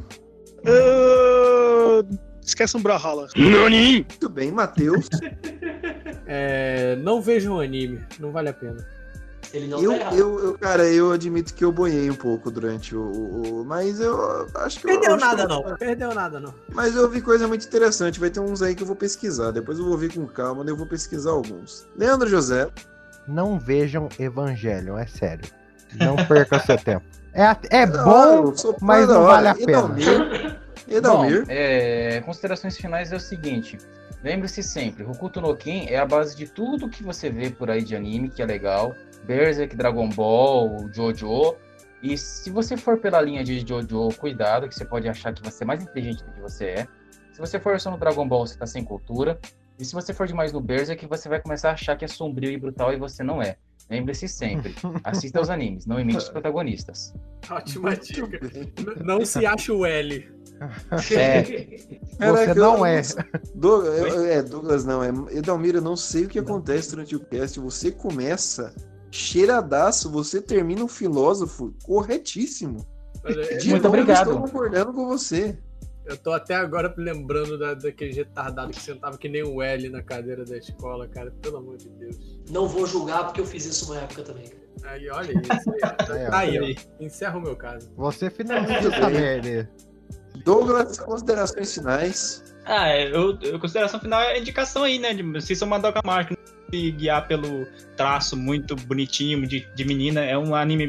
Uh, esquece um Brawlhalla. Nani? Muito bem, Matheus. É, não vejo um anime, não vale a pena. Ele não eu, tá errado. eu, eu, cara, eu admito que eu boiei um pouco durante o... o, o mas eu acho que... Perdeu eu, nada eu, não, perdeu nada não. Mas eu ouvi coisa muito interessante, vai ter uns aí que eu vou pesquisar. Depois eu vou ouvir com calma, eu vou pesquisar alguns. Leandro José. Não vejam Evangelion, é sério. Não perca seu tempo. É, é não, bom, mas não vale a pena. Edalmir. Edalmir. Bom, é, considerações finais é o seguinte... Lembre-se sempre, Hokuto no Ken é a base de tudo que você vê por aí de anime, que é legal. Berserk, Dragon Ball, Jojo. E se você for pela linha de Jojo, cuidado, que você pode achar que você é mais inteligente do que você é. Se você for só no Dragon Ball, você tá sem cultura. E se você for demais no Berserk, você vai começar a achar que é sombrio e brutal e você não é. Lembre-se sempre, assista aos animes, não imite os protagonistas. Ótima dica. Não se acha o L. É. Você não é. Douglas, é, Douglas não, é. Edalmir, eu não sei o que acontece durante o cast. Você começa cheiradaço, você termina um filósofo corretíssimo. De Muito novo, obrigado. Estou concordando com você. Eu tô até agora lembrando da, daquele retardado que sentava que nem o L na cadeira da escola, cara. Pelo amor de Deus. Não vou julgar porque eu fiz isso uma época também. Aí, olha isso. Aí, aí, aí, encerra o meu caso. Você finaliza essa merda. Douglas, considerações finais. Ah, eu, eu consideração final é a indicação aí, né? De System Madoka Mágica. Se guiar pelo traço muito bonitinho de, de menina. É um anime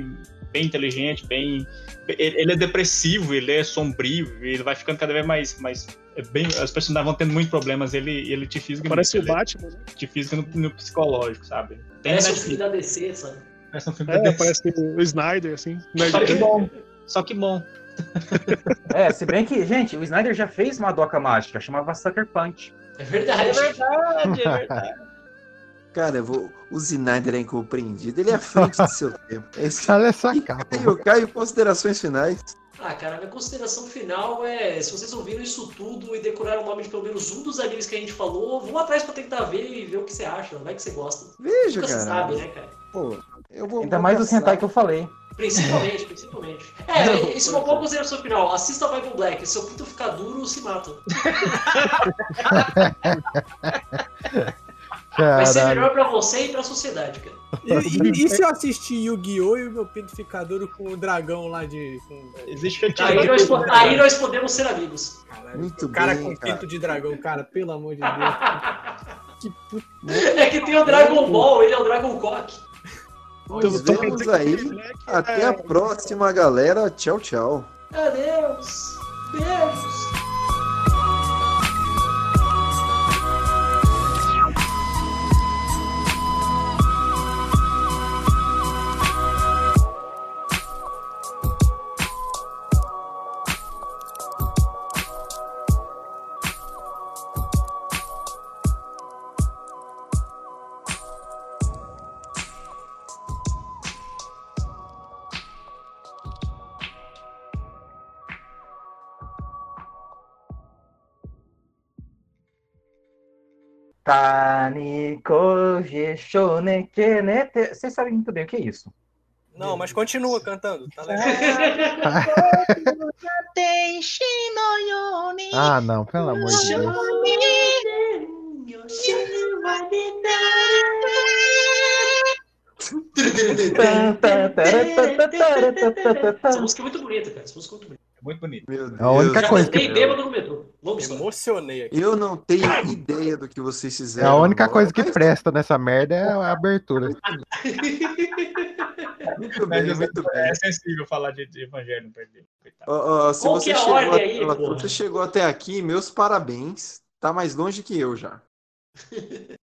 bem inteligente, bem... Ele, ele é depressivo, ele é sombrio, ele vai ficando cada vez mais... mais é bem, as pessoas vão tendo muitos problemas, ele, ele te fisga... Parece muito, o Batman, né? Te fisga no, no psicológico, sabe? Tem Parece um Netflix. filme da D C, sabe? Parece um filme É, da D C. parece o Snyder, assim. Só que bom. Só que bom. É, se bem que, gente, o Snyder já fez uma doca mágica, chamava Sucker Punch. É verdade. É verdade, é verdade. Cara, eu vou... o Snyder é incompreendido. Ele é à frente do seu tempo. Esse... Olha essa capa. Caio, Caio, considerações finais. Ah, cara, minha consideração final é, se vocês ouviram isso tudo e decoraram o nome de pelo menos um dos animes que a gente falou, vão atrás pra tentar ver e ver o que você acha, vai que você gosta. Veja, Nunca cara. se sabe, né, cara? Pô, eu vou... Ainda vou mais o caçar. hentai que eu falei. Principalmente, principalmente. É, Não, isso é uma boa consideração final. Assista Bible Black, se o pinto ficar duro, se mata. Vai ser Caralho. melhor pra você e pra sociedade, cara. E, e- e se eu assistir Yu-Gi-Oh! E o meu pinto ficar duro com o dragão lá de. Com... Existe Aí nós, po- aí nós podemos ser amigos. Caralho, Muito o cara bem, com cara. pinto de dragão, cara, pelo amor de Deus. Que puta. É que tem o Dragon Ball, ele é o Dragon Cock. Nos Então, quer vemos dizer que aí. o Black Até é- a próxima, galera. Tchau, tchau. Adeus. Beijos. Taniko Jeshone Kenete. Vocês sabem muito bem o que é isso. Não, mas continua cantando, tá legal. Ah, não, pelo amor de Deus. Essa música é muito bonita, cara. Essa música é muito bonita. Muito bonito. Meu Deus. A única Já coisa cantei que- bêbado no metrô. Longa Me história. emocionei aqui. Eu não tenho ideia do que vocês É fizeram. a única agora, coisa que mas presta nessa merda é a abertura. Muito bem, Mas muito é bem. sensível falar de, de evangelho, perder. Coitado. Ó, ó, se Qual você que é a chegou ordem até- aí, ó, porra? você chegou até aqui, meus parabéns. Tá mais longe que eu já.